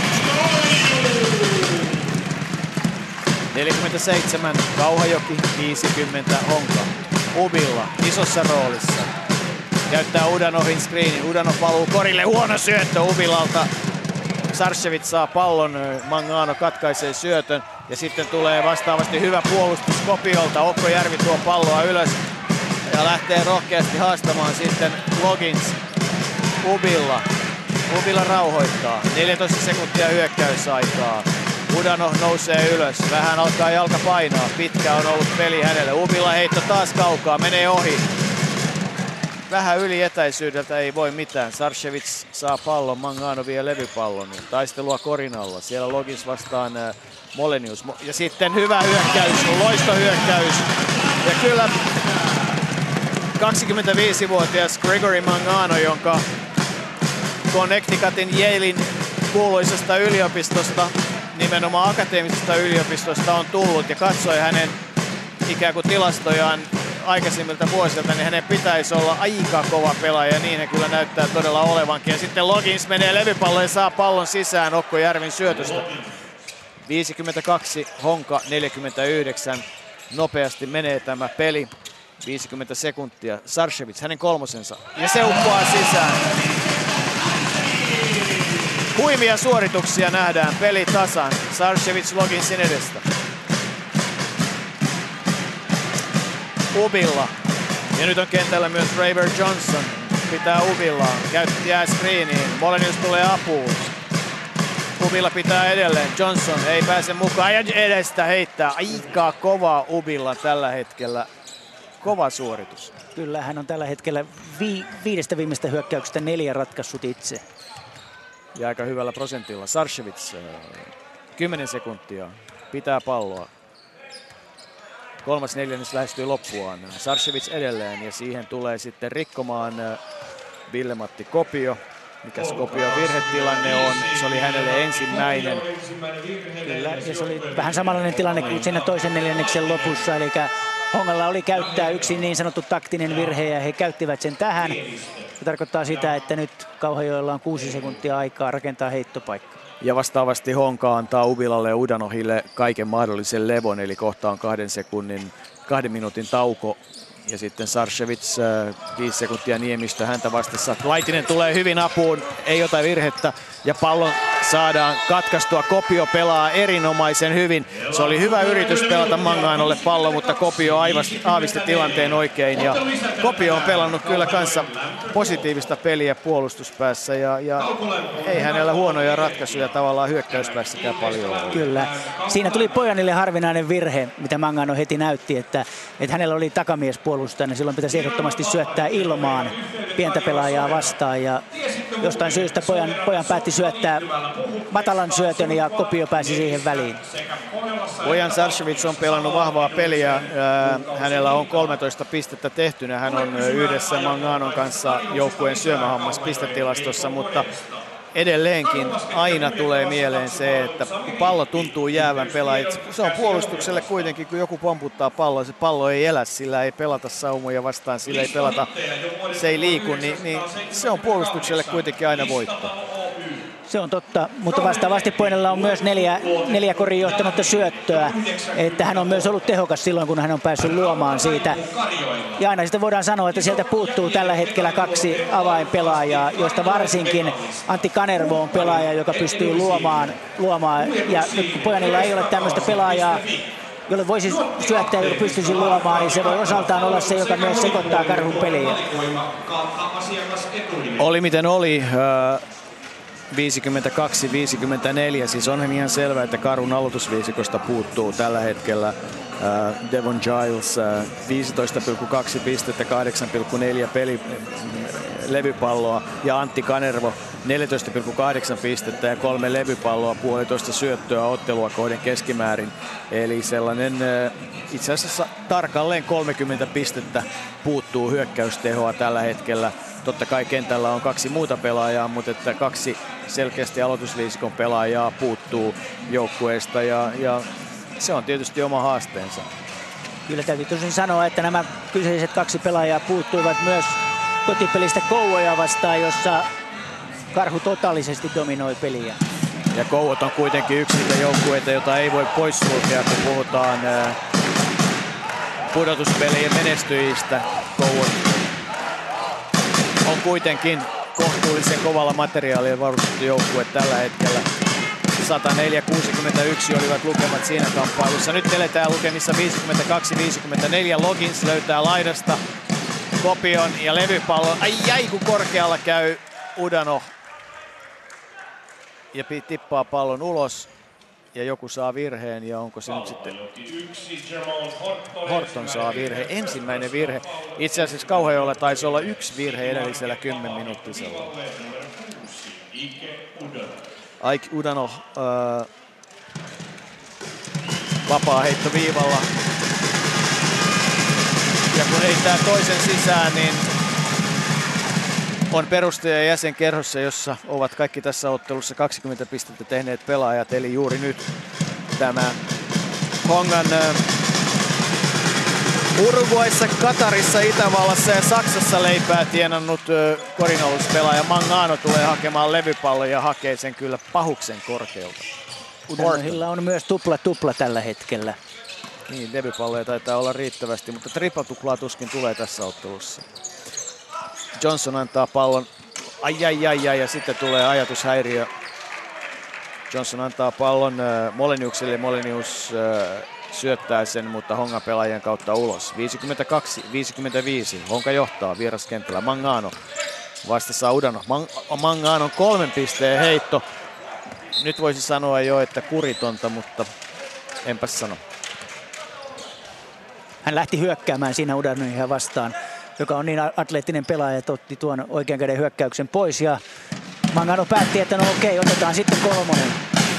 neljäkymmentäseitsemän Kauhajoki, viisikymmentä Honka. Ubilla isossa roolissa. Käyttää Udanohin screenin. Udanov valuu korille, huono syöttö Ubilalta. Sarcevic saa pallon, Mangano katkaisee syötön ja sitten tulee vastaavasti hyvä puolustus Kopiolta. Okko Järvi tuo palloa ylös ja lähtee rohkeasti haastamaan sitten Loggins Ubilla. Ubilla rauhoittaa. neljätoista sekuntia hyökkäysaikaa. Udanov nousee ylös. Vähän alkaa jalka painaa. Pitkä on ollut peli hänelle. Ubilla heitto taas kaukaa. Menee ohi. Vähän yli etäisyydeltä ei voi mitään. Sarcevic saa pallon. Mangano vie levypallon. Taistelua korin alla. Siellä Loggins vastaan Molenius. Ja sitten hyvä hyökkäys. Loistohyökkäys. Ja kyllä kaksikymmentäviisivuotias Gregory Mangano, jonka Connecticutin Yalein kuuluisesta yliopistosta, nimenomaan akateemisesta yliopistosta on tullut ja katsoi hänen ikään kuin tilastojaan aikaisemmilta vuosilta, niin hänen pitäisi olla aika kova pelaaja ja niin hän kyllä näyttää todella olevankin. Ja sitten Loggins menee levypalloon ja saa pallon sisään Okko Järvin syötöstä. viisikymmentäkaksi, Honka neljäkymmentäyhdeksän. Nopeasti menee tämä peli. viisikymmentä sekuntia. Sarcevic, hänen kolmosensa. Ja se uppoaa sisään. Huimia suorituksia nähdään, peli tasan. Sarcevic Logginsin edestä. Ubilla. Ja nyt on kentällä myös Raver Johnson. Pitää Ubillaa. Käytti jää screeniin. Molenius tulee apuun. Ubilla pitää edelleen. Johnson ei pääse mukaan ja edestä heittää. Aika kova Ubilla tällä hetkellä. Kova suoritus. Kyllä, hän on tällä hetkellä vi- viidestä viimeistä hyökkäyksestä neljä ratkaissut itse. Ja aika hyvällä prosentilla. Sarcevic, kymmenen sekuntia, pitää palloa. Kolmas neljännes lähestyy loppuaan. Sarcevic edelleen ja siihen tulee sitten rikkomaan Ville-Matti Kopio. Mikäs Kopion virhetilanne on, se oli hänelle ensimmäinen. Kyllä, ja se oli vähän samanlainen tilanne kuin siinä toisen neljänneksen lopussa. Eli Hongalla oli käyttää yksi niin sanottu taktinen virhe ja he käyttivät sen tähän. Se tarkoittaa sitä, että nyt Kauhajoella on kuusi sekuntia aikaa rakentaa heittopaikka. Ja vastaavasti Honka antaa Ubilalle ja Udanohille kaiken mahdollisen levon, eli kohta on kahden sekunnin, kahden minuutin tauko. Ja sitten Sarcevic viisi sekuntia Niemistä häntä vastassa. Laitinen tulee hyvin apuun, ei ota virhettä ja pallon saadaan katkaistua. Kopio pelaa erinomaisen hyvin. Se oli hyvä yritys pelata Manganolle pallo, mutta Kopio aivasti, aavisti tilanteen oikein. Ja Kopio on pelannut kyllä kanssa positiivista peliä puolustuspäässä ja, ja ei hänellä huonoja ratkaisuja tavallaan hyökkäyspäässäkään paljon ole. Kyllä. Siinä tuli Pojanille harvinainen virhe, mitä Mangano heti näytti, että, että hänellä oli takamies puolustajana. Silloin pitäisi ehdottomasti syöttää ilmaan pientä pelaajaa vastaan ja jostain syystä Pojan, Pojan päätti syöttää matalan syötön ja Kopio pääsi siihen väliin. Bojan Sarcevic on pelannut vahvaa peliä. Hänellä on kolmetoista pistettä tehtynä. Hän on yhdessä Manganon kanssa joukkueen syömähammas pistetilastossa, mutta edelleenkin aina tulee mieleen se, että pallo tuntuu jäävän pelaajat. Se on puolustukselle kuitenkin, kun joku pomputtaa palloa, se pallo ei elä, sillä ei pelata saumoja vastaan, sillä ei pelata, se ei liiku, niin, niin se on puolustukselle kuitenkin aina voitto. Se on totta, mutta vastaavasti Poinella on myös neljä, neljä korin johtanutta syöttöä, että hän on myös ollut tehokas silloin, kun hän on päässyt luomaan siitä. Ja aina sitten voidaan sanoa, että sieltä puuttuu tällä hetkellä kaksi avainpelaajaa, joista varsinkin Antti Kanervo on pelaaja, joka pystyy luomaan, luomaan. Ja nyt kun Pojanilla ei ole tämmöistä pelaajaa, jolle voisi syöttää, joka pystyisi luomaan, niin se voi osaltaan olla se, joka myös sekoittaa Karhun peliä. Oli miten oli. viisikymmentäkaksi viisikymmentäneljä, siis onhan ihan selvää, että Karhun aloitusviisikosta puuttuu tällä hetkellä uh, Devon Giles, uh, viisitoista pilkku kaksi pistettä, kahdeksan pilkku neljä peli levypalloa ja Antti Kanervo neljätoista pilkku kahdeksan pistettä ja kolme levypalloa, puolitoista syöttöä ottelua kohden keskimäärin. Eli sellainen uh, itse asiassa tarkalleen kolmekymmentä pistettä puuttuu hyökkäystehoa tällä hetkellä. Totta kai kentällä on kaksi muuta pelaajaa, mutta että kaksi selkeästi aloitusviisikon pelaajaa puuttuu joukkueesta ja, ja se on tietysti oma haasteensa. Kyllä täytyy tosin sanoa, että nämä kyseiset kaksi pelaajaa puuttuivat myös kotipelistä Kouvoja vastaan, jossa Karhu totaalisesti dominoi peliä. Ja Kouvat on kuitenkin yksi niitä joukkueita, jota ei voi poissulkea, kun puhutaan pudotuspelien menestyjistä. Kouvat on kuitenkin kohtuullisen kovalla materiaalilla varustettu joukkue tällä hetkellä. sata neljä kuusikymmentäyksi olivat lukemat siinä kamppailussa. Nyt eletään lukemissa viisikymmentäkaksi viisikymmentäneljä. Loggins löytää laidasta kopion ja levypallon. Ai jäi kun korkealla käy Udano. Ja tippaa pallon ulos. Ja joku saa virheen ja onko se nyt sitten... Horton saa virhe. Ensimmäinen virhe. Itse asiassa Kauhajoella taisi olla yksi virhe edellisellä kymmenminuuttisella. Aik Udano äh, vapaa heitto viivalla. Ja kun heittää toisen sisään, niin on perustaja jäsen kerhossa, jossa ovat kaikki tässä ottelussa kaksikymmentä pistettä tehneet pelaajat. Eli juuri nyt tämä Hongan äh, Uruguayssa, Katarissa, Itävallassa ja Saksassa leipää tienannut äh, korinaluspelaaja Mangano tulee hakemaan levypallon ja hakee sen kyllä pahuksen korkealta. Udanohilla on myös tupla tupla tällä hetkellä. Niin, levypalloja taitaa olla riittävästi, mutta tripla-tuplaa tuskin tulee tässä ottelussa. Johnson antaa pallon, ai ai ai ai, ja sitten tulee ajatushäiriö. Johnson antaa pallon äh, Moleniukselle, Molenius äh, syöttää sen, mutta Hongan pelaajien kautta ulos. viisikymmentäkaksi viisikymmentäviisi, Honka johtaa vieraskentällä. Mangano vastassa Udano. Mang- Manganon kolmen pisteen heitto. Nyt voisi sanoa jo, että kuritonta, mutta enpäs sano. Hän lähti hyökkäämään siinä Udanoja vastaan, joka on niin atleettinen pelaaja, että otti tuon oikean käden hyökkäyksen pois. Ja Mangano päätti, että no okei, otetaan sitten kolmonen.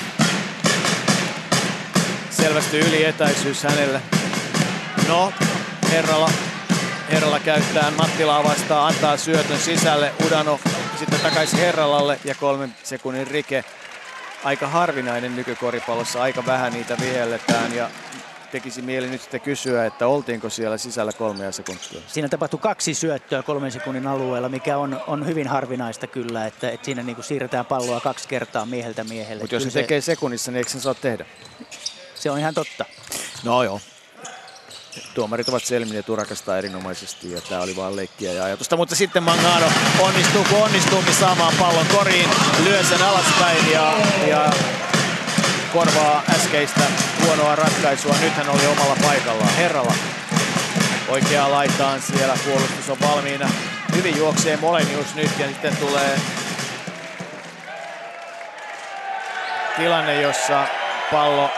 Selvästi ylietäisyys hänelle. No, Herrala, Herrala käyttää Mattilaa vastaan, antaa syötön sisälle. Udano sitten takaisin Herralalle ja kolmen sekunnin rike. Aika harvinainen nykykoripallossa, aika vähän niitä vihelletään ja tekisi mieli nyt sitten kysyä, että oltiinko siellä sisällä kolmea sekuntia. Siinä tapahtui kaksi syöttöä kolmen sekunnin alueella, mikä on, on hyvin harvinaista kyllä, että, että siinä niin kuin siirretään palloa kaksi kertaa mieheltä miehelle. Mutta jos se se tekee sekunnissa, niin eikö sen saa tehdä? Se on ihan totta. No joo. Tuomarit ovat selvinneet urakasta erinomaisesti ja tämä oli vaan leikkiä ja ajatusta. Mutta sitten Mangano onnistuu, kun onnistuukin saamaan pallon koriin, lyö sen alaspäin ja, ja korvaa äskeistä huonoa ratkaisua. Nyt hän oli omalla paikallaan. Herrala oikeaan laitaan siellä, puolustus on valmiina. Hyvin juoksee Molenius nyt ja sitten tulee tilanne, jossa pallo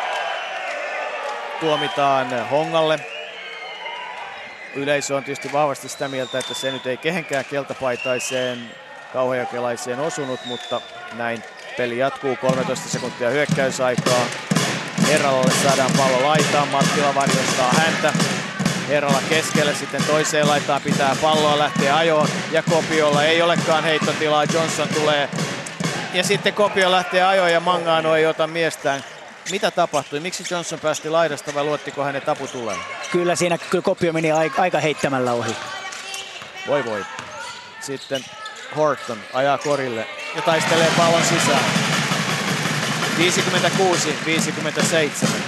tuomitaan Hongalle. Yleisö on tietysti vahvasti sitä mieltä, että se nyt ei kehenkään keltapaitaiseen kauhajakelaiseen osunut, mutta näin peli jatkuu. kolmetoista sekuntia hyökkäysaikaa. Herralalle saadaan pallo laitaan, Mattila varjostaa häntä. Herrala keskelle, sitten toiseen laitaan pitää palloa, lähtee ajoon ja Kopiolla ei olekaan heittotilaa. Johnson tulee ja sitten Kopio lähtee ajoon ja Mangano ei ota miestään. Mitä tapahtui? Miksi Johnson päästi laidasta vai luottiko hänen tapu tulee? Kyllä siinä kyllä Kopio meni aika heittämällä ohi. Voi voi. Sitten Horton ajaa korille ja taistelee pallon sisään. viisikymmentäkuusi viisikymmentäseitsemän.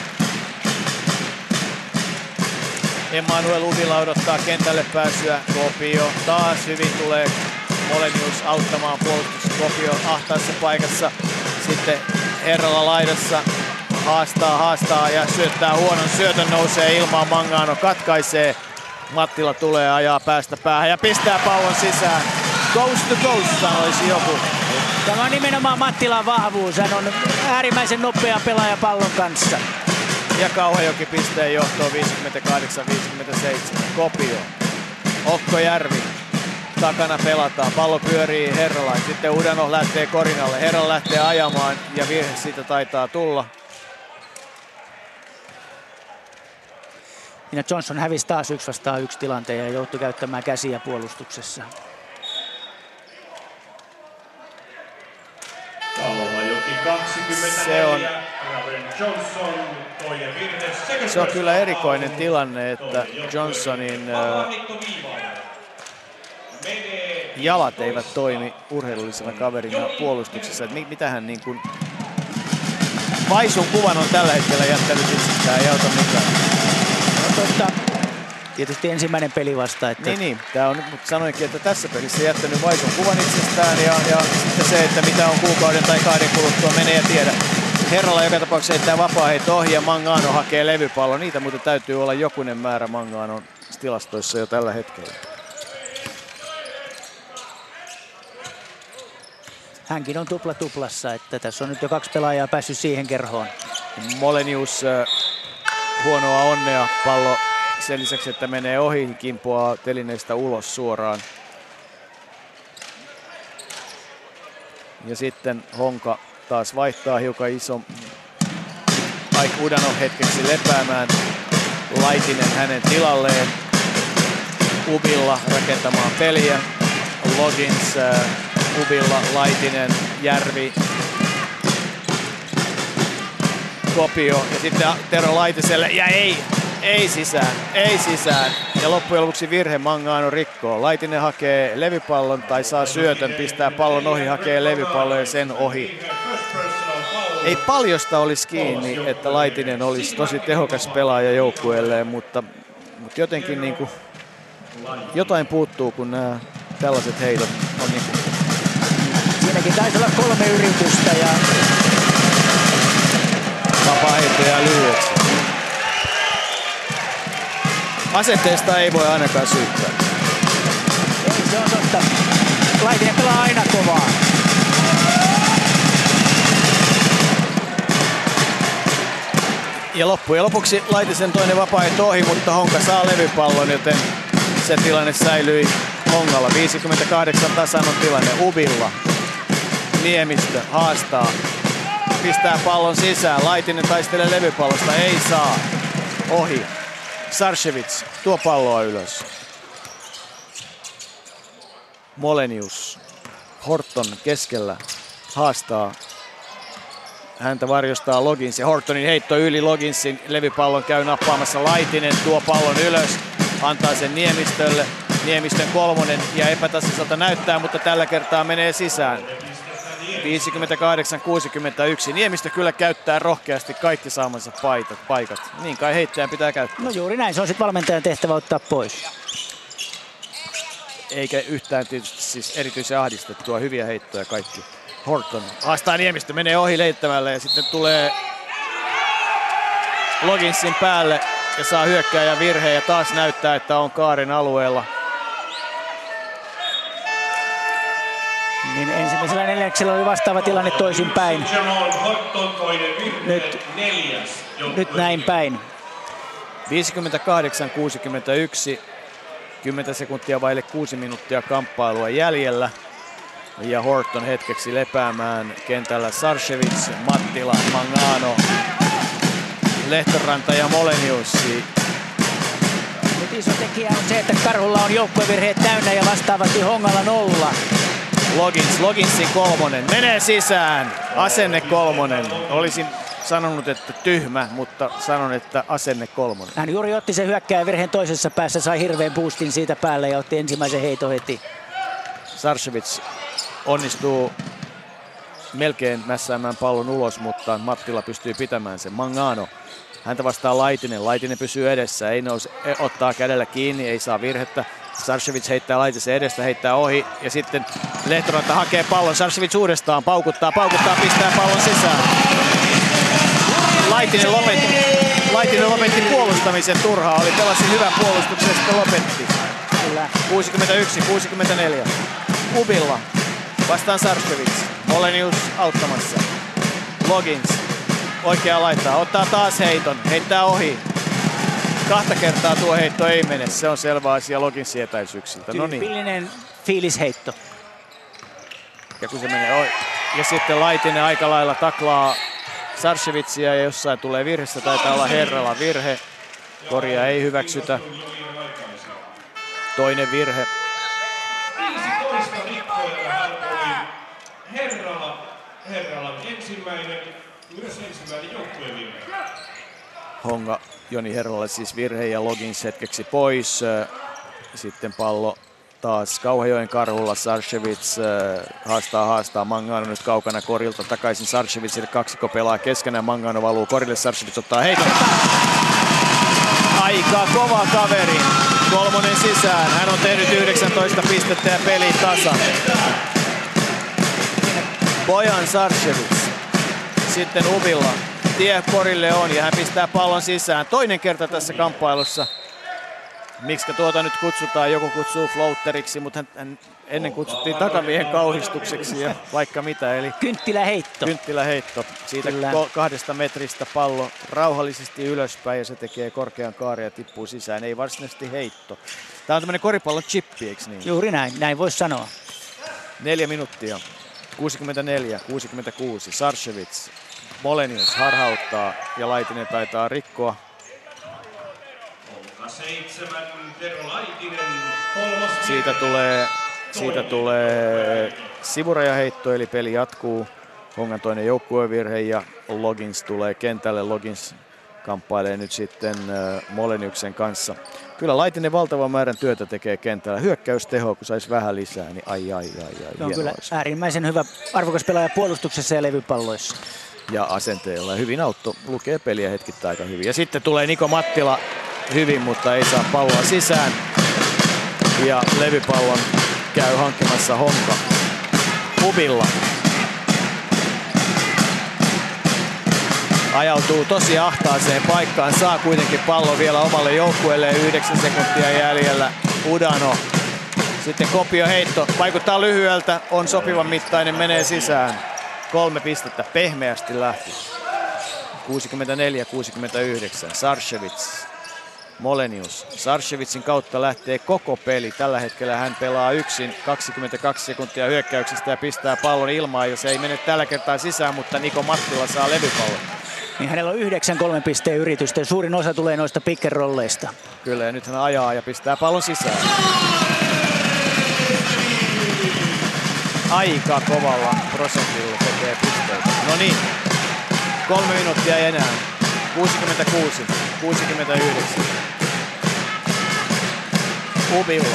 Emmanuel Uvila odottaa kentälle pääsyä. Kopio taas hyvin tulee Molenius auttamaan puolustuksessa. Kopio ahtaassa paikassa. Sitten Herralla laidassa. Haastaa, haastaa ja syöttää huonon syötön, nousee ilmaan. Mangano katkaisee. Mattila tulee, ajaa päästä päähän ja pistää pallon sisään. Ghost to ghost, sanoisi joku. Tämä on nimenomaan Mattilan vahvuus. Hän on äärimmäisen nopea pelaaja pallon kanssa. Ja Kauhajoki pisteen johtoon viisikymmentäkahdeksan viisikymmentäseitsemän. Kopio. Okko Järvi. Takana pelataan. Pallo pyörii Herralla. Sitten Udanov lähtee Korinalle. Herralla lähtee ajamaan ja virhe siitä taitaa tulla. Minä Johnson hävisi taas yksi vastaan yksi tilanteen ja joutui käyttämään käsiä puolustuksessa. Kauhajoki kaksikymmentäneljä. Se on, Johnson, toinen virhe. se on kyllä erikoinen tilanne, että Johnsonin äh, jalat eivät toimi urheilullisena kaverina puolustuksessa. Et mitä hän niin kuin... Vaisun kuvan on tällä hetkellä jättänyt itsestään, ei auta mitään. No totta. Tietysti ensimmäinen peli vasta. Että... Niin, niin. Tää on, mutta sanoinkin, että tässä pelissä jättänyt Vaisun kuvan itsestään ja, ja sitten se, että mitä on kuukauden tai kahden kuluttua, menee ja tiedä. Herralla joka tapauksessa heittää vapaaheitto ohi ja Mangano hakee levypallon. Niitä muuten täytyy olla jokunen määrä Manganon tilastoissa jo tällä hetkellä. Hänkin on tupla tuplassa, että tässä on nyt jo kaksi pelaajaa päässyt siihen kerhoon. Molenius äh, huonoa onnea. Pallo sen lisäksi, että menee ohi, kimpoaa telineistä ulos suoraan. Ja sitten Honka taas vaihtaa hiukan iso Aik Udanov hetkeksi lepäämään. Laitinen hänen tilalleen. Uvilla rakentamaan peliä. Logins, äh, Uvilla, Laitinen, Järvi, Kopio ja sitten Tero Laitiselle ja ei, ei sisään, ei sisään. Ja loppujen lopuksi virhe, Mangano rikkoo. Laitinen hakee levypallon tai saa syötön, pistää pallon ohi, hakee levypallon ja sen ohi. Ei paljosta olisi kiinni, että Laitinen olisi tosi tehokas pelaaja joukkueelleen, mutta, mutta jotenkin niin kuin, jotain puuttuu, kun nämä tällaiset heitot on niin kuin... Siinäkin taisi olla kolme yritystä ja... Vapaa-heittoja lyhyeksi. Asenteesta ei voi ainakaan syyttää. Ei, se on totta. Laitinen pelaa aina kovaa. Ja loppujen lopuksi Laitisen toinen vapaa-heitto ohi, mutta Honka saa levypallon, joten se tilanne säilyi Hongalla. viisikymmentäkahdeksan tasainen tilanne Uvilla. Niemistö haastaa. Pistää pallon sisään. Laitinen taistelee levypallosta. Ei saa. Ohi. Sarcevic tuo palloa ylös. Molenius. Horton keskellä. Haastaa. Häntä varjostaa Logins ja Hortonin heitto yli Loginsin. Levypallon käy nappaamassa Laitinen. Tuo pallon ylös. Antaa sen Niemistölle. Niemistön kolmonen ja epätasaiselta näyttää, mutta tällä kertaa menee sisään. viisikymmentäkahdeksan kuusikymmentäyksi. Niemistö kyllä käyttää rohkeasti kaikki saamansa paikat, paikat. Niin kai heittäjän pitää käyttää. No juuri näin, se on sitten valmentajan tehtävä ottaa pois. Eikä yhtään tietysti siis erityisen ahdistettua, hyviä heittoja kaikki. Horton haastaa Niemistö, menee ohi leittämällä ja sitten tulee Loginsin päälle ja saa hyökkääjän virheen ja taas näyttää, että on kaaren alueella. Niin ensimmäisellä neljäksellä oli vastaava tilanne toisinpäin. Nyt, nyt näin päin. viisikymmentäkahdeksan kuusikymmentäyksi. kymmenen sekuntia vaille kuusi minuuttia kamppailua jäljellä. Ja Horton hetkeksi lepäämään kentällä Sarcevic, Mattila, Mangano, Lehtoranta ja Molenius. Nyt iso tekijä on se, että Karhulla on joukkuevirheet täynnä ja vastaavasti Hongalla nolla. Logins, Loginsin kolmonen menee sisään. Asenne kolmonen. Olisin sanonut, että tyhmä, mutta sanon, että asenne kolmonen. Hän juuri otti sen hyökkääjän virheen toisessa päässä, sai hirveän boostin siitä päälle ja otti ensimmäisen heiton heti. Sarcevic onnistuu melkein mässäämään pallon ulos, mutta Mattila pystyy pitämään sen. Mangano. Häntä vastaa Laitinen. Laitinen pysyy edessä. Ei nouse, ottaa kädellä kiinni, ei saa virhettä. Sarcevic heittää Laitisen edestä, heittää ohi ja sitten Lehtoranta hakee pallon. Sarcevic uudestaan paukuttaa, paukuttaa, pistää pallon sisään. Laitinen lopetti, Laitinen lopetti puolustamisen turhaa. Oli pelasi hyvän puolustuksen ja sitten lopetti. Kyllä. kuusikymmentäyksi kuusikymmentäneljä. Ubilla vastaan Sarcevic. Molenius auttamassa. Logins. Oikea laittaa. Ottaa taas heiton. Heittää ohi. Kahta kertaa tuo heitto ei mene. Se on selvä asia Loginsin etäisyyksiltä. No niin. Tyypillinen fiilisheitto. Ja kun se menee ohi. Ja sitten Laitinen aika lailla taklaa Sarcevicia ja jossain tulee virheessä. Taitaa olla Herralla virhe. Koria ei hyväksytä. Toinen virhe. viisitoista rikkoja oli Herralla. Herralla ensimmäinen, myös ensimmäinen joukkueen virhe. Honga Joni Herralle siis virhe ja Logins hetkeksi pois. Sitten pallo taas Kauhajoen Karhulla. Sarcevic haastaa haastaa. Mangano nyt kaukana korilta takaisin Sarcevicille. Kaksiko pelaa keskenään. Mangano valuu korille. Sarcevic ottaa heiton. Aika kova kaveri. Kolmonen sisään. Hän on tehnyt yhdeksäntoista pistettä ja peli tasa. Bojan Sarcevic. Sitten Ubilla. Tie korille on ja hän pistää pallon sisään. Toinen kerta tässä kamppailussa. Miksikä tuota nyt kutsutaan? Joku kutsuu floatteriksi, mutta hän, hän ennen kutsuttiin takamiehen kauhistukseksi ja vaikka mitä. Eli kynttiläheitto. Kynttiläheitto. Siitä ko- kahdesta metristä pallo rauhallisesti ylöspäin ja se tekee korkean kaaren ja tippuu sisään. Ei varsinaisesti heitto. Tämä on tämmöinen koripallon chippi, eikö niin? Juuri näin, näin voisi sanoa. Neljä minuuttia. kuusikymmentäneljä kuusikymmentäkuusi. Sarcevic. Molenius harhauttaa ja Laitinen taitaa rikkoa. seitsemän, Tero Laitinen. Siitä tulee, siitä tulee sivurajaheitto, eli peli jatkuu. Hongan toinen joukkuevirhe ja Logins tulee kentälle. Logins kamppailee nyt sitten Moleniuksen kanssa. Kyllä Laitinen valtavan määrän työtä tekee kentällä. Hyökkäysteho, kun saisi vähän lisää, niin ai ai ai ai. On kyllä äärimmäisen hyvä arvokas pelaaja puolustuksessa ja levypalloissa. Ja asenteella. Hyvin auttoi, lukee peliä hetkittäin aika hyvin. Ja sitten tulee Niko Mattila hyvin, mutta ei saa palloa sisään. Ja levypallon käy hankkimassa Honka. Ubilla. Ajautuu tosi ahtaaseen paikkaan, saa kuitenkin pallon vielä omalle joukkueelleen. Yhdeksän sekuntia jäljellä. Udano. Sitten kopio heitto. Vaikuttaa lyhyeltä, on sopivan mittainen, menee sisään. Kolme pistettä pehmeästi lähti. kuusikymmentäneljä kuusikymmentäyhdeksän. Sarcevic. Molenius. Sarcevicin kautta lähtee koko peli. Tällä hetkellä hän pelaa yksin kaksikymmentäkaksi sekuntia hyökkäyksestä ja pistää pallon ilmaan. Ja se ei mene tällä kertaa sisään, mutta Niko Mattila saa levypallon. Niin hänellä on yhdeksän kolmen pisteen yritystä ja suurin osa tulee noista pick and rolleista. Kyllä, ja nyt hän ajaa ja pistää pallon sisään. Aika kovalla prosentilla tekee pisteitä. No niin, kolme minuuttia ei enää. kuusikymmentäkuusi kuusikymmentäyhdeksän. Ubilla.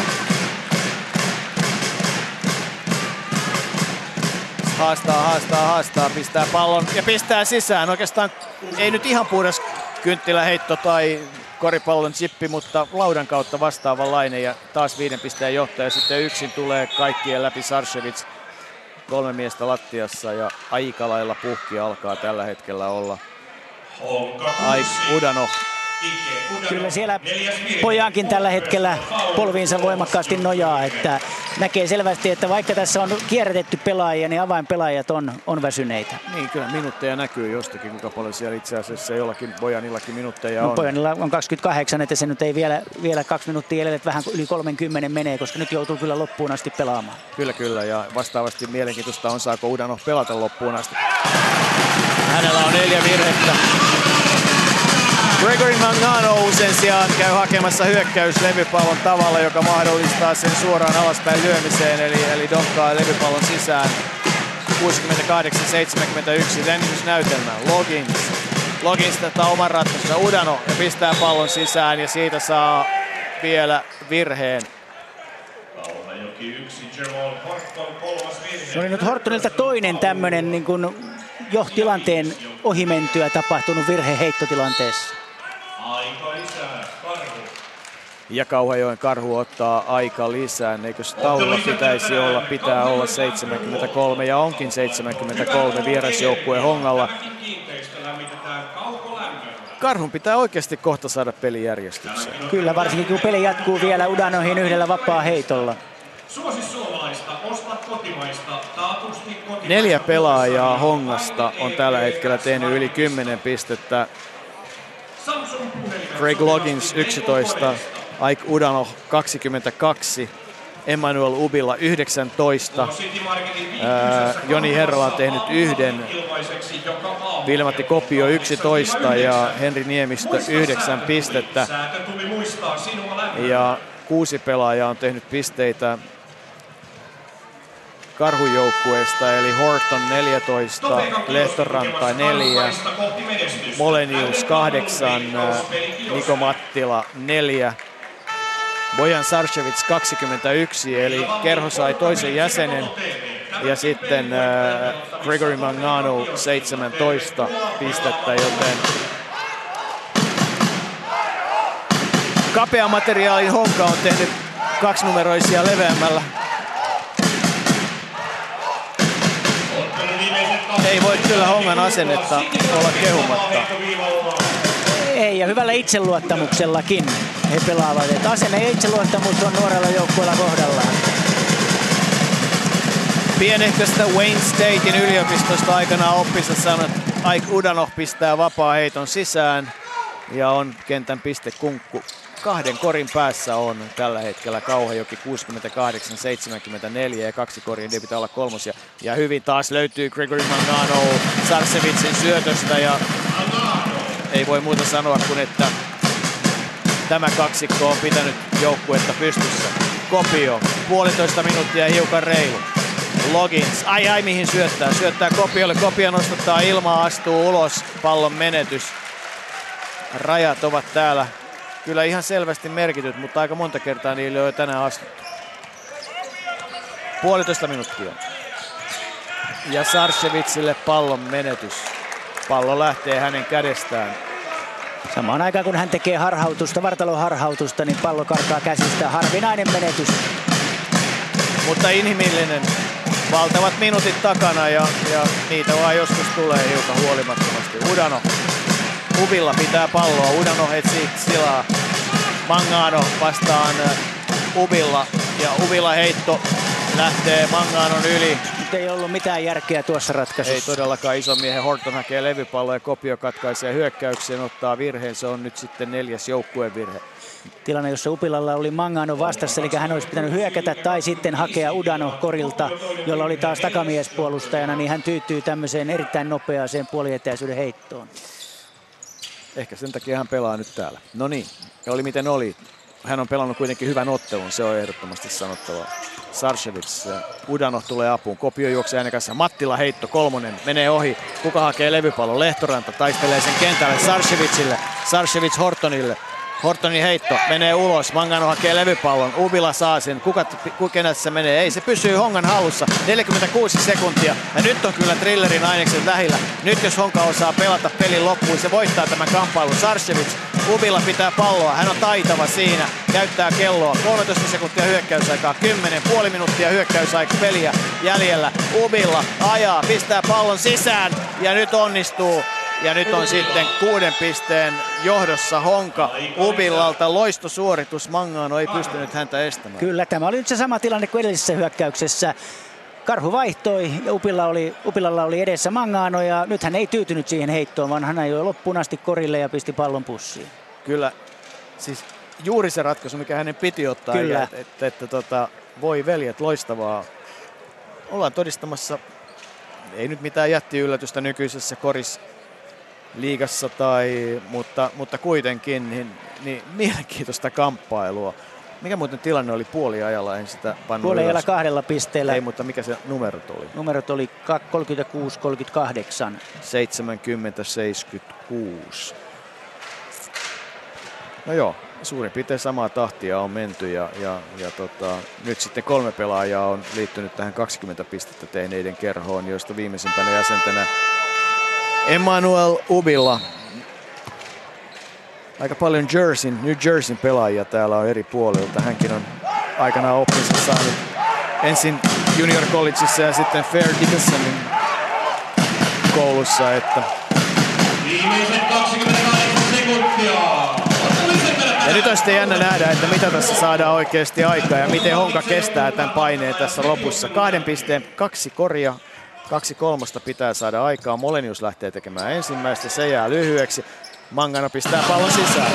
Haastaa, haastaa, haastaa, pistää pallon ja pistää sisään. Oikeastaan ei nyt ihan puhdas kynttiläheitto tai koripallon chippi, mutta laudan kautta vastaavanlainen ja taas viiden pisteen johtaja. Sitten yksin tulee kaikkien läpi Sarcevic. Kolme miestä lattiassa ja aika lailla puhki alkaa tällä hetkellä olla. Ai, Udano. Kyllä siellä pojaankin tällä hetkellä polviinsa voimakkaasti nojaa, että näkee selvästi, että vaikka tässä on kierrätetty pelaajia, niin avainpelaajat on, on väsyneitä. Niin, kyllä minuutteja näkyy jostakin, kuinka paljon siellä itse asiassa jollakin Bojanillakin minuutteja no, on. Bojanilla on kaksikymmentäkahdeksan, että se nyt ei vielä, vielä kaksi minuuttia jäljellä, että vähän yli kolmekymmentä menee, koska nyt joutuu kyllä loppuun asti pelaamaan. Kyllä, kyllä, ja vastaavasti mielenkiintoista on, saako Udano pelata loppuun asti. Hänellä on neljä virhettä. Gregory Mangano sen sijaan käy hakemassa hyökkäyslevypallon tavalla, joka mahdollistaa sen suoraan alaspäin lyömiseen, eli, eli donkkaa levypallon sisään. kuusikymmentäkahdeksan seitsemänkymmentäyksi lennitysnäytelmä. Logins. Logins tätä oman ratkaisunsa Udano ja pistää pallon sisään ja siitä saa vielä virheen. Se oli nyt Hortonilta toinen tämmöinen niin kuin jo tilanteen ohimentyä tapahtunut virhe heittotilanteessa. Ja Kauhajoen Karhu ottaa aika lisää. Eikö taululla pitäisi olla? Pitää olla seitsemänkymmentäkolme ja onkin seitsemänkymmentäkolme vierasjoukkueen Hongalla. Karhun pitää oikeasti kohta saada pelijärjestykseen. Kyllä, varsinkin kun peli jatkuu vielä Udanohin yhdellä vapaa heitolla. Neljä pelaajaa Hongasta on tällä hetkellä tehnyt yli kymmenen pistettä. Greg Loggins yksitoista, Ike Udanoh kaksikymmentäkaksi, Emmanuel Ubila yhdeksäntoista, Ää, Joni Herrala on tehnyt yhden, Vilmatti Kopio yksitoista ja Henri Niemistö yhdeksän pistettä. Ja kuusi pelaajaa on tehnyt pisteitä Karhujoukkueesta, eli Horton neljätoista, Lehtoranta neljä, Molenius kahdeksan, Niko Mattila neljä, Bojan Sarcevic kaksikymmentäyksi, eli kerho sai toisen jäsenen, ja sitten äh, Gregory Mangano seitsemäntoista pistettä, joten kapea materiaalin Honka on tehnyt kaksinumeroisia leveämmällä. Ei voi kyllä Hongan asennetta olla kehumatta. Ei, ja hyvällä itseluottamuksellakin he pelaavat. Et asenne ja itseluottamus on nuorella joukkueella kohdallaan. Pienehköstä Wayne Statein yliopistosta aikanaan oppissa sanot, Ike Udanoh pistää vapaa heiton sisään ja on kentän pistekunkku. Kahden korin päässä on tällä hetkellä Kauhajoki kuusikymmentäkahdeksan seitsemänkymmentäneljä ja kaksi korin ei pitää olla kolmosia. Ja hyvin taas löytyy Gregory Mangano Sarcevicin syötöstä ja ei voi muuta sanoa kuin että tämä kaksikko on pitänyt joukkuetta pystyssä. Kopio, puolitoista minuuttia hiukan reilu. Loggins, ai ai mihin syöttää, syöttää Kopiolle, Kopio nostattaa ilmaa, astuu ulos, pallon menetys. Rajat ovat täällä kyllä ihan selvästi merkityt, mutta aika monta kertaa niille on jo tänään astuttu. Puolitoista minuuttia. Ja Sarcevicille pallon menetys. Pallo lähtee hänen kädestään. Samaan aikaan kun hän tekee harhautusta, vartaloharhautusta, niin pallo karkaa käsistä. Harvinainen menetys. Mutta inhimillinen. Valtavat minuutit takana ja, ja niitä vaan joskus tulee hiukan huolimattomasti. Udanoh. Ubilla pitää palloa. Udanoh etsii silaa. Mangano vastaan Ubilla. Ja Ubilla heitto lähtee Manganon yli. Nyt ei ollut mitään järkeä tuossa ratkaisussa. Ei todellakaan, iso miehen Horton hakee levypalloa ja Kopio katkaisee hyökkäykseen, ottaa virheen. Se on nyt sitten neljäs joukkueen virhe. Tilanne, jossa Upilalla oli Mangano vastassa, eli hän olisi pitänyt hyökätä tai sitten hakea Udanoh korilta, jolla oli taas takamiespuolustajana, niin hän tyytyy tämmöiseen erittäin nopeaseen puolietäisyyden heittoon. Ehkä sen takia hän pelaa nyt täällä. No niin, oli miten oli. Hän on pelannut kuitenkin hyvän ottelun, se on ehdottomasti sanottavaa. Sarcevic, Udanoh tulee apuun, Kopio juoksee hänen kanssa, Mattila heitto, kolmonen, menee ohi, kuka hakee levypallon, Lehtoranta taistelee sen kentälle Sarcevicille, Sarcevic Hortonille, Hortonin heitto menee ulos, Mangano hakee levypallon, Ubila saa sen, kuka, keneltä se menee, ei se pysyy Hongan hallussa, neljäkymmentäkuusi sekuntia ja nyt on kyllä thrillerin ainekset lähillä, nyt jos Honka osaa pelata pelin loppuun, se voittaa tämän kamppailun. Sarcevic, Ubila pitää palloa, hän on taitava siinä, käyttää kelloa, kolmetoista sekuntia hyökkäysaikaa, kymmenen, puoli minuuttia hyökkäysaika peliä jäljellä, Ubila ajaa, pistää pallon sisään ja nyt onnistuu. Ja nyt on sitten kuuden pisteen johdossa Honka Ubilalta. Loistosuoritus, Mangano ei pystynyt häntä estämään. Kyllä, tämä oli nyt se sama tilanne kuin edellisessä hyökkäyksessä. Karhu vaihtoi ja Upilla oli, Upilalla oli edessä Mangano ja nyt hän ei tyytynyt siihen heittoon, vaan hän ajoi loppuun asti korille ja pisti pallon pussiin. Kyllä, siis juuri se ratkaisu, mikä hänen piti ottaa. Kyllä. Että, että, että tota, voi veljet, loistavaa. Ollaan todistamassa, ei nyt mitään jättiyllätystä nykyisessä koris liigassa, tai, mutta, mutta kuitenkin niin, niin mielenkiintoista kamppailua. Mikä muuten tilanne oli puoliajalla? En sitä pannut puoliajalla kahdella pisteellä. Ei, mutta mikä se numerot oli? Numerot oli kolmekymmentäkuusi kolmekymmentäkahdeksan. seitsemänkymmentä seitsemänkymmentäkuusi. No joo, suurin piirtein samaa tahtia on menty ja, ja, ja tota, nyt sitten kolme pelaajaa on liittynyt tähän kaksikymmentä pistettä tehneiden kerhoon, joista viimeisimpänä jäsentenä Emmanuel Ubila. Aika paljon Jerseyn, New Jerseyn pelaajia täällä on eri puolilta. Hänkin on aikanaan oppinsa saanut ensin Junior Collegeissa ja sitten Fair Dickinsonin koulussa. Että Viimeiset kaksikymmentäkahdeksan sekuntia. ja nyt on sitten jännä nähdä, että mitä tässä saadaan oikeasti aikaa ja miten Honka kestää tämän paineen tässä lopussa. Kahden pisteen kaksi koria, kaksi kolmosta pitää saada aikaa. Molenius lähtee tekemään ensimmäistä, se jää lyhyeksi. Mangano pistää pallon sisään.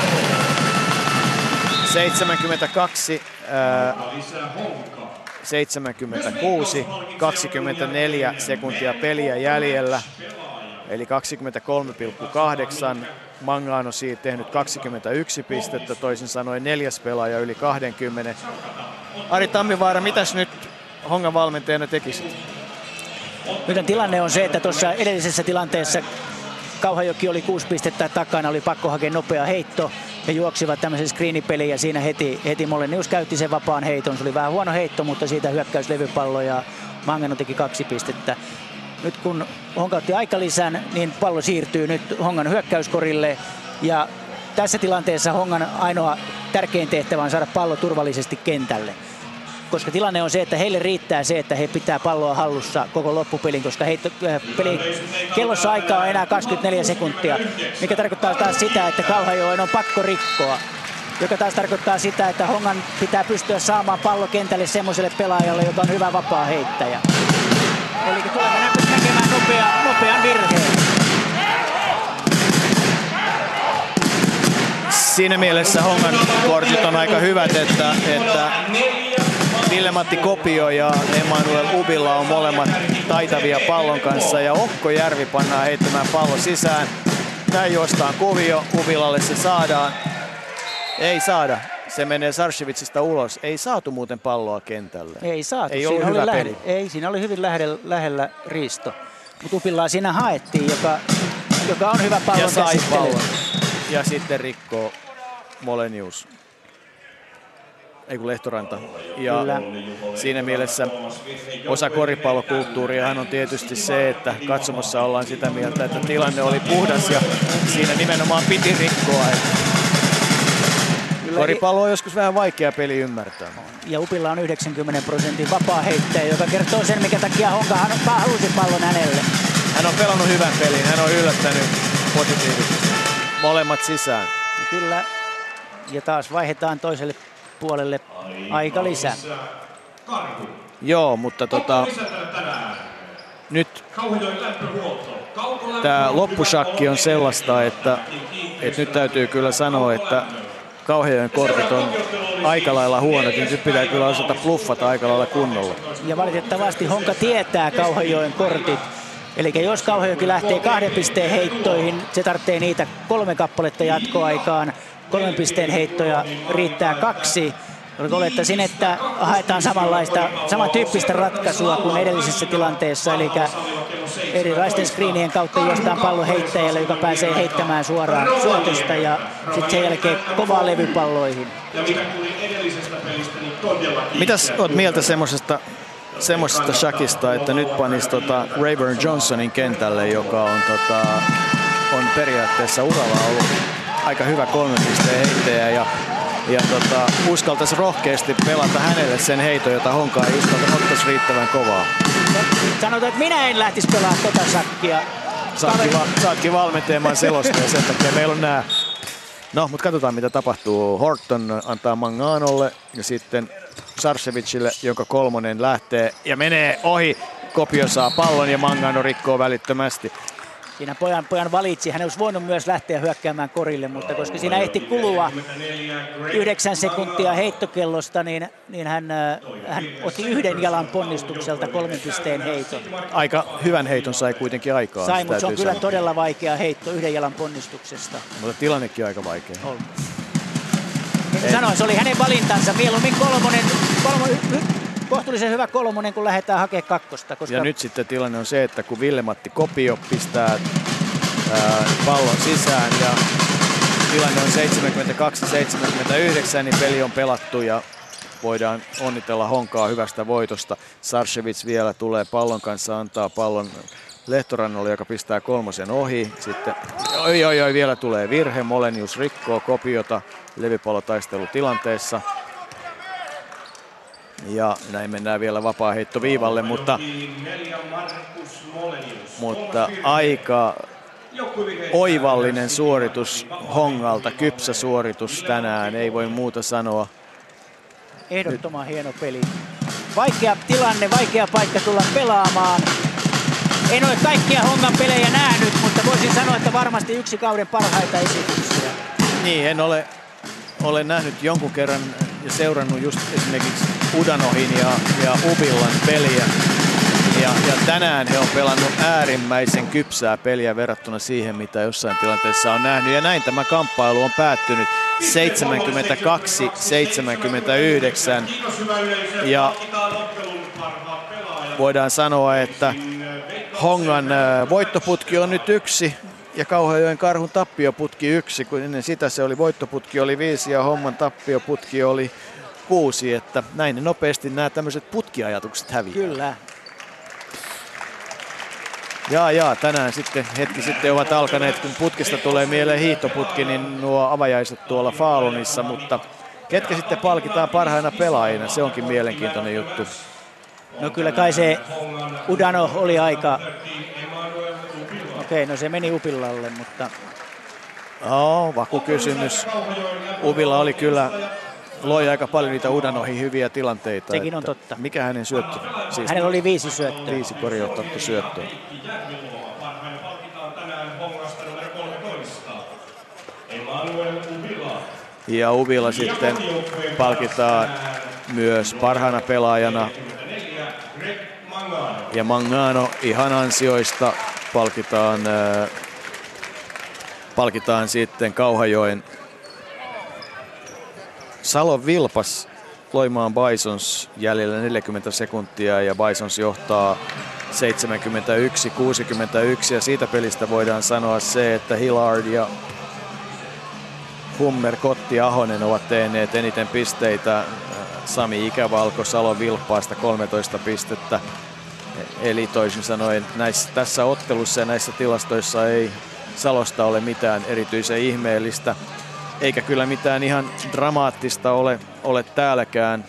seitsemänkymmentäkaksi, ää, seitsemänkymmentäkuusi, kaksikymmentäneljä sekuntia peliä jäljellä. Eli kaksikymmentäkolme pilkku kahdeksan. Mangano siitä tehnyt kaksikymmentäyksi pistettä, toisin sanoen neljäs pelaaja yli kaksikymmentä. Ari Tammivaara, mitäs nyt Hongan valmentajana tekisit? Nyt tilanne on se, että tuossa edellisessä tilanteessa Kauhajoki oli kuusi pistettä takana, oli pakko hakea nopea heitto. He juoksivat tämmöisen screenipelin ja siinä heti, heti Molenius käytti sen vapaan heiton. Se oli vähän huono heitto, mutta siitä hyökkäyslevypallo ja Mangano teki kaksi pistettä. Nyt kun Honka otti aikalisän, niin pallo siirtyy nyt Hongan hyökkäyskorille. Ja tässä tilanteessa Hongan ainoa tärkein tehtävä on saada pallo turvallisesti kentälle. Koska tilanne on se, että heille riittää se, että he pitää palloa hallussa koko loppupelin, koska heitto, äh, pelin kellossa aikaa on enää kaksikymmentäneljä sekuntia, mikä tarkoittaa taas sitä, että Kauhajoen on pakko rikkoa. Joka taas tarkoittaa sitä, että Hongan pitää pystyä saamaan pallo kentälle semmoiselle pelaajalle, joka on hyvä vapaa heittäjä. Eli tulemme näkemään nopea, nopean virheen. Siinä mielessä Hongan kortit on aika hyvät, että, että Ville-Matti Kopio ja Emmanuel Ubila on molemmat taitavia pallon kanssa ja Okko Järvi pannaan heittämään pallo sisään. Näin juostaan kuvio, Ubilalle se saadaan. Ei saada. Se menee Sarcevicista ulos. Ei saatu muuten palloa kentälle. Ei saatu. Ei ollut hyvä lähellä, peli. Ei, siinä oli hyvin lähellä, lähellä Riisto. Mutta Upilaa siinä haettiin, joka, joka on hyvä pallon ja sai käsittely. pallon. Ja sitten rikkoo Molenius. Ei kun Lehtoranta. Ja Kyllä. siinä mielessä osa koripallokulttuuriahan on tietysti se, että katsomossa ollaan sitä mieltä, että tilanne oli puhdas ja siinä nimenomaan piti rikkoa. Koripallo on joskus vähän vaikea peli ymmärtää. Ja Upilla on yhdeksänkymmentä prosentin vapaa heittäjä, joka kertoo sen, mikä takia Honka halusi pallon hänelle. Hän on pelannut hyvän pelin, hän on yllättänyt positiivisesti. Molemmat sisään. Ja kyllä. Ja taas vaihdetaan toiselle puolelle aika lisää. Joo, mutta tota, nyt tämä loppusakki on sellaista, että, että nyt täytyy kyllä sanoa, että Kauhajoen kortit on aika lailla huonot, niin nyt pitää kyllä osata bluffata aika lailla kunnolla. Ja valitettavasti Honka tietää Kauhajoen kortit. Eli jos Kauhajoki lähtee kahden pisteen heittoihin, se tarvitsee niitä kolme kappaletta jatkoaikaan. Kolmen pisteen heittoja riittää kaksi. Olettaisin, että haetaan samanlaista, samantyyppistä ratkaisua kuin edellisessä tilanteessa, eli erilaisten screenien kautta juostaan pallo heittäjälle, joka pääsee heittämään suoraan syötöstä ja sitten sen jälkeen kovaa levypalloihin. Mitäs oot mieltä semmoisesta semmoisesta shakista, että nyt panisi tota Rayburn Johnsonin kentälle, joka on, tota, on periaatteessa uralla ollut aika hyvä kolmen pisteen heittäjä ja Ja tota, uskaltaisi rohkeasti pelata hänelle sen heiton, jota Honka ei uskalta ottaisi riittävän kovaa. Sanotaan, että minä en lähtisi pelaamaan tota shakkia. Saatkin, va- saatkin valmentajamaan selosteen, sen takia meillä on nää. No, mutta katsotaan mitä tapahtuu. Horton antaa Manganolle ja sitten Sarcevicille, jonka kolmonen lähtee ja menee ohi. Kopio saa pallon ja Mangano rikkoo välittömästi. Siinä pojan, pojan valitsi. Hän olisi voinut myös lähteä hyökkäämään korille, mutta koska siinä ehti kulua yhdeksän sekuntia heittokellosta, niin, niin hän, hän otti yhden jalan ponnistukselta kolmen pisteen heiton. Aika hyvän heiton sai kuitenkin aikaan. Sai, mutta se on kyllä sanoa. Todella vaikea heitto yhden jalan ponnistuksesta. Mutta tilannekin aika vaikea. On. Niin kuin sanoin, se oli hänen valintansa. Mieluummin kolmonen, kolmonen, kohtuullisen hyvä kolmonen, kun lähdetään hakemaan kakkosta. Koska... Ja nyt sitten tilanne on se, että kun Ville-Matti Kopio pistää ää, pallon sisään ja tilanne on seitsemänkymmentäkaksi seitsemänkymmentäyhdeksän, niin peli on pelattu ja voidaan onnitella Honkaa hyvästä voitosta. Sarcevic vielä tulee pallon kanssa, antaa pallon Lehtorannalle, joka pistää kolmosen ohi. Sitten oi, oi, oi, vielä tulee virhe. Molenius rikkoo kopiota levypallotaistelutilanteessa. Ja näin mennään vielä vapaaheittoviivalle, mutta, mutta aika oivallinen suoritus Hongalta, kypsä suoritus tänään, ei voi muuta sanoa. Ehdottoman Nyt. hieno peli. Vaikea tilanne, vaikea paikka tulla pelaamaan. En ole kaikkia Hongan pelejä nähnyt, mutta voisin sanoa, että varmasti yksi kauden parhaita esityksiä. Niin, en ole, ole nähnyt jonkun kerran ja seurannut just esimerkiksi Udanohin ja, ja Ubillan peliä. Ja, ja tänään he on pelannut äärimmäisen kypsää peliä verrattuna siihen, mitä jossain tilanteessa on nähnyt. Ja näin tämä kamppailu on päättynyt seitsemänkymmentäkaksi seitsemänkymmentäyhdeksän. Ja voidaan sanoa, että Hongan voittoputki on nyt yksi ja Kauhajoen Karhun tappioputki yksi, kun ennen sitä se oli voittoputki oli viisi ja Hongan tappioputki oli kuusi, että näin nopeasti nämä tämmöiset putkiajatukset häviää. Kyllä. Jaa, jaa, tänään sitten hetki sitten ovat alkaneet, kun putkista tulee mieleen hiihtoputki, niin nuo avajaiset tuolla Falunissa, mutta ketkä sitten palkitaan parhaina pelaajina, se onkin mielenkiintoinen juttu. No kyllä kai se Udano oli aika, okei, no se meni Upillalle, mutta... No, vakukysymys. Uvilla oli kyllä, loi aika paljon niitä Udanoihin hyviä tilanteita. Sekin on totta. Mikä hänen syöttö? Siis hänellä oli viisi syöttöä. Viisi korjautettu syöttöä. Ja Uvilla sitten palkitaan myös parhaana pelaajana. Ja Mangano ihan ansioista palkitaan, äh, palkitaan sitten Kauhajoen Salon Vilpas Loimaan Bisons jäljellä neljäkymmentä sekuntia ja Bisons johtaa seitsemänkymmentäyksi kuusikymmentäyksi ja siitä pelistä voidaan sanoa se, että Hillard ja Hummer, Kotti ja Ahonen ovat tehneet eniten pisteitä. Sami Ikävalko Salon Vilppaasta kolmetoista pistettä. Eli toisin sanoen näissä, tässä ottelussa ja näissä tilastoissa ei Salosta ole mitään erityisen ihmeellistä. Eikä kyllä mitään ihan dramaattista ole, ole täälläkään.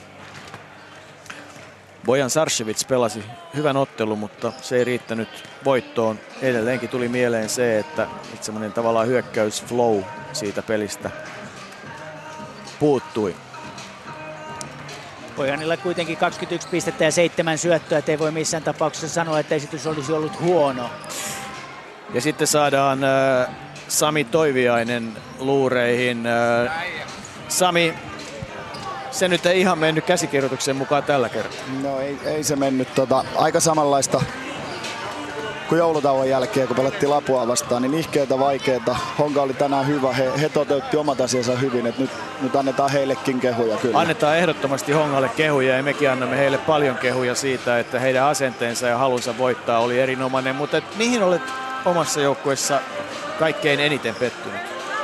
Bojan Sarcevic pelasi hyvän ottelun, mutta se ei riittänyt voittoon. Edelleenkin tuli mieleen se, että semmoinen tavallaan hyökkäysflow siitä pelistä puuttui. Bojanilla kuitenkin kaksikymmentäyksi pistettä ja seitsemän syöttöä, ettei voi missään tapauksessa sanoa, että esitys olisi ollut huono. Ja sitten saadaan äh, Sami Toiviainen luureihin. Äh, Sami, se nyt ei ihan mennyt käsikirjoituksen mukaan tällä kertaa. No ei, ei se mennyt. Tota, aika samanlaista kuin joulutauon jälkeen, kun pelattiin Lapua vastaan, niin nihkeetä, vaikeeta. Honka oli tänään hyvä. He, he toteutti omat asiansa hyvin. Et nyt, nyt annetaan heillekin kehuja kyllä. Annetaan ehdottomasti Hongalle kehuja ja mekin annamme heille paljon kehuja siitä, että heidän asenteensa ja halunsa voittaa oli erinomainen. Mutta et, mihin olet omassa joukkueessa kaikkein eniten pettynyt?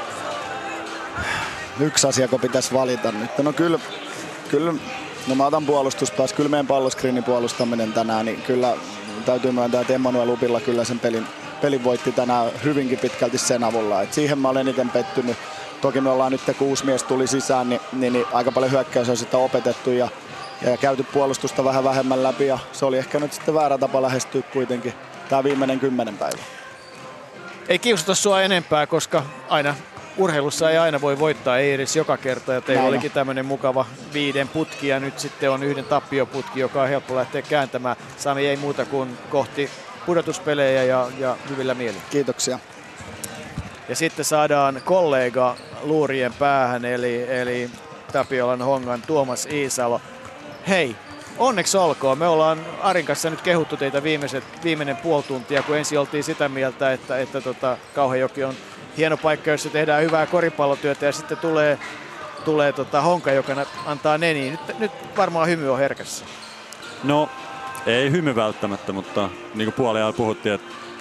Yksi asia, kun pitäisi valita nyt. No kyllä, kyllä no mä otan puolustuspäässä. Kyllä meidän palloskriinin puolustaminen tänään, niin kyllä täytyy myöntää, että Emmanuel Upilla kyllä sen pelin, pelin voitti tänään hyvinkin pitkälti sen avulla. Et siihen mä olen eniten pettynyt. Toki me ollaan nyt, kun uusi mies tuli sisään, niin, niin, niin aika paljon hyökkäys on sitä opetettu ja, ja käyty puolustusta vähän vähemmän läpi. Ja se oli ehkä nyt sitten väärä tapa lähestyä kuitenkin tämä viimeinen kymmenen päivä. Ei kiusata sua enempää, koska aina urheilussa ei aina voi voittaa, ei edes joka kerta. Ja teillä olikin tämmöinen mukava viiden putki ja nyt sitten on yhden tappioputki, joka on helppo lähteä kääntämään. Sami ei muuta kuin kohti pudotuspelejä ja, ja hyvillä mielin. Kiitoksia. Ja sitten saadaan kollega luurien päähän, eli, eli Tapiolan Hongan Tuomas Iisalo. Hei, onneksi olkoon. Me ollaan Arin kanssa nyt kehuttu teitä viimeiset, viimeinen puoli tuntia, kun ensin oltiin sitä mieltä, että, että tota, Kauhajoki on hieno paikka, jossa tehdään hyvää koripallotyötä ja sitten tulee, tulee tota Honka, joka antaa neniin. Nyt, nyt varmaan hymy on herkässä. No, ei hymy välttämättä, mutta niin kuin puoliajalla puhuttiin, että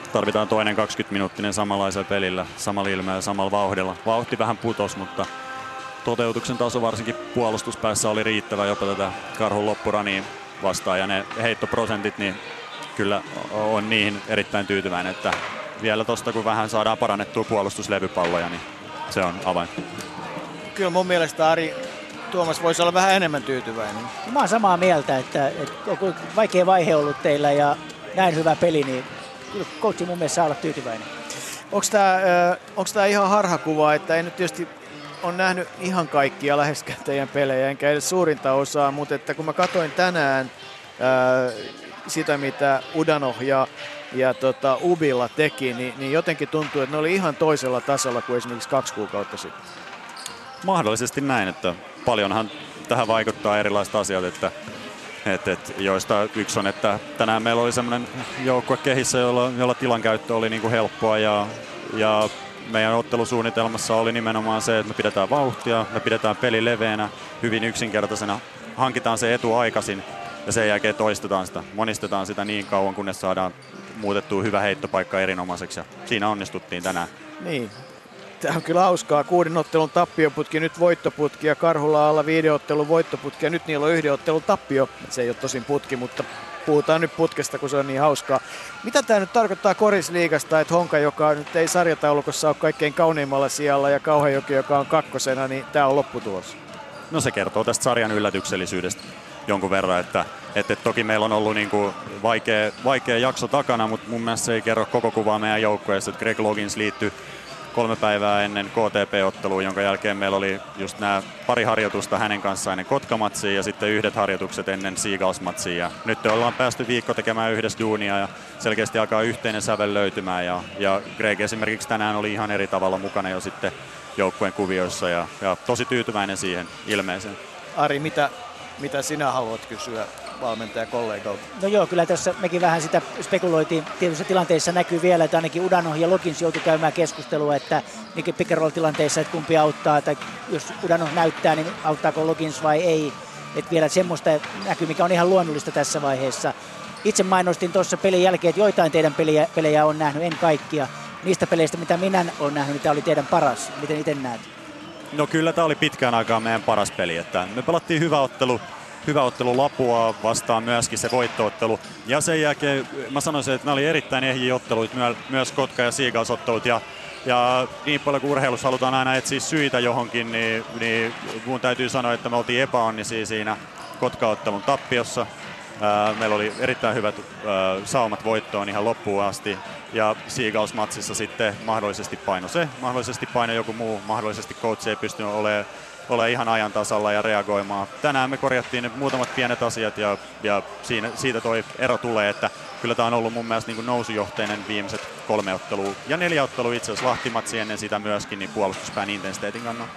tarvitaan toinen kaksikymmentä minuuttinen samanlaisella pelillä, samalla ilmeellä ja samalla vauhdilla. Vauhti vähän putos, mutta toteutuksen taso varsinkin puolustuspäässä oli riittävä jopa tätä Karhun loppurania vastaan. Ja ne heittoprosentit, niin kyllä on niihin erittäin tyytyväinen, että vielä tosta kun vähän saadaan parannettua puolustuslevypalloja, niin se on avain. Kyllä mun mielestä Ari Tuomas voisi olla vähän enemmän tyytyväinen. Mä oon samaa mieltä, että, että on vaikea vaihe ollut teillä ja näin hyvä peli, niin kyllä coachi mun mielestä saa olla tyytyväinen. Onko tämä, onko tämä ihan harhakuva, että en nyt tietysti ole nähnyt ihan kaikkia läheskään teidän pelejä, enkä edes suurinta osaa, mutta että kun mä katsoin tänään ää, sitä, mitä Udanov ja, ja tota, Ubilla teki, niin, niin jotenkin tuntuu, että ne oli ihan toisella tasolla kuin esimerkiksi kaksi kuukautta sitten. Mahdollisesti näin, että paljonhan tähän vaikuttaa erilaiset asiat, että, että, että joista yksi on, että tänään meillä oli semmoinen joukkue kehissä, jolla, jolla tilankäyttö oli niin kuin helppoa ja, ja meidän ottelusuunnitelmassa oli nimenomaan se, että me pidetään vauhtia, me pidetään peli leveänä, hyvin yksinkertaisena, hankitaan se etu aikaisin ja sen jälkeen toistetaan sitä, monistetaan sitä niin kauan, kunnes saadaan muutettua hyvä heittopaikka erinomaiseksi ja siinä onnistuttiin tänään. Niin. Tämä on kyllä hauskaa. Kuuden ottelun tappioputki, nyt voittoputki ja Karhulla alla viiden ottelun voittoputki ja nyt niillä on yhden ottelun tappio. Se ei ole tosin putki, mutta puhutaan nyt putkesta, kun se on niin hauskaa. Mitä tämä nyt tarkoittaa Korisliigasta, että Honka, joka nyt ei sarjataulukossa ole kaikkein kauneimmalla sijalla ja Kauhajoki, joka on kakkosena, niin tämä on lopputulos? No se kertoo tästä sarjan yllätyksellisyydestä jonkun verran, että, että toki meillä on ollut niin kuin vaikea, vaikea jakso takana, mutta mun mielestä se ei kerro koko kuvaa meidän joukkueessa, että Greg Loggins liittyi kolme päivää ennen K T P-ottelua, jonka jälkeen meillä oli just nämä pari harjoitusta hänen kanssaan ennen Kotka-matsia ja sitten yhdet harjoitukset ennen Seagulls-matsia. Ja nyt ollaan päästy viikko tekemään yhdessä duunia ja selkeästi alkaa yhteinen sävel löytymään. Ja, ja Greg esimerkiksi tänään oli ihan eri tavalla mukana jo sitten joukkueen kuvioissa ja, ja tosi tyytyväinen siihen ilmeeseen. Ari, mitä, mitä sinä haluat kysyä valmentajakollegalta? No joo, kyllä tässä mekin vähän sitä spekuloitiin. Tietyissä tilanteissa näkyy vielä, että ainakin Udanov ja Loggins joutui käymään keskustelua, että niinkin pick and roll tilanteissa, että kumpi auttaa, tai jos Udanov näyttää, niin auttaako Loggins vai ei. Että vielä semmoista näkyy, mikä on ihan luonnollista tässä vaiheessa. Itse mainostin tuossa pelin jälkeen, että joitain teidän pelejä, pelejä on nähnyt, en kaikkia. Niistä peleistä, mitä minä olen nähnyt, niin tämä oli teidän paras. Miten itse näet? No kyllä tämä oli pitkään aikaa meidän paras peli. Että me pelattiin hyvä ottelu. Hyvä ottelu Lapua vastaan myöskin se voittoottelu. Ja sen jälkeen mä sanoisin, että nämä oli erittäin ehjiä otteluita, myös Kotka- ja Seagulls-ottelut. Ja, ja niin paljon kuin urheilussa halutaan aina etsiä syitä johonkin, niin, niin mun täytyy sanoa, että me oltiin epäonnisia siinä Kotka-ottelun tappiossa. Ää, meillä oli erittäin hyvät ää, saumat voittoon ihan loppuun asti. Ja Seagulls-matsissa sitten mahdollisesti paino se, mahdollisesti paino joku muu, mahdollisesti coach ei pystynyt olemaan ole ihan ajan tasalla ja reagoimaan. Tänään me korjattiin ne muutamat pienet asiat ja, ja siinä, siitä toi ero tulee, että kyllä tämä on ollut mun mielestä niin kuin nousujohteinen viimeiset kolme ottelua ja neljä ottelua itse asiassa Lahtimatsi ennen sitä myöskin niin puolustuspään intensiteetin kannalta.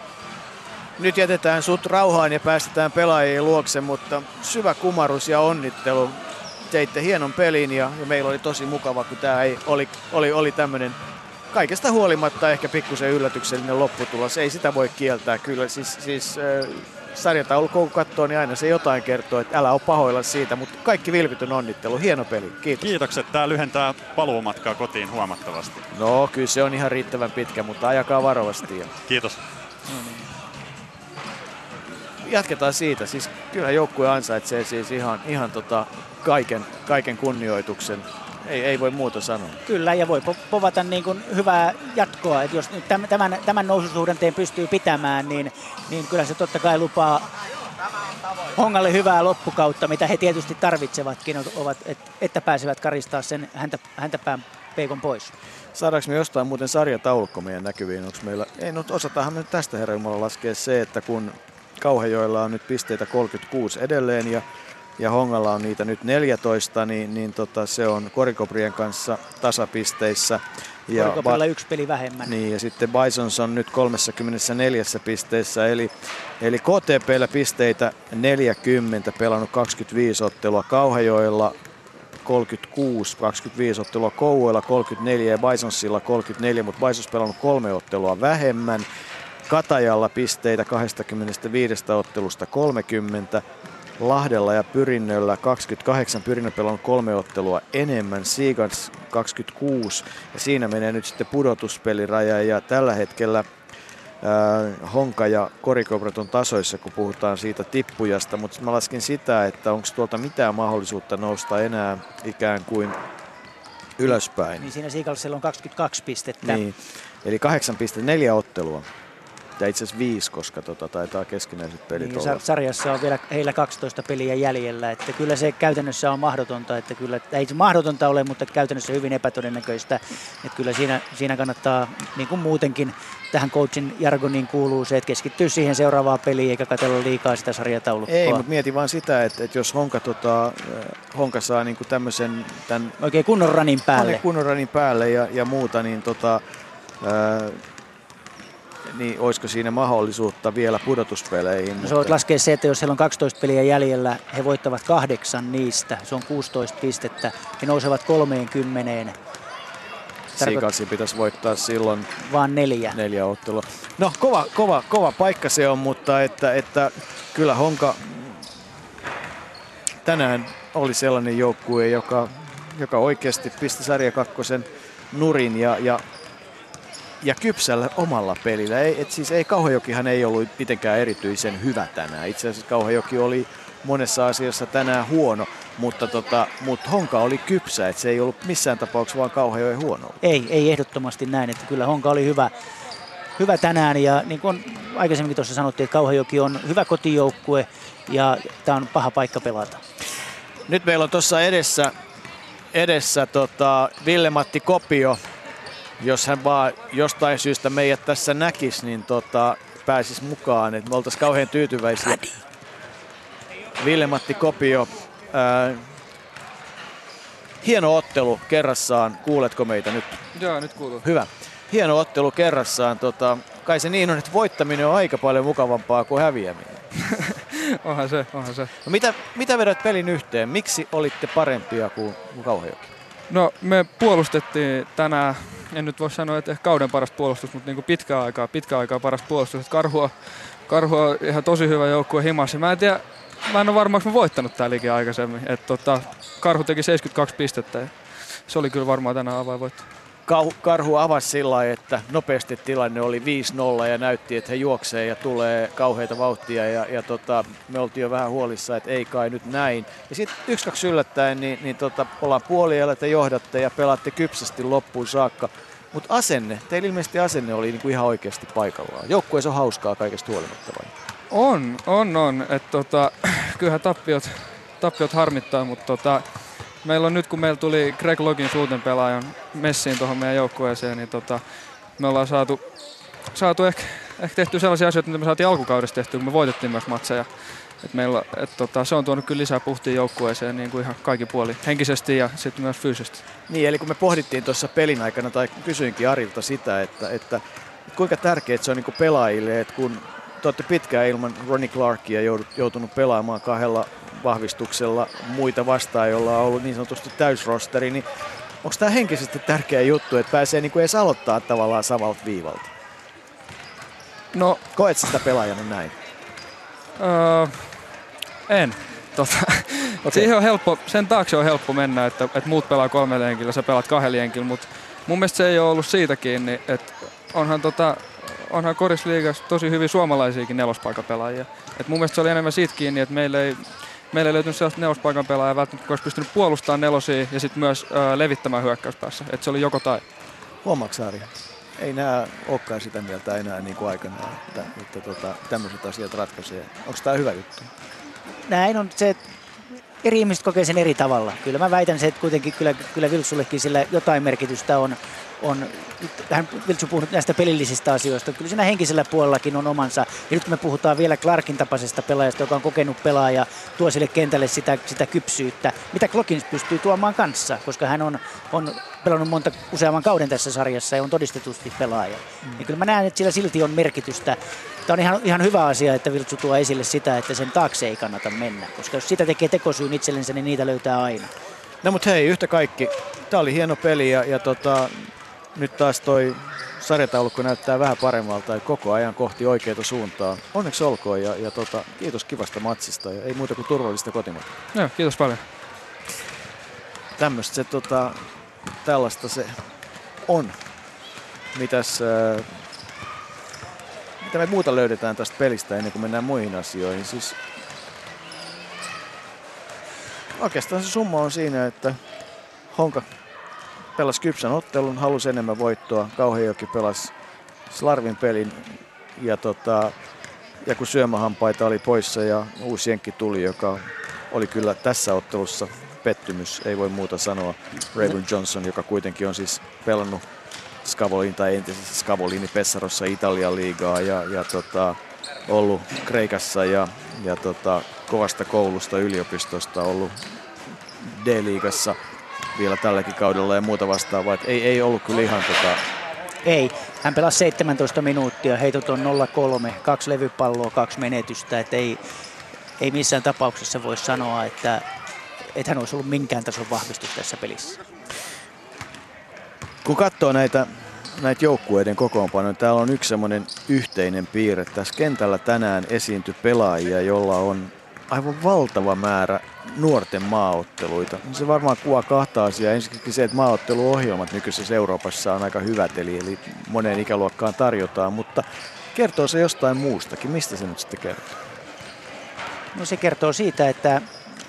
Nyt jätetään sut rauhaan ja päästetään pelaajien luokse, mutta syvä kumarus ja onnittelu. Teitte hienon pelin ja, ja meillä oli tosi mukava, kun tämä ei, oli, oli, oli tämmöinen kaikesta huolimatta ehkä pikkusen yllätyksellinen lopputulos. Ei sitä voi kieltää kyllä. Siis, siis äh, sarjataulukko kun katsoo, niin aina se jotain kertoo, että älä ole pahoilla siitä, mutta kaikki vilpitön onnittelu. Hieno peli. Kiitos. Kiitokset. Tämä lyhentää paluumatkaa kotiin huomattavasti. No kyllä se on ihan riittävän pitkä, mutta ajakaa varovasti. Ja... Kiitos. Jatketaan siitä. Siis kyllä joukkue ansaitsee siis ihan, ihan tota kaiken, kaiken kunnioituksen. Ei, ei voi muuta sanoa. Kyllä, ja voi povata niin kuin hyvää jatkoa. Et jos nyt tämän, tämän noususuhdanteen pystyy pitämään, niin, niin kyllä se totta kai lupaa Hongalle hyvää loppukautta, mitä he tietysti tarvitsevatkin, ovat, et, että pääsevät karistaa sen häntä, häntäpään peikon pois. Saadaanko me jostain muuten sarjataulukko meidän näkyviin? Onko meillä... Ei, no osataanhan me nyt tästä herra Jumala laskea se, että kun Kauhajoella on nyt pisteitä kolmekymmentäkuusi edelleen ja ja Hongalla on niitä nyt neljätoista, niin, niin tota, se on Korikoprien kanssa tasapisteissä. Korikoprilla yksi peli vähemmän. Niin, ja sitten Bisons on nyt kolmekymmentäneljä pisteessä, eli, eli K T P:llä pisteitä neljäkymmentä, pelannut kaksikymmentäviisi ottelua, Kauhajoella kolmekymmentäkuusi, kaksikymmentäviisi ottelua, Kouvoilla kolmekymmentäneljä ja Bisonsilla kolmekymmentäneljä, mutta Bisons pelannut kolme ottelua vähemmän. Katajalla pisteitä kaksikymmentäviisi ottelusta kolmekymmentä. Lahdella ja Pyrinnöllä kaksikymmentäkahdeksan, Pyrinnö pelannut kolme ottelua enemmän, Seagulls kaksikymmentäkuusi ja siinä menee nyt sitten pudotuspeliraja ja tällä hetkellä äh, Honka ja Korikobrat on tasoissa, kun puhutaan siitä tippujasta, mutta mä laskin sitä, että onko tuolta mitään mahdollisuutta nousta enää ikään kuin ylöspäin. Niin siinä Seagullsilla on kaksikymmentäkaksi pistettä. Niin, eli kahdeksan pistettä, neljä ottelua. Ja itse asiassa viisi, koska tota, taitaa keskinäiset pelit niin, olla. Sarjassa on vielä heillä kaksitoista peliä jäljellä, että kyllä se käytännössä on mahdotonta, että kyllä, ei se mahdotonta ole, mutta käytännössä hyvin epätodennäköistä, että kyllä siinä, siinä kannattaa, niin kuin muutenkin tähän coachin jargoniin kuuluu se, että keskittyy siihen seuraavaan peliin eikä katsella liikaa sitä sarjataulukkoa. Ei, mutta mietin vaan sitä, että, että jos Honka, tota, Honka saa niin kuin tämmöisen tämän oikein kunnon ranin päälle, kunnon ranin päälle ja, ja muuta, niin tota, ää, niin olisiko siinä mahdollisuutta vielä pudotuspeleihin? No, sä voit laskea se, että jos heillä on kaksitoista peliä jäljellä, he voittavat kahdeksan niistä, se on kuusitoista pistettä, he nousevat kolmeenkymmeneen. Seagullsin pitäisi voittaa silloin vaan neljä. neljä ottelua. No kova, kova, kova paikka se on, mutta että, että kyllä Honka tänään oli sellainen joukkue, joka, joka oikeasti pisti sarja kakkosen nurin ja, ja Ja kypsällä omalla pelillä. Ei, et siis ei Kauhajokihan ei ollut mitenkään erityisen hyvä tänään. Itse asiassa Kauhajoki oli monessa asiassa tänään huono, mutta tota, mut Honka oli kypsä. Et se ei ollut missään tapauksessa vaan Kauhajoen huono. Ei, ei ehdottomasti näin. Että kyllä Honka oli hyvä, hyvä tänään. Ja niin kuin aikaisemmin tuossa sanottiin, että Kauhajoki on hyvä kotijoukkue ja tämä on paha paikka pelata. Nyt meillä on tuossa edessä, edessä tota Ville-Matti Kopio. Jos hän vaan jostain syystä meidät tässä näkisi, niin tota, pääsisi mukaan. Et me oltaisiin kauhean tyytyväisiä. Ville-Matti Kopio, ää, hieno ottelu kerrassaan. Kuuletko meitä nyt? Joo, nyt kuuluu. Hyvä. Hieno ottelu kerrassaan. Tota, kai se niin on, että voittaminen on aika paljon mukavampaa kuin häviäminen. onhan se, onhan se. No mitä, mitä vedät pelin yhteen? Miksi olitte parempia kuin, kuin Kauhajoki? No me puolustettiin tänään, en nyt voi sanoa, että ehkä kauden paras puolustus, mutta niin pitkään aikaa, pitkään aikaa paras puolustus. Karhua, Karhua on ihan tosi hyvä joukkue himassa. Mä en tiedä, mä en ole varmaan, mä voittanut tää liikin aikaisemmin. Et tota, Karhu teki seitsemänkymmentäkaksi pistettä ja se oli kyllä varmaan tänään avainvoitto. Karhu avasi sillä lailla, että nopeasti tilanne oli viisi nolla ja näytti, että he juoksee ja tulee kauheita vauhtia. Ja, ja tota, me oltiin jo vähän huolissa, että ei kai nyt näin. Ja sitten yksi kaksi yllättäen, niin, niin tota, ollaan puoliajalla, te johdatte ja pelaatte kypsästi loppuun saakka. Mutta asenne, teillä ilmeisesti asenne oli niinku ihan oikeasti paikallaan. Joukkueessa on hauskaa kaikesta huolimatta vai? On, on, on. Et tota, kyllähän tappiot, tappiot harmittaa, mutta tota, meillä on nyt, kun meillä tuli Greg Login suuten pelaajan messiin tuohon meidän joukkueeseen, niin tota, me ollaan saatu, saatu ehkä, ehkä tehty sellaisia asioita, mitä me saatiin alkukaudesta tehtyä, kun me voitettiin myös matseja. Et meillä, et tota, se on tuonut kyllä lisää puhtia joukkueeseen niin kuin ihan kaikki puoli, henkisesti ja sitten myös fyysisesti. Niin, eli kun me pohdittiin tuossa pelin aikana, tai kysyinkin Arilta sitä, että, että kuinka tärkeää se on niin kuin pelaajille, että kun te olette pitkään ilman Ronnie Clarkia joutunut pelaamaan kahdella vahvistuksella muita vastaan, jolla on ollut niin sanotusti täysrosteri, niin onko tämä henkisesti tärkeä juttu, että pääsee niin kuin edes aloittaa tavallaan samalta viivalta? No, koet sitä pelaajana näin? Öö, en. Tota, okay. Siihen on helppo, sen taakse on helppo mennä, että, että muut pelaa kolmella jenkillä, sä pelaat kahdella jenkillä, mutta mun mielestä se ei ole ollut siitä kiinni, että onhan, tota, onhan korisliigassa tosi hyvin suomalaisiakin nelospaikapelaajia. Et mun mielestä se oli enemmän siitä kiinni, että meillä ei, meillä ei löytynyt sellaista nelospaikan pelaajaa välttämättä, kun olisi pystynyt puolustamaan nelosia ja sitten myös ö, levittämään hyökkäyspäässä. Että se oli joko tai. Huomaatko, Saari? Ei nämä olekaan sitä mieltä enää niin kuin aikanaan, että, että tota, tämmöiset asiat ratkaisee. Onko tämä hyvä juttu? Näin on se, että eri ihmiset kokee sen eri tavalla. Kyllä mä väitän se, että kuitenkin kyllä, kyllä Viltsullekin sillä jotain merkitystä on. on hän Viltsu puhunut näistä pelillisistä asioista. Kyllä siinä henkisellä puolellakin on omansa. Ja nyt kun me puhutaan vielä Clarkin tapaisesta pelaajasta, joka on kokenut pelaaja, tuo sille kentälle sitä, sitä kypsyyttä, mitä Glokins pystyy tuomaan kanssa, koska hän on, on pelannut monta useamman kauden tässä sarjassa ja on todistetusti pelaaja. Mm. Ja kyllä mä näen, että sillä silti on merkitystä. Tämä on ihan, ihan hyvä asia, että Viltsu tuo esille sitä, että sen taakse ei kannata mennä, koska jos sitä tekee tekosyyn itsellensä, niin niitä löytää aina. No mutta hei, yhtä kaikki. Tämä oli hieno peli ja, ja tota, nyt taas toi sarjataulukko näyttää vähän paremmalta ja koko ajan kohti oikeaa suuntaa. Onneksi olkoon ja, ja tota, kiitos kivasta matsista ja ei muuta kuin turvallista kotimaata. Joo, kiitos paljon. Tämmöistä se, tota, tällaista se on. Mitäs, äh, mitä me muuta löydetään tästä pelistä ennen kuin mennään muihin asioihin? Siis, oikeastaan se summa on siinä, että Honka pelasi kypsän ottelun, halusi enemmän voittoa. Kauhajoki pelasi Slarvin pelin ja, tota, ja kun syömähampaita oli poissa ja uusi jenkki tuli, joka oli kyllä tässä ottelussa pettymys, ei voi muuta sanoa. Rayburn Johnson, joka kuitenkin on siis pelannut Scavolin tai entisessä Scavolini Pessarossa Italian liigaa ja, ja tota, ollut Kreikassa ja, ja tota, kovasta koulusta yliopistosta ollut D-liigassa vielä tälläkin kaudella ja muuta vastaavaa. Et ei, ei ollut kyllä ihan tota... Ei, hän pelasi seitsemäntoista minuuttia, heitot on nolla kolme, kaksi levypalloa, kaksi menetystä. Et ei, ei missään tapauksessa voi sanoa, että, että hän olisi ollut minkään tason vahvistus tässä pelissä. Kun katsoo näitä, näitä joukkueiden kokoonpanoja, täällä on yksi semmoinen yhteinen piirre. Tässä kentällä tänään esiintyi pelaajia, jolla on aivan valtava määrä nuorten maaotteluita. Se varmaan kuvaa kahta asiaa. Ensinnäkin se, että maaotteluohjelmat nykyisessä Euroopassa on aika hyvät, eli, eli moneen ikäluokkaan tarjotaan, mutta kertoo se jostain muustakin. Mistä se nyt sitten kertoo? No se kertoo siitä, että,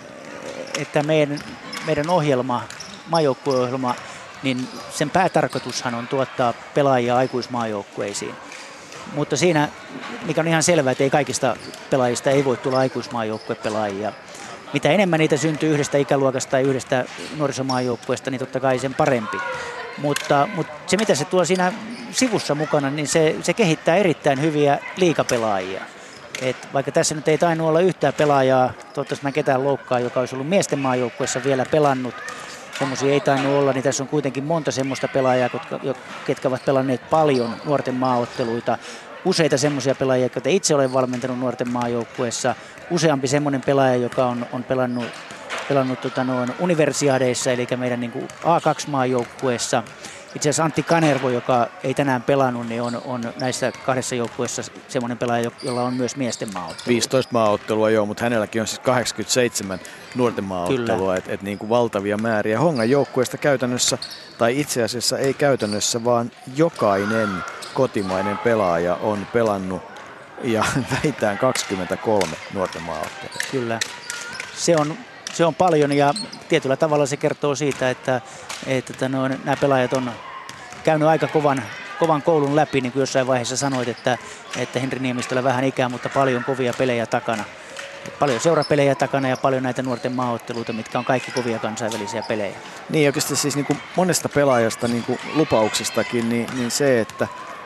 että meidän, meidän ohjelma, maajoukkueohjelma, niin sen päätarkoitushan on tuottaa pelaajia aikuismaajoukkueisiin. Mutta siinä, mikä on ihan selvää, että ei kaikista pelaajista ei voi tulla aikuismaajoukkuepelaajia. Mitä enemmän niitä syntyy yhdestä ikäluokasta tai yhdestä nuorisomaajoukkueesta, niin totta kai sen parempi. Mutta, mutta se, mitä se tuo siinä sivussa mukana, niin se, se kehittää erittäin hyviä liigapelaajia. Et vaikka tässä nyt ei tainnut olla yhtään pelaajaa, toivottavasti mä ketään loukkaa, joka olisi ollut miesten maajoukkueessa vielä pelannut. Semmoisia ei tainnut olla, niin tässä on kuitenkin monta semmoista pelaajaa, ketkä ovat pelanneet paljon nuorten maaotteluita. Useita semmoisia pelaajia, joita itse olen valmentanut nuorten maajoukkueessa. Useampi semmoinen pelaaja, joka on, on pelannut, pelannut tota noin universiaadeissa, eli meidän niin kuin A kaksi maajoukkueessa. Itse asiassa Antti Kanervo, joka ei tänään pelannut, niin on, on näissä kahdessa joukkueessa semmoinen pelaaja, jolla on myös miesten maaottelua. viisitoista maaottelua joo, mutta hänelläkin on siis kahdeksankymmentäseitsemän nuorten maaottelua, että et niin kuin valtavia määriä. Hongan joukkueesta käytännössä, tai itse asiassa ei käytännössä, vaan jokainen kotimainen pelaaja on pelannut ja vähintään kaksikymmentäkolme nuorten maaottelua. Kyllä, se on, se on paljon ja tietyllä tavalla se kertoo siitä, että, että no, nämä pelaajat on käynyt aika kovan, kovan koulun läpi, niin kuin jossain vaiheessa sanoit, että, että Henri Niemistöllä vähän ikää, mutta paljon kovia pelejä takana. Paljon seurapelejä takana ja paljon näitä nuorten maaotteluita, mitkä on kaikki kovia kansainvälisiä pelejä. Niin oikeasti siis niin kuin monesta pelaajasta, niin kuin lupauksistakin, niin, niin se, että,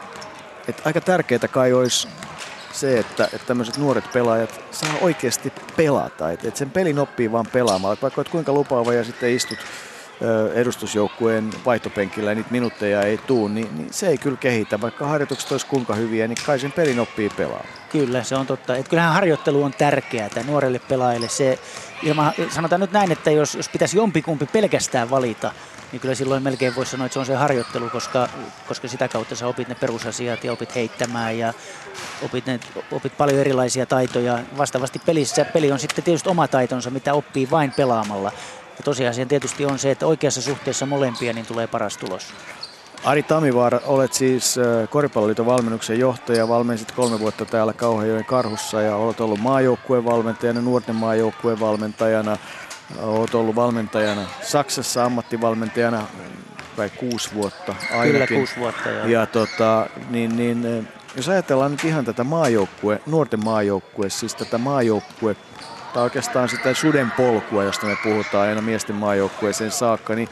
että aika tärkeää kai olisi se, että, että tämmöiset nuoret pelaajat saa oikeasti pelata. Että, että sen pelin oppii vaan pelaamalla. Että vaikka olet kuinka lupaava ja sitten istut ö, edustusjoukkueen vaihtopenkillä ja niitä minuutteja ei tule, niin, niin se ei kyllä kehitä. Vaikka harjoitukset olisi kuinka hyviä, niin kai sen pelin oppii pelaamaan. Kyllä, se on totta. Että kyllähän harjoittelu on tärkeää nuorelle pelaajille. Se, ilman, sanotaan nyt näin, että jos, jos pitäisi jompikumpi pelkästään valita, niin kyllä silloin melkein voisi sanoa, että se on se harjoittelu, koska, koska sitä kautta sä opit ne perusasiat ja opit heittämään ja opit, ne, opit paljon erilaisia taitoja. Vastaavasti pelissä peli on sitten tietysti oma taitonsa, mitä oppii vain pelaamalla. Ja tosiasia tietysti on se, että oikeassa suhteessa molempia niin tulee paras tulos. Ari Tamivaara, olet siis Koripalloliiton valmennuksen johtaja, valmensit kolme vuotta täällä Kauhajoen Karhussa ja olet ollut maajoukkueen valmentajana, nuorten maajoukkueen valmentajana. Olet ollut valmentajana Saksassa, ammattivalmentajana vai kuusi vuotta ainakin. Kyllä kuusi vuotta, joo. Ja tota, niin, niin, jos ajatellaan nyt ihan tätä maajoukkue, nuorten maajoukkue, siis tätä maajoukkue, tai oikeastaan sitä suden polkua, josta me puhutaan aina miesten maajoukkueeseen saakka, niin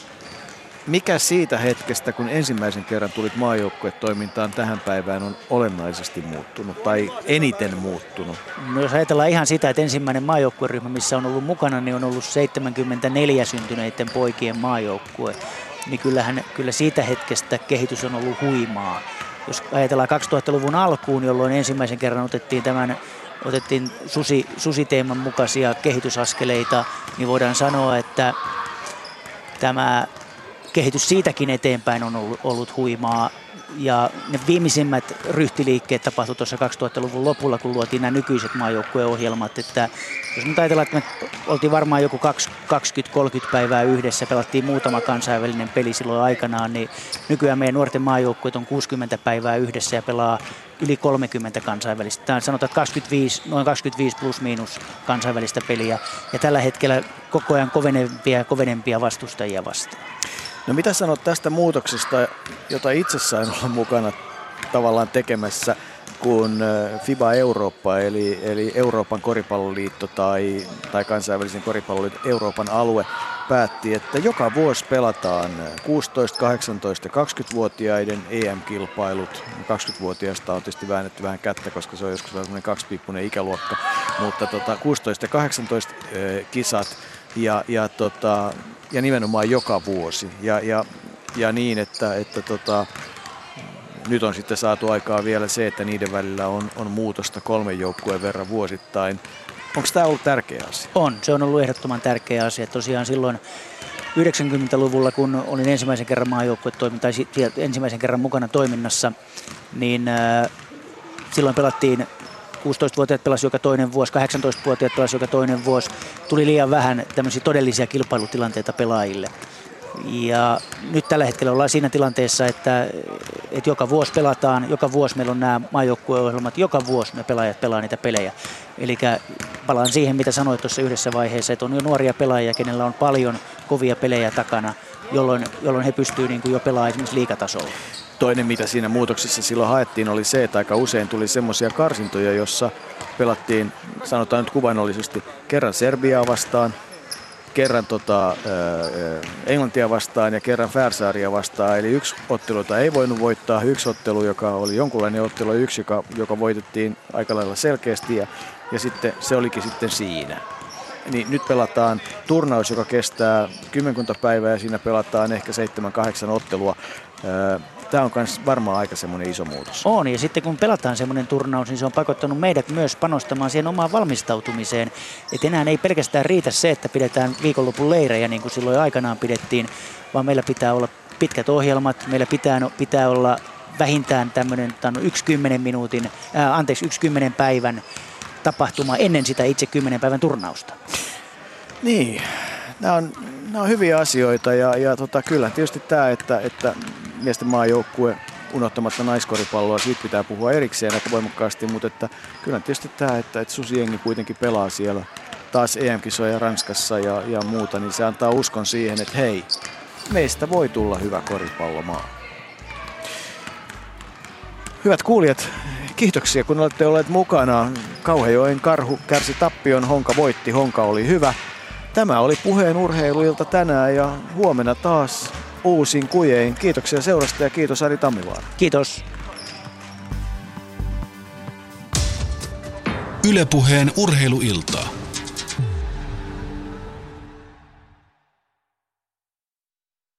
mikä siitä hetkestä, kun ensimmäisen kerran tulit maajoukkuetoimintaan tähän päivään, on olennaisesti muuttunut tai eniten muuttunut? No jos ajatellaan ihan sitä, että ensimmäinen maajoukkueryhmä, missä on ollut mukana, niin on ollut seitsemänkymmentäneljä syntyneiden poikien maajoukkue. Niin kyllähän, kyllä siitä hetkestä kehitys on ollut huimaa. Jos ajatellaan kaksituhattaluvun alkuun, jolloin ensimmäisen kerran otettiin tämän otettiin susi, susiteeman mukaisia kehitysaskeleita, niin voidaan sanoa, että tämä kehitys siitäkin eteenpäin on ollut, ollut huimaa. Ja ne viimeisimmät ryhtiliikkeet tapahtui tuossa kaksituhattaluvun lopulla, kun luotiin nämä nykyiset maajoukkueohjelmat. Että jos nyt ajatellaan, että me oltiin varmaan joku kaksikymmentä kolmekymmentä päivää yhdessä, pelattiin muutama kansainvälinen peli silloin aikanaan, niin nykyään meidän nuorten maajoukkueet on kuusikymmentä päivää yhdessä ja pelaa yli kolmekymmentä kansainvälistä. Tämä sanotaan, että kaksikymmentäviisi, noin kaksikymmentäviisi plus miinus kansainvälistä peliä. Ja tällä hetkellä koko ajan kovenempia ja kovenempia vastustajia vastaan. No mitä sanot tästä muutoksesta, jota itse sain olla mukana tavallaan tekemässä, kun FIBA Eurooppa, eli, eli Euroopan koripalloliitto tai, tai kansainvälisen koripalloliiton Euroopan alue päätti, että joka vuosi pelataan kuusitoista, kahdeksantoista ja kaksikymmentävuotiaiden E M-kilpailut. kaksikymmentävuotiaista on tietysti väännetty vähän kättä, koska se on joskus sellainen kaksipiippunen ikäluokka, mutta tota, kuusitoista ja kahdeksantoista äh, kisat ja, ja tota, ja nimenomaan joka vuosi. Ja, ja, ja niin, että, että tota, nyt on sitten saatu aikaa vielä se, että niiden välillä on, on muutosta kolmen joukkueen verran vuosittain. Onko tämä ollut tärkeä asia? On, se on ollut ehdottoman tärkeä asia. Tosiaan silloin yhdeksänkymmentäluvulla, kun olin ensimmäisen kerran maajoukkuetoimin, tai ensimmäisen kerran mukana toiminnassa, niin äh, silloin pelattiin kuusitoistavuotiaat pelasi joka toinen vuosi, kahdeksantoistavuotiaat pelasi joka toinen vuosi. Tuli liian vähän tämmöisiä todellisia kilpailutilanteita pelaajille. Ja nyt tällä hetkellä ollaan siinä tilanteessa, että, että joka vuosi pelataan, joka vuosi meillä on nämä maajoukkueohjelmat, joka vuosi me pelaajat pelaa niitä pelejä. Eli palaan siihen, mitä sanoit tuossa yhdessä vaiheessa, että on jo nuoria pelaajia, kenellä on paljon kovia pelejä takana, jolloin, jolloin he pystyvät niin kuin jo pelaamaan esimerkiksi liigatasolla. Toinen, mitä siinä muutoksessa silloin haettiin, oli se, että aika usein tuli semmoisia karsintoja, jossa pelattiin, sanotaan nyt kuvainnollisesti, kerran Serbiaa vastaan, kerran tota, ää, Englantia vastaan ja kerran Färsaaria vastaan. Eli yksi ottelu, jota ei voinut voittaa, yksi ottelu, joka oli jonkunlainen ottelu, yksi, joka, joka voitettiin aika lailla selkeästi ja, ja sitten se olikin sitten siinä. Niin nyt pelataan turnaus, joka kestää kymmenkunta päivää ja siinä pelataan ehkä seitsemän kahdeksan ottelua. Tämä on myös varmaan aika semmoinen iso muutos. On, ja sitten kun pelataan semmoinen turnaus, niin se on pakottanut meidät myös panostamaan siihen omaan valmistautumiseen. Että enää ei pelkästään riitä se, että pidetään viikonlopun leirejä niin kuin silloin aikanaan pidettiin, vaan meillä pitää olla pitkät ohjelmat, meillä pitää, pitää olla vähintään tämmöinen yksi kymmenen minuutin, ää, anteeksi, yksi kymmenen päivän tapahtuma ennen sitä itse kymmenen päivän turnausta. Niin, nämä on, nämä on hyviä asioita ja, ja tota, kyllä tietysti tämä, että, että miesten maajoukkue unohtamatta naiskoripalloa, siitä pitää puhua erikseen aika voimakkaasti, mutta että, kyllä tietysti tämä, että, että Susi-jengi kuitenkin pelaa siellä taas E M-kisoja Ranskassa ja, ja muuta, niin se antaa uskon siihen, että hei, meistä voi tulla hyvä koripallomaa. Hyvät kuulijat, kiitoksia kun olette olleet mukana. Kauhajoen Karhu kärsi tappion, Honka voitti, Honka oli hyvä. Tämä oli Puheen urheiluilta tänään ja huomenna taas uusin kujein. Kiitoksia seurasta ja kiitos Ari Tammivaara. Kiitos. Yle Puheen urheiluilta.